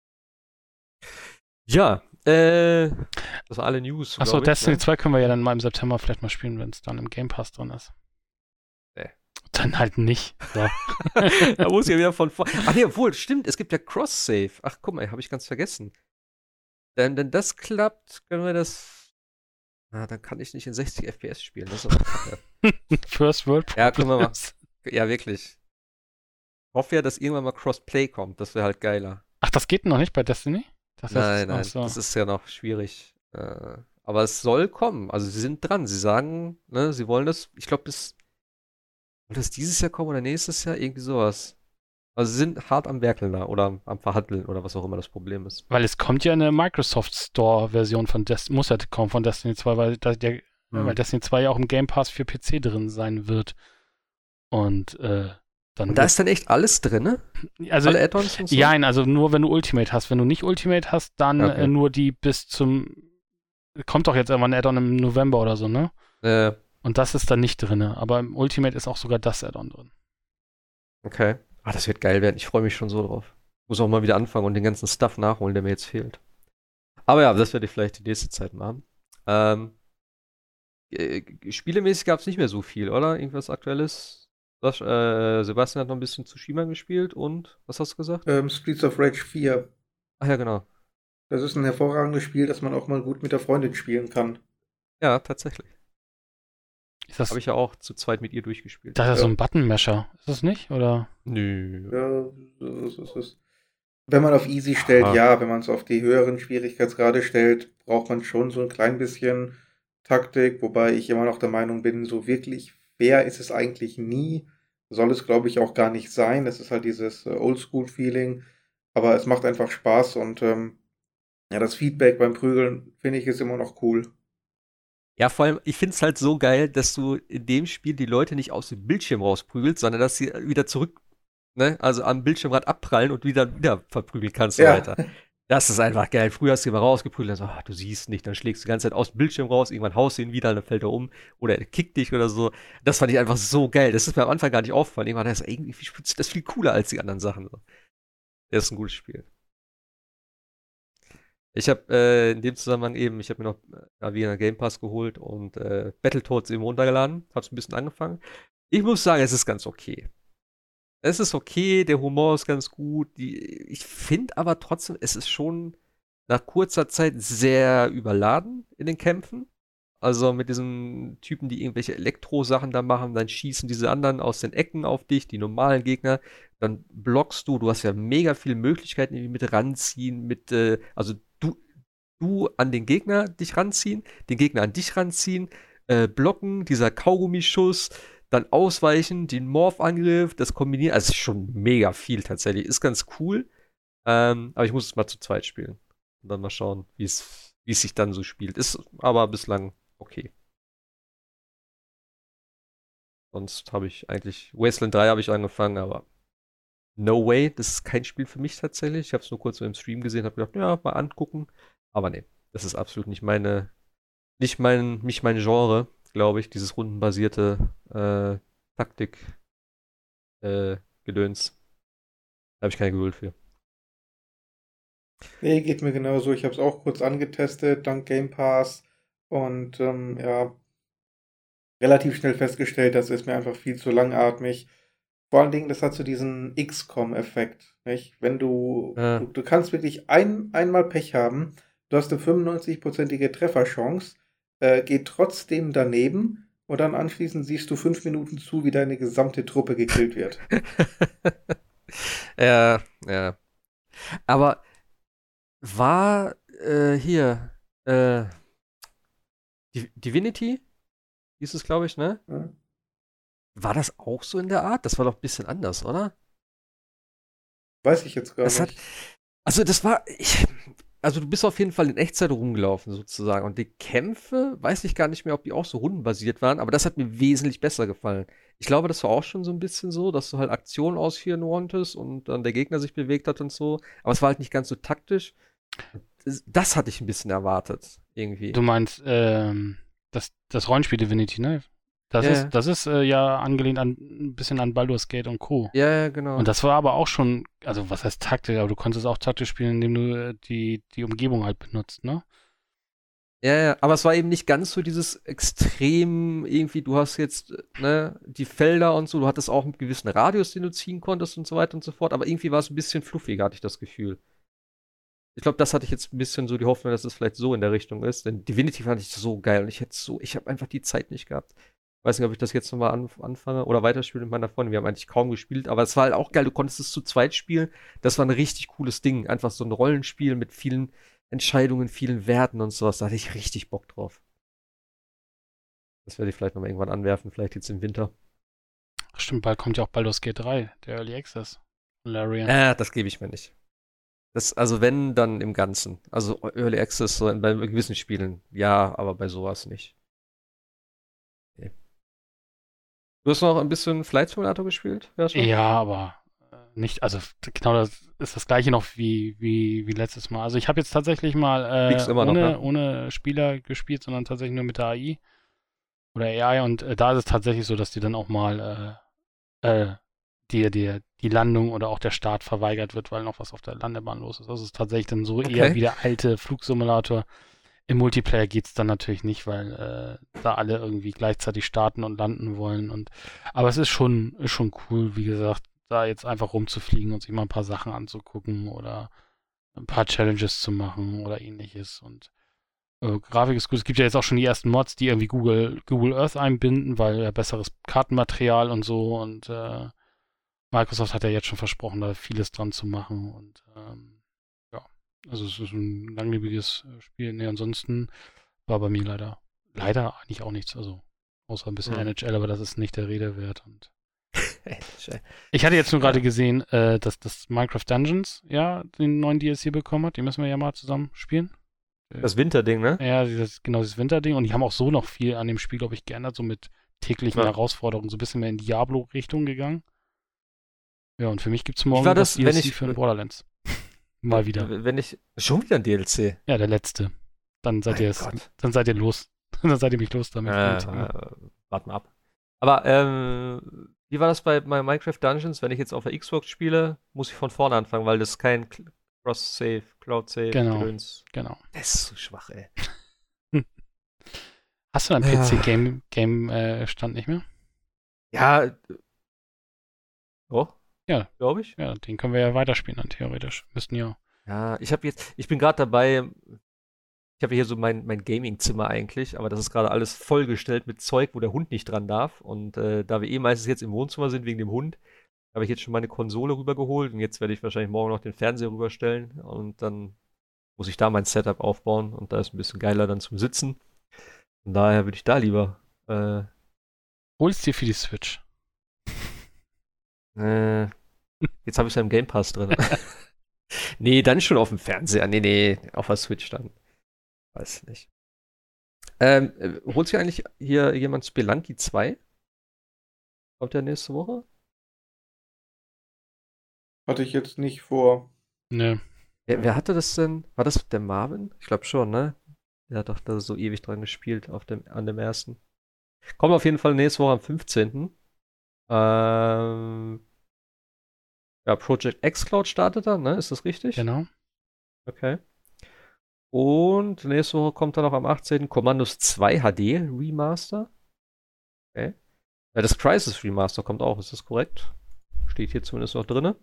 Ja, das war alle News. Achso, Destiny 2 können wir ja dann mal im September vielleicht mal spielen, wenn es dann im Game Pass drin ist. Nee. Dann halt nicht. So. Da muss ich ja wieder von vor. Ach nee, obwohl, stimmt, es gibt ja Cross-Save. Ach, guck mal, habe ich ganz vergessen. Wenn das klappt, können wir das. Dann kann ich nicht in 60 FPS spielen. Das ist aber kacke. First World. Ja, können wir mal. Ja, wirklich. Ich hoffe ja, dass irgendwann mal Crossplay kommt. Das wäre halt geiler. Ach, das geht noch nicht bei Destiny? Nein, das ist ja noch schwierig. Aber es soll kommen. Also sie sind dran. Sie sagen, ne, sie wollen das. Ich glaube, soll das dieses Jahr kommen oder nächstes Jahr? Irgendwie sowas. Also sie sind hart am Werkeln da oder am Verhandeln oder was auch immer das Problem ist. Weil es kommt ja eine Microsoft Store-Version von Destiny, muss ja kommen von Destiny 2, weil Destiny 2 ja auch im Game Pass für PC drin sein wird. Und und da ist dann echt alles drin, ne? Also, alle Add-ons und so? Ja, also nur wenn du Ultimate hast. Wenn du nicht Ultimate hast, dann nur die bis zum. Kommt doch jetzt irgendwann ein Add-on im November oder so, ne? Und das ist dann nicht drin. Aber im Ultimate ist auch sogar das Add-on drin. Okay. Das wird geil werden. Ich freue mich schon so drauf. Muss auch mal wieder anfangen und den ganzen Stuff nachholen, der mir jetzt fehlt. Aber ja, das werde ich vielleicht die nächste Zeit machen. Spielemäßig gab es nicht mehr so viel, oder? Irgendwas Aktuelles? Sebastian hat noch ein bisschen Tsushima gespielt und, was hast du gesagt? Streets of Rage 4. Ach ja, genau. Das ist ein hervorragendes Spiel, das man auch mal gut mit der Freundin spielen kann. Ja, tatsächlich. Habe ich ja auch zu zweit mit ihr durchgespielt. Das ist so ein Button-Masher. Ist das nicht? Oder? Nö. Ja, das ist. Wenn man auf Easy stellt, ja. Wenn man es auf die höheren Schwierigkeitsgrade stellt, braucht man schon so ein klein bisschen Taktik. Wobei ich immer noch der Meinung bin, so wirklich fair ist es eigentlich nie. Soll es, glaube ich, auch gar nicht sein. Das ist halt dieses Oldschool-Feeling. Aber es macht einfach Spaß und das Feedback beim Prügeln, finde ich, ist immer noch cool. Ja, vor allem, ich finde es halt so geil, dass du in dem Spiel die Leute nicht aus dem Bildschirm rausprügelst, sondern dass sie wieder zurück, ne, also am Bildschirmrad abprallen und wieder verprügeln kannst und so weiter. Das ist einfach geil. Früher hast du ihn mal rausgeprügelt, dann so, du siehst nicht, dann schlägst du die ganze Zeit aus dem Bildschirm raus, irgendwann haust du ihn wieder, dann fällt er um oder er kickt dich oder so. Das fand ich einfach so geil. Das ist mir am Anfang gar nicht aufgefallen. Irgendwann ist irgendwie das viel cooler als die anderen Sachen. Das ist ein gutes Spiel. Ich habe in dem Zusammenhang ich habe mir noch wieder Game Pass geholt und Battletoads eben runtergeladen. Hab's ein bisschen angefangen. Ich muss sagen, es ist ganz okay. Es ist okay, der Humor ist ganz gut. Ich finde aber trotzdem, es ist schon nach kurzer Zeit sehr überladen in den Kämpfen. Also mit diesen Typen, die irgendwelche Elektro-Sachen da machen, dann schießen diese anderen aus den Ecken auf dich, die normalen Gegner. Dann blockst du hast ja mega viele Möglichkeiten, irgendwie mit ranziehen, also du an den Gegner dich ranziehen, den Gegner an dich ranziehen, blocken, dieser Kaugummischuss, dann ausweichen, den Morph-Angriff, das Kombinieren. Also es ist schon mega viel tatsächlich. Ist ganz cool. Aber ich muss es mal zu zweit spielen. Und dann mal schauen, wie es sich dann so spielt. Ist aber bislang okay. Sonst habe ich eigentlich Wasteland 3 habe ich angefangen, aber no way, das ist kein Spiel für mich tatsächlich. Ich habe es nur kurz so im Stream gesehen, habe gedacht, ja, mal angucken. Aber nee, das ist absolut nicht mein Genre, glaube ich, dieses rundenbasierte Taktik Gedöns. Da habe ich keine Geduld für. Nee, geht mir genauso. Ich habe es auch kurz angetestet, dank Game Pass. Und relativ schnell festgestellt, das ist mir einfach viel zu langatmig. Vor allen Dingen, das hat so diesen XCOM-Effekt, nicht? Wenn du kannst wirklich einmal Pech haben, du hast eine 95%ige Trefferchance, geht trotzdem daneben und dann anschließend siehst du 5 Minuten zu, wie deine gesamte Truppe gekillt wird. Ja. Aber war Divinity hieß es, glaube ich, ne? Ja. War das auch so in der Art? Das war doch ein bisschen anders, oder? Weiß ich jetzt gar nicht. Also du bist auf jeden Fall in Echtzeit rumgelaufen, sozusagen. Und die Kämpfe, weiß ich gar nicht mehr, ob die auch so rundenbasiert waren, aber das hat mir wesentlich besser gefallen. Ich glaube, das war auch schon so ein bisschen so, dass du halt Aktionen ausführen wolltest und dann der Gegner sich bewegt hat und so. Aber es war halt nicht ganz so taktisch. Das hatte ich ein bisschen erwartet, irgendwie. Du meinst das Rollenspiel Divinity, ne? Das ist ja angelehnt ein bisschen an Baldur's Gate und Co. Ja, genau. Und das war aber auch schon, also was heißt taktisch, aber du konntest auch taktisch spielen, indem du die Umgebung halt benutzt, ne? Ja, aber es war eben nicht ganz so dieses extrem irgendwie, du hast jetzt, ne, die Felder und so, du hattest auch einen gewissen Radius, den du ziehen konntest und so weiter und so fort, aber irgendwie war es ein bisschen fluffiger, hatte ich das Gefühl. Ich glaube, das hatte ich jetzt ein bisschen so die Hoffnung, dass es vielleicht so in der Richtung ist, denn Divinity fand ich so geil und ich habe einfach die Zeit nicht gehabt. Weiß nicht, ob ich das jetzt nochmal anfange oder weiterspiele mit meiner Freundin. Wir haben eigentlich kaum gespielt, aber es war halt auch geil. Du konntest es zu zweit spielen. Das war ein richtig cooles Ding. Einfach so ein Rollenspiel mit vielen Entscheidungen, vielen Werten und sowas. Da hatte ich richtig Bock drauf. Das werde ich vielleicht nochmal irgendwann anwerfen. Vielleicht jetzt im Winter. Ach stimmt, bald kommt ja auch Baldur's Gate 3, der Early Access. Larian. Das gebe ich mir nicht. Also wenn, dann im Ganzen. Also Early Access so bei gewissen Spielen. Ja, aber bei sowas nicht. Okay. Du hast noch ein bisschen Flight Simulator gespielt? Ja, aber nicht, also genau das ist das gleiche noch wie letztes Mal. Also ich habe jetzt tatsächlich mal ohne Spieler gespielt, sondern tatsächlich nur mit der AI oder AI und da ist es tatsächlich so, dass die dann auch mal die Landung oder auch der Start verweigert wird, weil noch was auf der Landebahn los ist. Also es ist tatsächlich dann so eher wie der alte Flugsimulator. Im Multiplayer geht es dann natürlich nicht, weil da alle irgendwie gleichzeitig starten und landen wollen. Aber es ist schon cool, wie gesagt, da jetzt einfach rumzufliegen und sich mal ein paar Sachen anzugucken oder ein paar Challenges zu machen oder ähnliches. Und Grafik ist gut. Es gibt ja jetzt auch schon die ersten Mods, die irgendwie Google Earth einbinden, weil besseres Kartenmaterial und so. Und Microsoft hat ja jetzt schon versprochen, da vieles dran zu machen. Und also es ist ein langlebiges Spiel. Ne, ansonsten war bei mir leider eigentlich auch nichts. Also außer ein bisschen NHL, aber das ist nicht der Rede wert. Und ich hatte jetzt nur gerade gesehen, dass das Minecraft Dungeons ja den neuen DLC bekommen hat. Die müssen wir ja mal zusammen spielen. Das Winterding, ne? Ja, dieses Winterding. Und die haben auch so noch viel an dem Spiel, glaube ich, geändert, so mit täglichen Herausforderungen, so ein bisschen mehr in Diablo-Richtung gegangen. Ja, und für mich gibt es morgen das DLC für Borderlands. Mal wieder. Schon wieder ein DLC? Ja, der letzte. Dann seid ihr los. Dann seid ihr mich los damit. Warte mal ab. Aber, wie war das bei Minecraft Dungeons? Wenn ich jetzt auf der Xbox spiele, muss ich von vorne anfangen, weil das kein Cross-Save, Cloud-Save, Genau. Das ist so schwach, ey. Hast du deinen PC-Game-Stand nicht mehr? Ja. Oh? Ja. Glaube ich. Ja, den können wir ja weiterspielen dann theoretisch. Müssten ja. Ja, ich bin gerade dabei, ich habe hier so mein Gaming-Zimmer eigentlich, aber das ist gerade alles vollgestellt mit Zeug, wo der Hund nicht dran darf. Und da wir meistens jetzt im Wohnzimmer sind wegen dem Hund, habe ich jetzt schon meine Konsole rübergeholt und jetzt werde ich wahrscheinlich morgen noch den Fernseher rüberstellen und dann muss ich da mein Setup aufbauen und da ist ein bisschen geiler dann zum Sitzen. Von daher würde ich da lieber holst dir für die Switch. Jetzt habe ich es ja im Game Pass drin. Nee, dann schon auf dem Fernseher. Nee, auf der Switch dann. Weiß nicht. Holt sich eigentlich hier jemand Spelunky 2? Kommt der nächste Woche? Hatte ich jetzt nicht vor. Ne. Wer hatte das denn? War das der Marvin? Ich glaube schon, ne? Der hat doch da so ewig dran gespielt an dem ersten. Kommt auf jeden Fall nächste Woche am 15. Ja, Project xCloud startet dann, ne? Ist das richtig? Genau. Okay. Und nächste Woche kommt dann noch am 18. Commandos 2 HD Remaster. Okay. Ja, das Crysis Remaster kommt auch, ist das korrekt? Steht hier zumindest noch drin.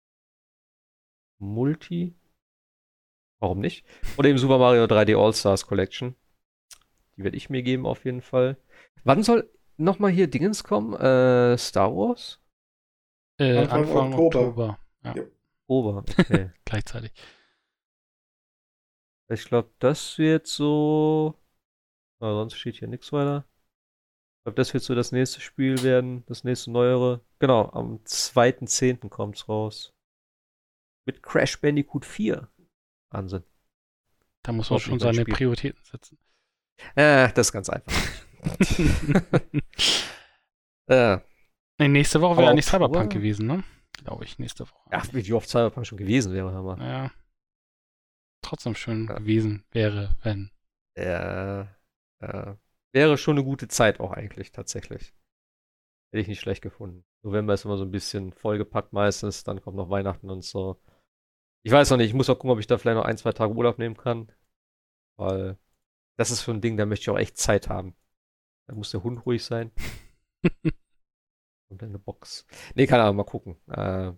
Multi. Warum nicht? Oder eben Super Mario 3D All-Stars Collection. Die werde ich mir geben auf jeden Fall. Wann soll nochmal hier Dingens kommen? Star Wars? Anfang Oktober. Ja. Oktober, okay. Gleichzeitig. Ich glaube, das wird so Aber sonst steht hier nichts weiter. Ich glaube, das wird so das nächste Spiel werden, das nächste neuere. Genau, am 2.10. kommt's raus. Mit Crash Bandicoot 4. Wahnsinn. Da muss man schon seine Prioritäten setzen. Das ist ganz einfach. Nächste Woche wäre eigentlich Cyberpunk gewesen, ne? Glaube ich, nächste Woche. Ja, wie oft Cyberpunk schon gewesen wäre, Hammer. Ja. Trotzdem schön gewesen wäre, wenn. Wäre schon eine gute Zeit auch eigentlich, tatsächlich. Hätte ich nicht schlecht gefunden. November ist immer so ein bisschen vollgepackt meistens, dann kommt noch Weihnachten und so. Ich weiß noch nicht, ich muss auch gucken, ob ich da vielleicht noch 1-2 Tage Urlaub nehmen kann. Weil das ist so ein Ding, da möchte ich auch echt Zeit haben. Da muss der Hund ruhig sein. Und eine Box. Nee, keine Ahnung, mal gucken. Wann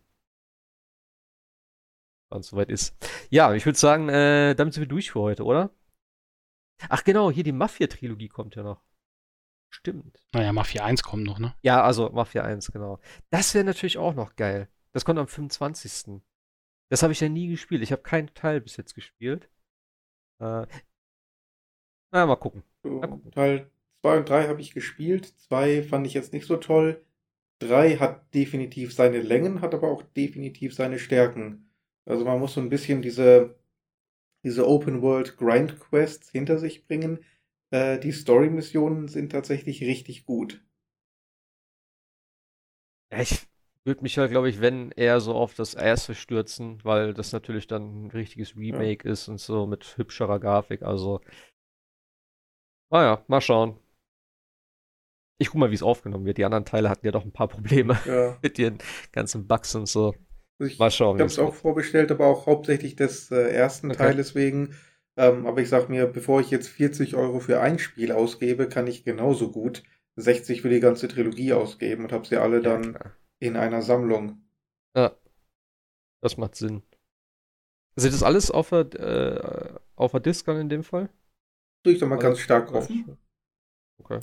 es soweit ist. Ja, ich würde sagen, damit sind wir durch für heute, oder? Ach genau, hier die Mafia-Trilogie kommt ja noch. Stimmt. Naja, Mafia 1 kommt noch, ne? Ja, also Mafia 1, genau. Das wäre natürlich auch noch geil. Das kommt am 25. Das habe ich ja nie gespielt. Ich habe keinen Teil bis jetzt gespielt. Mal gucken. Teil 2 und 3 habe ich gespielt. 2 fand ich jetzt nicht so toll. 3 hat definitiv seine Längen, hat aber auch definitiv seine Stärken. Also man muss so ein bisschen diese Open-World-Grind-Quests hinter sich bringen. Die Story-Missionen sind tatsächlich richtig gut. Ja, ich würde mich halt, glaube ich, wenn eher so auf das erste stürzen, weil das natürlich dann ein richtiges Remake ist und so mit hübscherer Grafik. Also, naja, mal schauen. Ich guck mal, wie es aufgenommen wird. Die anderen Teile hatten ja doch ein paar Probleme mit ihren ganzen Bugs und so. Mal schauen. Ich habe es auch vorbestellt, aber auch hauptsächlich des ersten Teiles wegen. Aber ich sag mir, bevor ich jetzt 40 € für ein Spiel ausgebe, kann ich genauso gut 60 für die ganze Trilogie ausgeben und habe sie alle dann in einer Sammlung. Ja, das macht Sinn. Sind das alles auf der Disc dann in dem Fall? Tue ich doch mal ganz stark offen. Okay.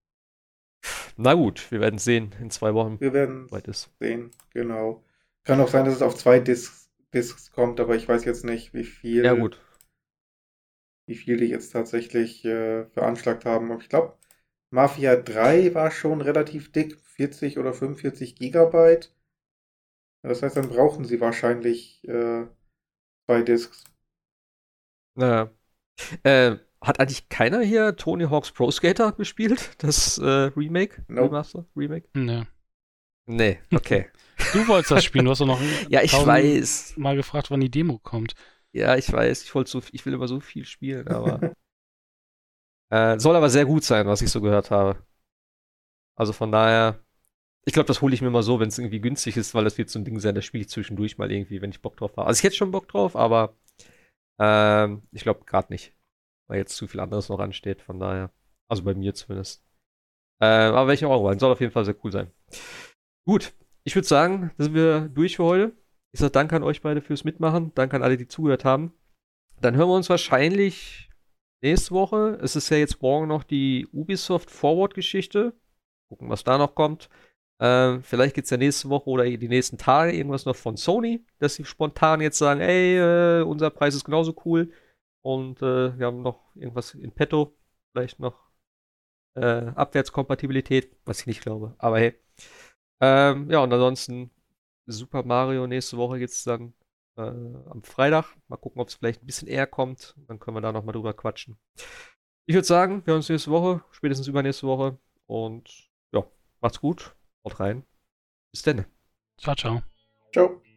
Na gut, wir werden sehen in 2 Wochen. Wir werden sehen, genau. Kann auch sein, dass es auf 2 Discs kommt, aber ich weiß jetzt nicht, wie viel. Ja, gut. Wie viel die jetzt tatsächlich veranschlagt haben. Aber ich glaube, Mafia 3 war schon relativ dick, 40 oder 45 Gigabyte. Das heißt, dann brauchen sie wahrscheinlich 2 Discs. Naja. Hat eigentlich keiner hier Tony Hawk's Pro Skater gespielt? Das Remake? Nope. Remaster? Remake? Nee, okay. Du wolltest das spielen, du hast doch noch ja, ich weiß. Mal gefragt, wann die Demo kommt. Ja, ich weiß, ich will immer so viel spielen, aber soll aber sehr gut sein, was ich so gehört habe. Also von daher, ich glaube, das hole ich mir mal so, wenn es irgendwie günstig ist, weil das wird so ein Ding sein, das spiele ich zwischendurch mal irgendwie, wenn ich Bock drauf habe. Also ich hätte schon Bock drauf, aber ich glaube gerade nicht, weil jetzt zu viel anderes noch ansteht, von daher. Also bei mir zumindest. Aber welche auch wollen, soll auf jeden Fall sehr cool sein. Gut, ich würde sagen, da sind wir durch für heute. Ich sage danke an euch beide fürs Mitmachen. Danke an alle, die zugehört haben. Dann hören wir uns wahrscheinlich nächste Woche. Es ist ja jetzt morgen noch die Ubisoft Forward-Geschichte. Gucken, was da noch kommt. Vielleicht gibt es ja nächste Woche oder die nächsten Tage irgendwas noch von Sony, dass sie spontan jetzt sagen, ey, unser Preis ist genauso cool. Und wir haben noch irgendwas in petto. Vielleicht noch Abwärtskompatibilität, was ich nicht glaube. Aber hey. Ja, und ansonsten Super Mario nächste Woche geht's dann am Freitag. Mal gucken, ob es vielleicht ein bisschen eher kommt. Dann können wir da nochmal drüber quatschen. Ich würde sagen, wir hören uns nächste Woche, spätestens übernächste Woche. Und ja, macht's gut. Haut rein. Bis dann. Ciao, ciao. Ciao.